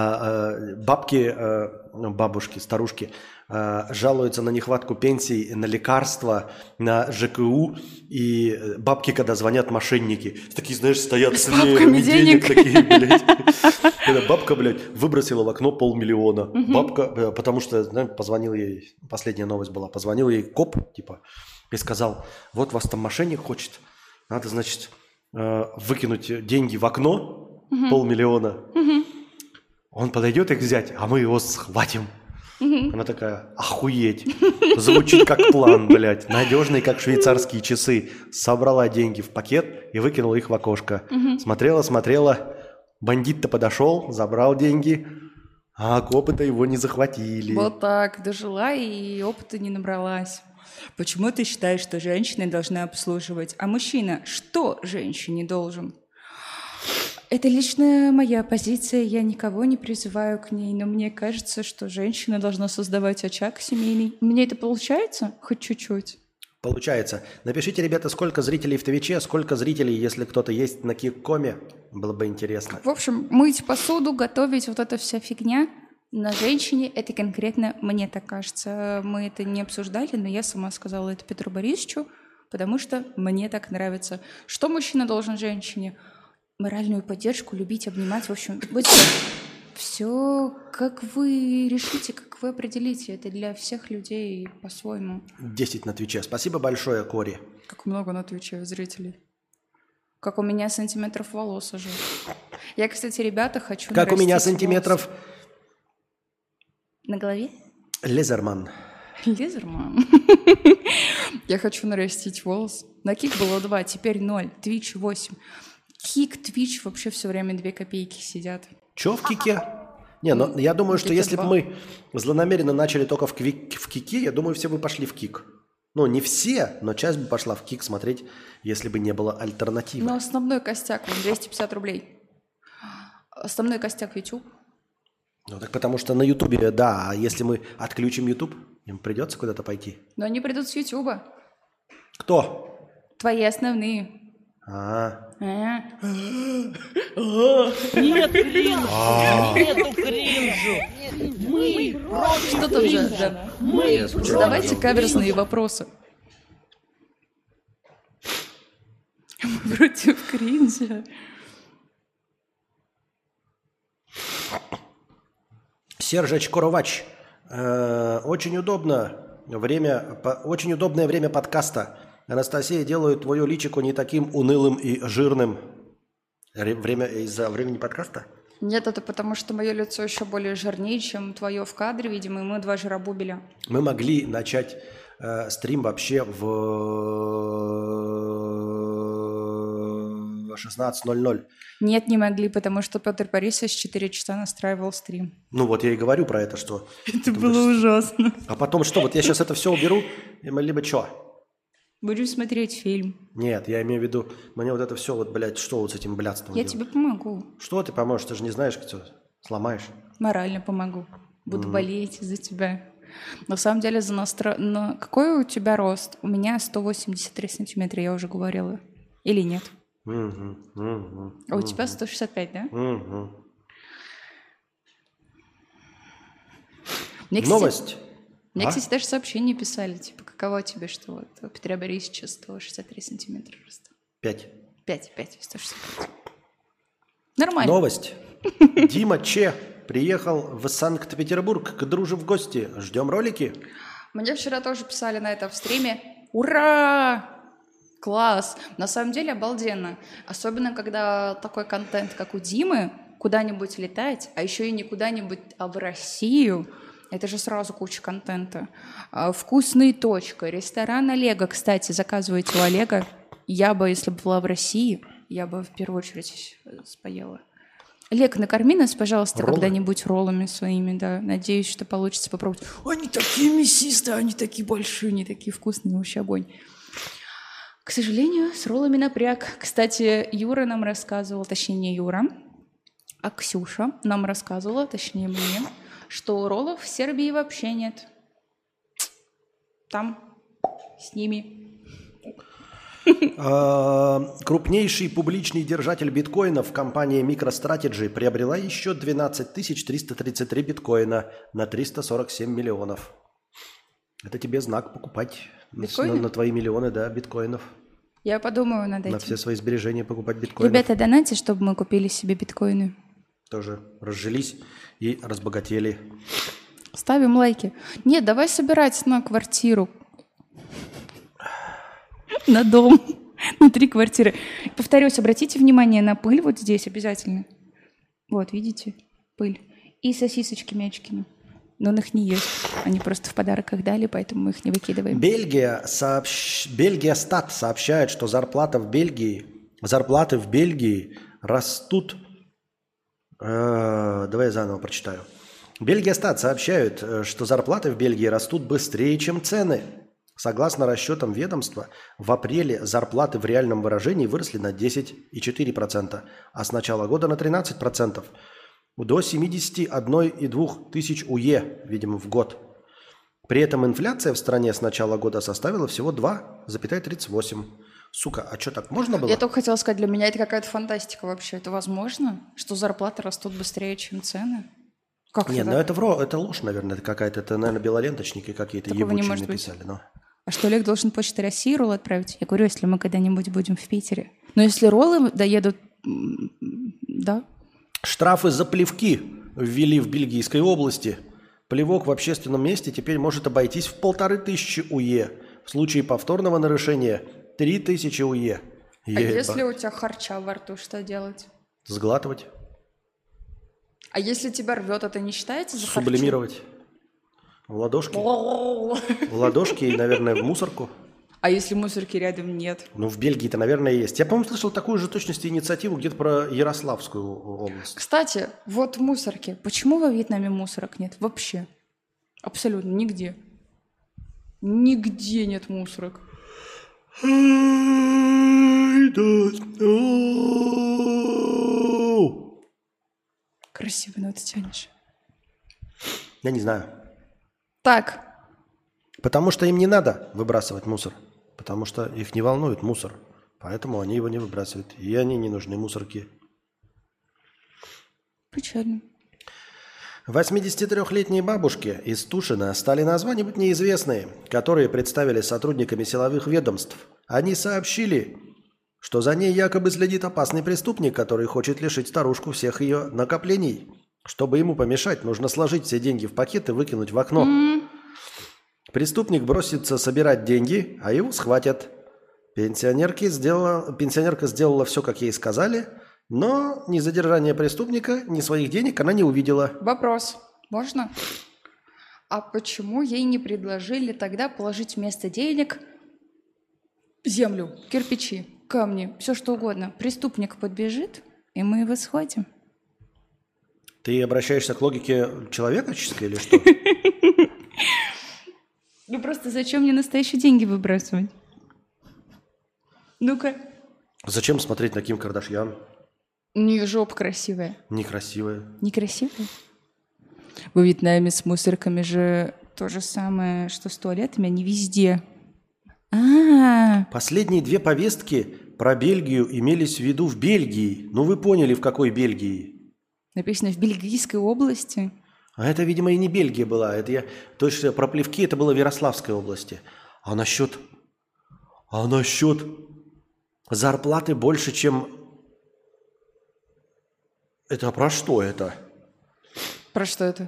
[SPEAKER 1] бабушки, старушки жалуются на нехватку пенсий, на лекарства, на ЖКУ, и бабки, когда звонят мошенники, такие, знаешь, стоят с
[SPEAKER 2] папками денег
[SPEAKER 1] такие, блядь. Когда бабка, блядь, выбросила в окно 500 000. Бабка, потому что, знаешь, позвонил ей, последняя новость была, позвонил ей коп, типа, и сказал: вот вас там мошенник хочет, надо, значит, выкинуть деньги в окно, 500 000. Он подойдет их взять, а мы его схватим. Она такая: охуеть. Звучит как план, блядь. Надежный, как швейцарские часы. Собрала деньги в пакет и выкинула их в окошко. Смотрела. Бандит-то подошел, забрал деньги, а копы-то его не захватили.
[SPEAKER 2] Вот так. Дожила и опыта не набралась. Почему ты считаешь, что женщина должна обслуживать, а мужчина что женщине должен? Это лично моя позиция, я никого не призываю к ней, но мне кажется, что женщина должна создавать очаг семейный. У меня это получается? Хоть чуть-чуть.
[SPEAKER 1] Получается. Напишите, ребята, сколько зрителей в Твиче, сколько зрителей, если кто-то есть на Киккоме. Было бы интересно.
[SPEAKER 2] В общем, мыть посуду, готовить, вот эта вся фигня на женщине, это конкретно мне так кажется. Мы это не обсуждали, но я сама сказала это Петру Борисовичу, потому что мне так нравится. Что мужчина должен женщине? Моральную поддержку, любить, обнимать, в общем, быть все, как вы решите, как вы определите. Это для всех людей по-своему.
[SPEAKER 1] 10 на Твиче. Спасибо большое, Кори.
[SPEAKER 2] Как много на Твиче зрителей. Как у меня сантиметров волос уже. Я, кстати, ребята, хочу
[SPEAKER 1] Как у меня
[SPEAKER 2] нарастить
[SPEAKER 1] сантиметров...
[SPEAKER 2] волосы. На голове?
[SPEAKER 1] Лезерман.
[SPEAKER 2] Лезерман. Я хочу нарастить волос. На Кик было 2, теперь 0. Твич 8. Кик, Твич, вообще все время 2 копейки сидят.
[SPEAKER 1] Че в Кике? Не, ну я думаю, что если бы мы злонамеренно начали только в Кике, я думаю, все бы пошли в Кик. Ну, не все, но часть бы пошла в Кик смотреть, если бы не было альтернативы.
[SPEAKER 2] Но основной костяк, 250 рублей. Основной костяк YouTube.
[SPEAKER 1] Ну, так потому что на Ютубе, да, а если мы отключим Ютуб, им придется куда-то пойти.
[SPEAKER 2] Но они придут с Ютуба.
[SPEAKER 1] Кто?
[SPEAKER 2] Твои основные.
[SPEAKER 3] Нет кринжа! Нету кринжу! Мы против
[SPEAKER 2] Что там же?
[SPEAKER 3] кринжа! Мы
[SPEAKER 2] Задавайте каверзные вопросы. Мы против кринжа.
[SPEAKER 1] Сержач Коровач. Очень удобное время подкаста. Анастасия делает твою личико не таким унылым и жирным. Из-за времени подкаста?
[SPEAKER 2] Нет, это потому что мое лицо еще более жирнее, чем твое в кадре, видимо, и мы 2 жиробубеля.
[SPEAKER 1] Мы могли начать стрим вообще в 16:00.
[SPEAKER 2] Нет, не могли, потому что Петр Борисович 4 часа настраивал стрим.
[SPEAKER 1] Ну вот я и говорю про это, что...
[SPEAKER 2] Это было ужасно.
[SPEAKER 1] А потом что? Вот я сейчас это все уберу, либо что?
[SPEAKER 2] Будем смотреть фильм.
[SPEAKER 1] Нет, я имею в виду, мне вот это все, вот, блядь, что вот с этим блядством
[SPEAKER 2] Я
[SPEAKER 1] делать?
[SPEAKER 2] тебе помогу.
[SPEAKER 1] Что ты поможешь? Ты же не знаешь, кто сломаешь.
[SPEAKER 2] Морально помогу. Буду болеть за тебя. На самом деле, какой у тебя рост? У меня 183 сантиметра, я уже говорила. Или нет? А у тебя 165, да? Мне, кстати,
[SPEAKER 1] Новость.
[SPEAKER 2] Мне, кстати, даже сообщения писали, типа, каково тебе, что вот у Петра Борисовича 163 сантиметра роста.
[SPEAKER 1] 5.
[SPEAKER 2] 5, 165. Нормально.
[SPEAKER 1] Новость. Дима Че приехал в Санкт-Петербург к друже в гости. Ждем ролики.
[SPEAKER 2] Мне вчера тоже писали на этом стриме. Ура! Класс! На самом деле обалденно. Особенно, когда такой контент, как у Димы, куда-нибудь летать, а еще и не куда-нибудь, а в Россию. Это же сразу куча контента. Вкусная точка, ресторан Олега. Кстати, заказывайте у Олега. Я бы, если бы была в России, я бы в первую очередь поела. Олег, накорми нас, пожалуйста,
[SPEAKER 1] Роллы?
[SPEAKER 2] когда-нибудь роллами своими, да. Надеюсь, что получится попробовать. Они такие мясистые, они такие большие, они такие вкусные, вообще огонь. К сожалению, с роллами напряг. Кстати, Юра нам рассказывал, точнее, не Юра, а Ксюша нам рассказывала, точнее, мне, что роллов в Сербии вообще нет. Там с ними.
[SPEAKER 1] Крупнейший публичный держатель биткоинов, компания MicroStrategy, приобрела еще 12 333 биткоина на 347 миллионов. Это тебе знак покупать на твои миллионы, да, биткоинов.
[SPEAKER 2] Я подумаю над этим.
[SPEAKER 1] На все свои сбережения покупать биткоины.
[SPEAKER 2] Ребята, донатьте, чтобы мы купили себе биткоины.
[SPEAKER 1] Тоже разжились и разбогатели.
[SPEAKER 2] Ставим лайки. Нет, давай собирать на квартиру. На дом. На 3 квартиры. Повторюсь, обратите внимание на пыль вот здесь обязательно. Вот, видите? Пыль. И сосисочки Мячкины. Но он их не ест. Они просто в подарок их дали, поэтому мы их не выкидываем.
[SPEAKER 1] Бельгия Стат сообщает, что зарплаты в Бельгии растут... Давай я заново прочитаю. Бельгия Стат сообщает, что зарплаты в Бельгии растут быстрее, чем цены. Согласно расчетам ведомства, в апреле зарплаты в реальном выражении выросли на 10,4%, а с начала года на 13%. До 71,2 тысяч УЕ, видимо, в год. При этом инфляция в стране с начала года составила всего 2,38%. Сука, а что, так можно было?
[SPEAKER 2] Я только хотела сказать, для меня это какая-то фантастика вообще. Это возможно, что зарплаты растут быстрее, чем цены? Как
[SPEAKER 1] Нет,
[SPEAKER 2] это?
[SPEAKER 1] ну это ложь, наверное, это какая-то, это, наверное, белоленточники какие-то
[SPEAKER 2] Такого не
[SPEAKER 1] ебучие
[SPEAKER 2] может
[SPEAKER 1] написали. Но...
[SPEAKER 2] А что, Олег должен Почтой России ролл отправить? Я говорю, если мы когда-нибудь будем в Питере. Но если роллы доедут, да.
[SPEAKER 1] Штрафы за плевки ввели в Бельгийской области. Плевок в общественном месте теперь может обойтись в 1500 УЕ. В случае повторного нарушения 3000 УЕ.
[SPEAKER 2] А если у тебя харча во рту, что делать?
[SPEAKER 1] Сглатывать.
[SPEAKER 2] А если тебя рвет, это не считается за харчу?
[SPEAKER 1] Сублимировать. В ладошки. В ладошки и, наверное, в мусорку.
[SPEAKER 2] А если мусорки рядом нет?
[SPEAKER 1] Ну, в Бельгии-то, наверное, есть. Я, по-моему, слышал такую же точности инициативу где-то про Ярославскую область.
[SPEAKER 2] Кстати, вот мусорки. Почему во Вьетнаме мусорок нет? Вообще. Абсолютно нигде. Нигде нет мусорок. Красиво ноты тянешь.
[SPEAKER 1] Я не знаю.
[SPEAKER 2] Так.
[SPEAKER 1] Потому что им не надо выбрасывать мусор. Потому что их не волнует мусор. Поэтому они его не выбрасывают. И они не нужны, мусорки.
[SPEAKER 2] Печально.
[SPEAKER 1] 83-летние бабушки из Тушина стали названивать неизвестные, которые представили сотрудниками силовых ведомств. Они сообщили, что за ней якобы следит опасный преступник, который хочет лишить старушку всех ее накоплений. Чтобы ему помешать, нужно сложить все деньги в пакет и выкинуть в окно. Преступник бросится собирать деньги, а его схватят. Пенсионерка сделала все, как ей сказали, но ни задержания преступника, ни своих денег она не увидела.
[SPEAKER 2] Вопрос. Можно? А почему ей не предложили тогда положить вместо денег землю, кирпичи, камни, все что угодно? Преступник подбежит, и мы его схватим.
[SPEAKER 1] Ты обращаешься к логике человеческой или что?
[SPEAKER 2] Ну просто зачем мне настоящие деньги выбрасывать? Ну-ка.
[SPEAKER 1] Зачем смотреть на Ким Кардашьян?
[SPEAKER 2] У нее жопа красивая.
[SPEAKER 1] Некрасивая.
[SPEAKER 2] Некрасивая? Во Вьетнаме с мусорками же то же самое, что с туалетами, они везде.
[SPEAKER 1] Последние 2 повестки про Бельгию имелись в виду в Бельгии. Ну вы поняли, в какой Бельгии.
[SPEAKER 2] Написано в Бельгийской области.
[SPEAKER 1] А это, видимо, и не Бельгия была. Это я точно про плевки, это было в Ярославской области. А насчет зарплаты больше, чем Это про что это?
[SPEAKER 2] Про что это?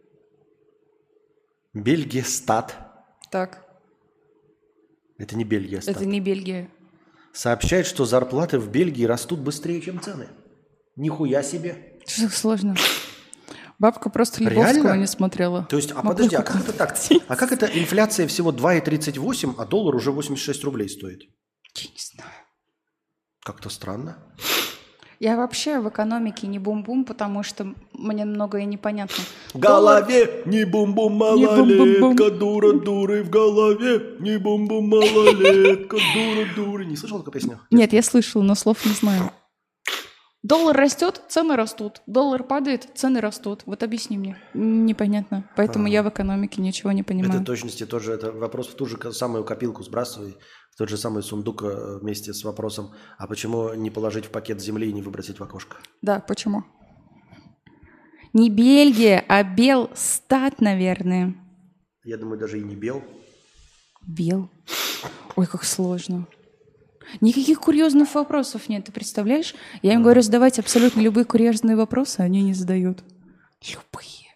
[SPEAKER 1] Бельгиастат.
[SPEAKER 2] Так,
[SPEAKER 1] Это не Бельгиастат.
[SPEAKER 2] это не Бельгия.
[SPEAKER 1] Сообщает, что зарплаты в Бельгии растут быстрее, чем цены. Нихуя себе.
[SPEAKER 2] Что так сложно? Бабка просто
[SPEAKER 1] Реально?
[SPEAKER 2] Львовского не смотрела.
[SPEAKER 1] То есть,
[SPEAKER 2] Могу
[SPEAKER 1] подожди,
[SPEAKER 2] я
[SPEAKER 1] а как это так? А как это инфляция всего 2,38, а доллар уже 86 рублей стоит?
[SPEAKER 2] Я не знаю.
[SPEAKER 1] Как-то странно.
[SPEAKER 2] Я вообще в экономике не бум-бум, потому что мне многое непонятно.
[SPEAKER 1] В голове не бум-бум,
[SPEAKER 2] Не бум-бум-бум.
[SPEAKER 1] малолетка, дура-дуры в голове, не бум-бум, малолетка, дура-дуры. Не слышал такую песню?
[SPEAKER 2] Нет, я слышала, но слов не знаю. Доллар растет, цены растут. Доллар падает, цены растут. Вот объясни мне. Непонятно. Поэтому я в экономике ничего не понимаю.
[SPEAKER 1] Это в точности тоже это вопрос в ту же самую копилку сбрасывай, в тот же самый сундук вместе с вопросом, а почему не положить в пакет земли и не выбросить в окошко?
[SPEAKER 2] Да, почему? Не Бельгия, а Белстат, наверное.
[SPEAKER 1] Я думаю, даже и не бел.
[SPEAKER 2] Бел. Ой, как сложно. Никаких курьезных вопросов нет, ты представляешь? Я им говорю задавать абсолютно любые курьезные вопросы, они не задают. Любые.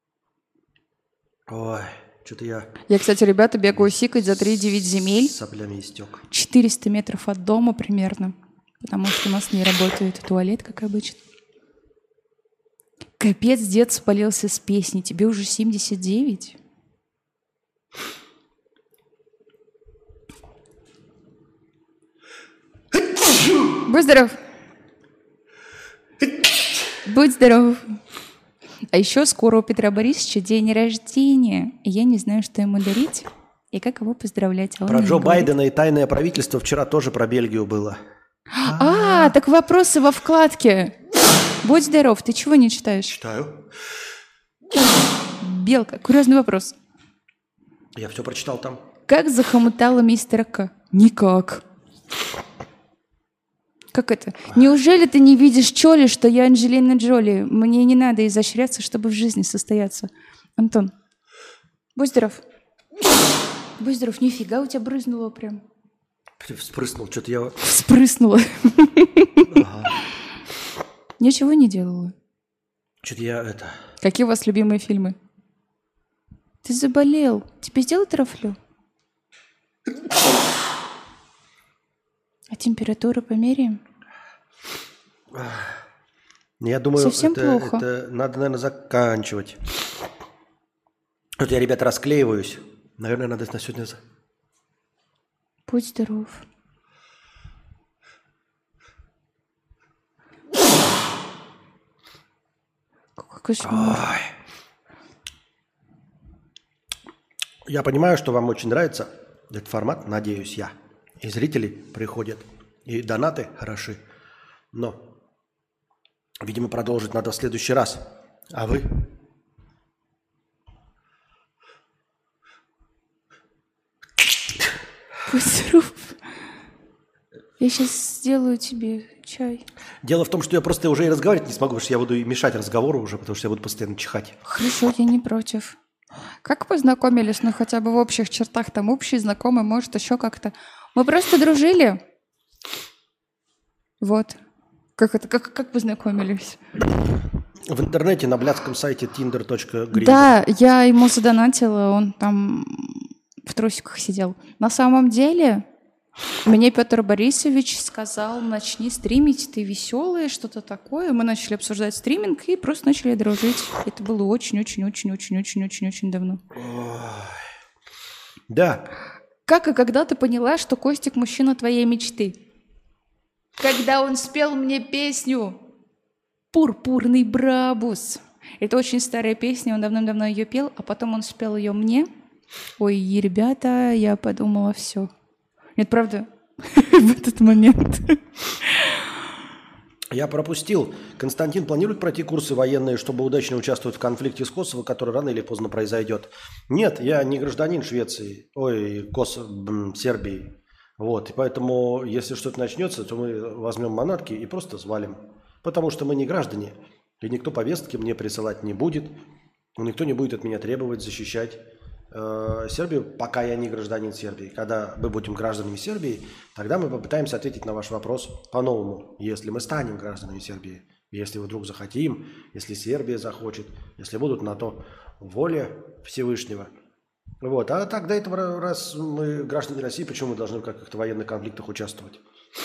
[SPEAKER 1] Ой, что-то я
[SPEAKER 2] Я, кстати, ребята, бегаю сикать за 3-9 земель.
[SPEAKER 1] с соплями истек.
[SPEAKER 2] 400 метров от дома примерно. Потому что у нас не работает туалет, как обычно. Капец, дед спалился с песни. Тебе уже 79? Будь здоров. Будь здоров. А еще скоро у Петра Борисовича день рождения. И я не знаю, что ему дарить и как его поздравлять. А он
[SPEAKER 1] Про
[SPEAKER 2] мне
[SPEAKER 1] Джо
[SPEAKER 2] говорит.
[SPEAKER 1] Байдена и тайное правительство вчера тоже про Бельгию было.
[SPEAKER 2] А, так вопросы во вкладке. Будь здоров, ты чего не читаешь?
[SPEAKER 1] Читаю.
[SPEAKER 2] Белка, курьезный вопрос.
[SPEAKER 1] Я все прочитал там.
[SPEAKER 2] Как захомутала мистера К? Никак. Как это? Неужели ты не видишь, Чоли, что я Анджелина Джоли? Мне не надо изощряться, чтобы в жизни состояться. Антон, будь здоров. Будь здоров. Нифига, у тебя брызнуло прям.
[SPEAKER 1] Вспрыснул, что-то я...
[SPEAKER 2] Вспрыснуло. Ничего не делала.
[SPEAKER 1] Что-то я это...
[SPEAKER 2] Какие у вас любимые фильмы? Ты заболел. Тебе сделать трафлю? А температуру померяем?
[SPEAKER 1] Я думаю,
[SPEAKER 2] Совсем плохо.
[SPEAKER 1] это надо, наверное, заканчивать. Вот я, ребята, расклеиваюсь. Наверное, надо на сегодня...
[SPEAKER 2] Будь здоров. Какой кошмар.
[SPEAKER 1] Ой. Я понимаю, что вам очень нравится этот формат, надеюсь я. И зрители приходят, и донаты хороши. Но, видимо, продолжить надо в следующий раз. А вы?
[SPEAKER 2] Будь здоров. Я сейчас сделаю тебе чай.
[SPEAKER 1] Дело в том, что я просто уже и разговаривать не смогу, потому что я буду и мешать разговору уже, потому что я буду постоянно чихать.
[SPEAKER 2] Хорошо, я не против. Как познакомились? Ну, хотя бы в общих чертах. Там общий знакомый, может, еще как-то. Мы просто дружили. Вот. Как это? Как познакомились?
[SPEAKER 1] В интернете на блядском сайте tinder.grid.
[SPEAKER 2] Да, я ему задонатила, он там в трусиках сидел. На самом деле, мне Петр Борисович сказал, начни стримить, ты веселая, что-то такое. Мы начали обсуждать стриминг и просто начали дружить. Это было очень-очень-очень-очень-очень-очень-очень давно.
[SPEAKER 1] Да.
[SPEAKER 2] Как и когда ты поняла, что Костик мужчина твоей мечты? Когда он спел мне песню «Пурпурный брабус». Это очень старая песня, он давно-давно ее пел, а потом он спел ее мне. Ой, ребята, я подумала, все. Нет, правда, в этот момент.
[SPEAKER 1] Я пропустил. Константин планирует пройти курсы военные, чтобы удачно участвовать в конфликте с Косово, который рано или поздно произойдет? Нет, я не гражданин Швеции, Сербии. Вот, и поэтому, если что-то начнется, то мы возьмем манатки и просто свалим. Потому что мы не граждане, и никто повестки мне присылать не будет, никто не будет от меня требовать, защищать Сербию, пока я не гражданин Сербии. Когда мы будем гражданами Сербии, тогда мы попытаемся ответить на ваш вопрос по-новому, если мы станем гражданами Сербии. Если вдруг захотим, если Сербия захочет, если будут на то воля Всевышнего. Вот. А так до этого, раз мы граждане России, почему мы должны в каких-то военных конфликтах участвовать?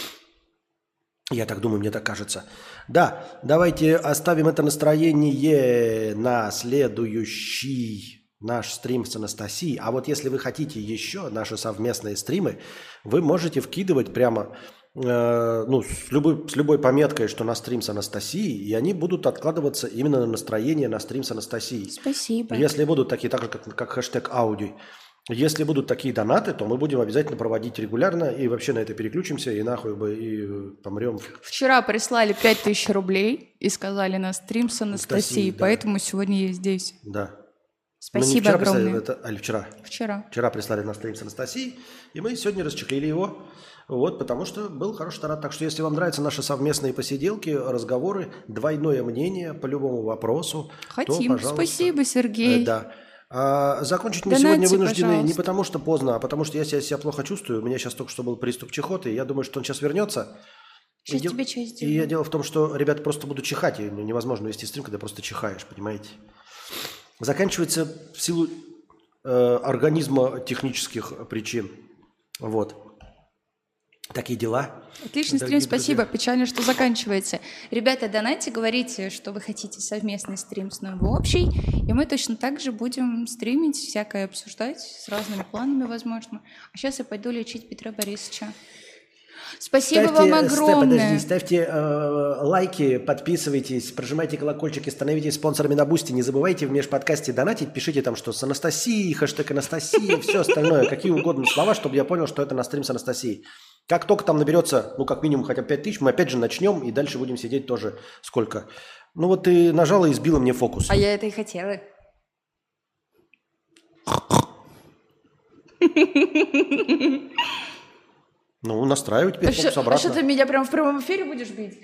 [SPEAKER 1] Я так думаю, мне так кажется. Да, давайте оставим это настроение на следующий наш стрим с Анастасией. А вот если вы хотите еще наши совместные стримы, вы можете вкидывать прямо с любой пометкой, что на стрим с Анастасией, и они будут откладываться именно на настроение на стрим с Анастасией.
[SPEAKER 2] Спасибо.
[SPEAKER 1] Если будут такие, так же, как хэштег Ауди, если будут такие донаты, то мы будем обязательно проводить регулярно и вообще на это переключимся, и нахуй бы и помрем.
[SPEAKER 2] Вчера прислали 5000 рублей и сказали на стрим с Анастасией,
[SPEAKER 1] да.
[SPEAKER 2] Поэтому сегодня я здесь.
[SPEAKER 1] Да.
[SPEAKER 2] Спасибо
[SPEAKER 1] вчера
[SPEAKER 2] огромное.
[SPEAKER 1] Вчера?
[SPEAKER 2] Вчера.
[SPEAKER 1] Вчера прислали на стрим с Анастасией, и мы сегодня расчехлили его. Вот, потому что был хороший донат. Так что, если вам нравятся наши совместные посиделки, разговоры, двойное мнение по любому вопросу,
[SPEAKER 2] Хотим.
[SPEAKER 1] то, пожалуйста.
[SPEAKER 2] Спасибо, Сергей.
[SPEAKER 1] Да. Закончить мы
[SPEAKER 2] Донатьте,
[SPEAKER 1] сегодня вынуждены не
[SPEAKER 2] пожалуйста.
[SPEAKER 1] потому, что поздно, а потому что я себя плохо чувствую. У меня сейчас только что был приступ чихоты, и я думаю, что он сейчас вернется.
[SPEAKER 2] Сейчас
[SPEAKER 1] И
[SPEAKER 2] тебе что
[SPEAKER 1] И
[SPEAKER 2] сделаю?
[SPEAKER 1] дело в том, что ребята просто будут чихать, и невозможно вести стрим, когда просто чихаешь, понимаете? Заканчивается в силу организма технических причин. Вот. Такие дела.
[SPEAKER 2] Отличный стрим,
[SPEAKER 1] Дорогие
[SPEAKER 2] спасибо.
[SPEAKER 1] друзья.
[SPEAKER 2] Печально, что заканчивается. Ребята, донайте, говорите, что вы хотите совместный стрим с нами в общий, и мы точно так же будем стримить, всякое обсуждать, с разными планами, возможно. А сейчас я пойду лечить Петра Борисовича. Спасибо вам огромное.
[SPEAKER 1] Ставьте лайки, подписывайтесь, прожимайте колокольчики, становитесь спонсорами на Бусти. Не забывайте в межподкасте донатить, пишите там, что с Анастасией, хэштег Анастасия, все остальное, какие угодно слова, чтобы я понял, что это на стрим с Анастасией. Как только там наберется, как минимум хотя бы 5000, мы опять же начнем и дальше будем сидеть тоже сколько. Ну вот ты нажала и сбила мне фокус.
[SPEAKER 2] А я это и хотела.
[SPEAKER 1] Ну, настраивай теперь фокус
[SPEAKER 2] А
[SPEAKER 1] обратно.
[SPEAKER 2] что ты меня прям в прямом эфире будешь бить?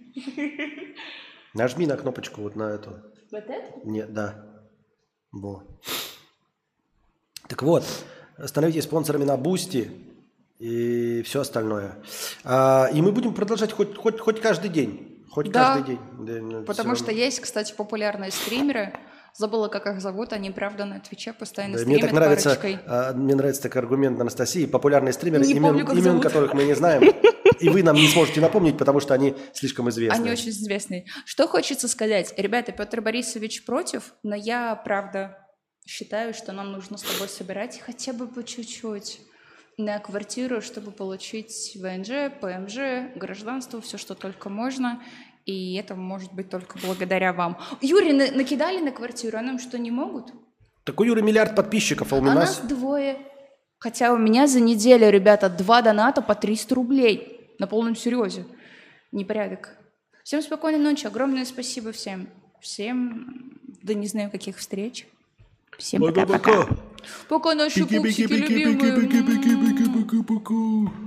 [SPEAKER 1] Нажми на кнопочку вот на эту.
[SPEAKER 2] Вот это?
[SPEAKER 1] Нет, да. Во. Так вот, становитесь спонсорами на Бусти и все остальное. И мы будем продолжать хоть каждый день. Хоть
[SPEAKER 2] Да,
[SPEAKER 1] каждый день. Да,
[SPEAKER 2] Потому
[SPEAKER 1] всё
[SPEAKER 2] что
[SPEAKER 1] равно.
[SPEAKER 2] есть, кстати, популярные стримеры. Забыла, как их зовут. Они, правда, на Твиче постоянно
[SPEAKER 1] Да, мне
[SPEAKER 2] стримят
[SPEAKER 1] так нравится,
[SPEAKER 2] парочкой.
[SPEAKER 1] мне нравится такой аргумент Анастасии. Популярные стримеры,
[SPEAKER 2] Не помню, как
[SPEAKER 1] имен
[SPEAKER 2] зовут.
[SPEAKER 1] которых мы не знаем. И вы нам не сможете напомнить, потому что они слишком известны.
[SPEAKER 2] Они очень известные. Что хочется сказать? Ребята, Петр Борисович против, но я, правда, считаю, что нам нужно с тобой собирать хотя бы по чуть-чуть на квартиру, чтобы получить ВНЖ, ПМЖ, гражданство, все, что только можно. И это может быть только благодаря вам. Юре накидали на квартиру, а нам что, не могут?
[SPEAKER 1] Так у Юры миллиард подписчиков, а у
[SPEAKER 2] А
[SPEAKER 1] меня...
[SPEAKER 2] нас 2. Хотя у меня за неделю, ребята, 2 доната по 300 рублей. На полном серьезе. Непорядок. Всем спокойной ночи. Огромное спасибо всем. Всем, да не знаю, каких встреч. Всем пока-пока. Пока наши пупсики любимые.
[SPEAKER 1] Пока.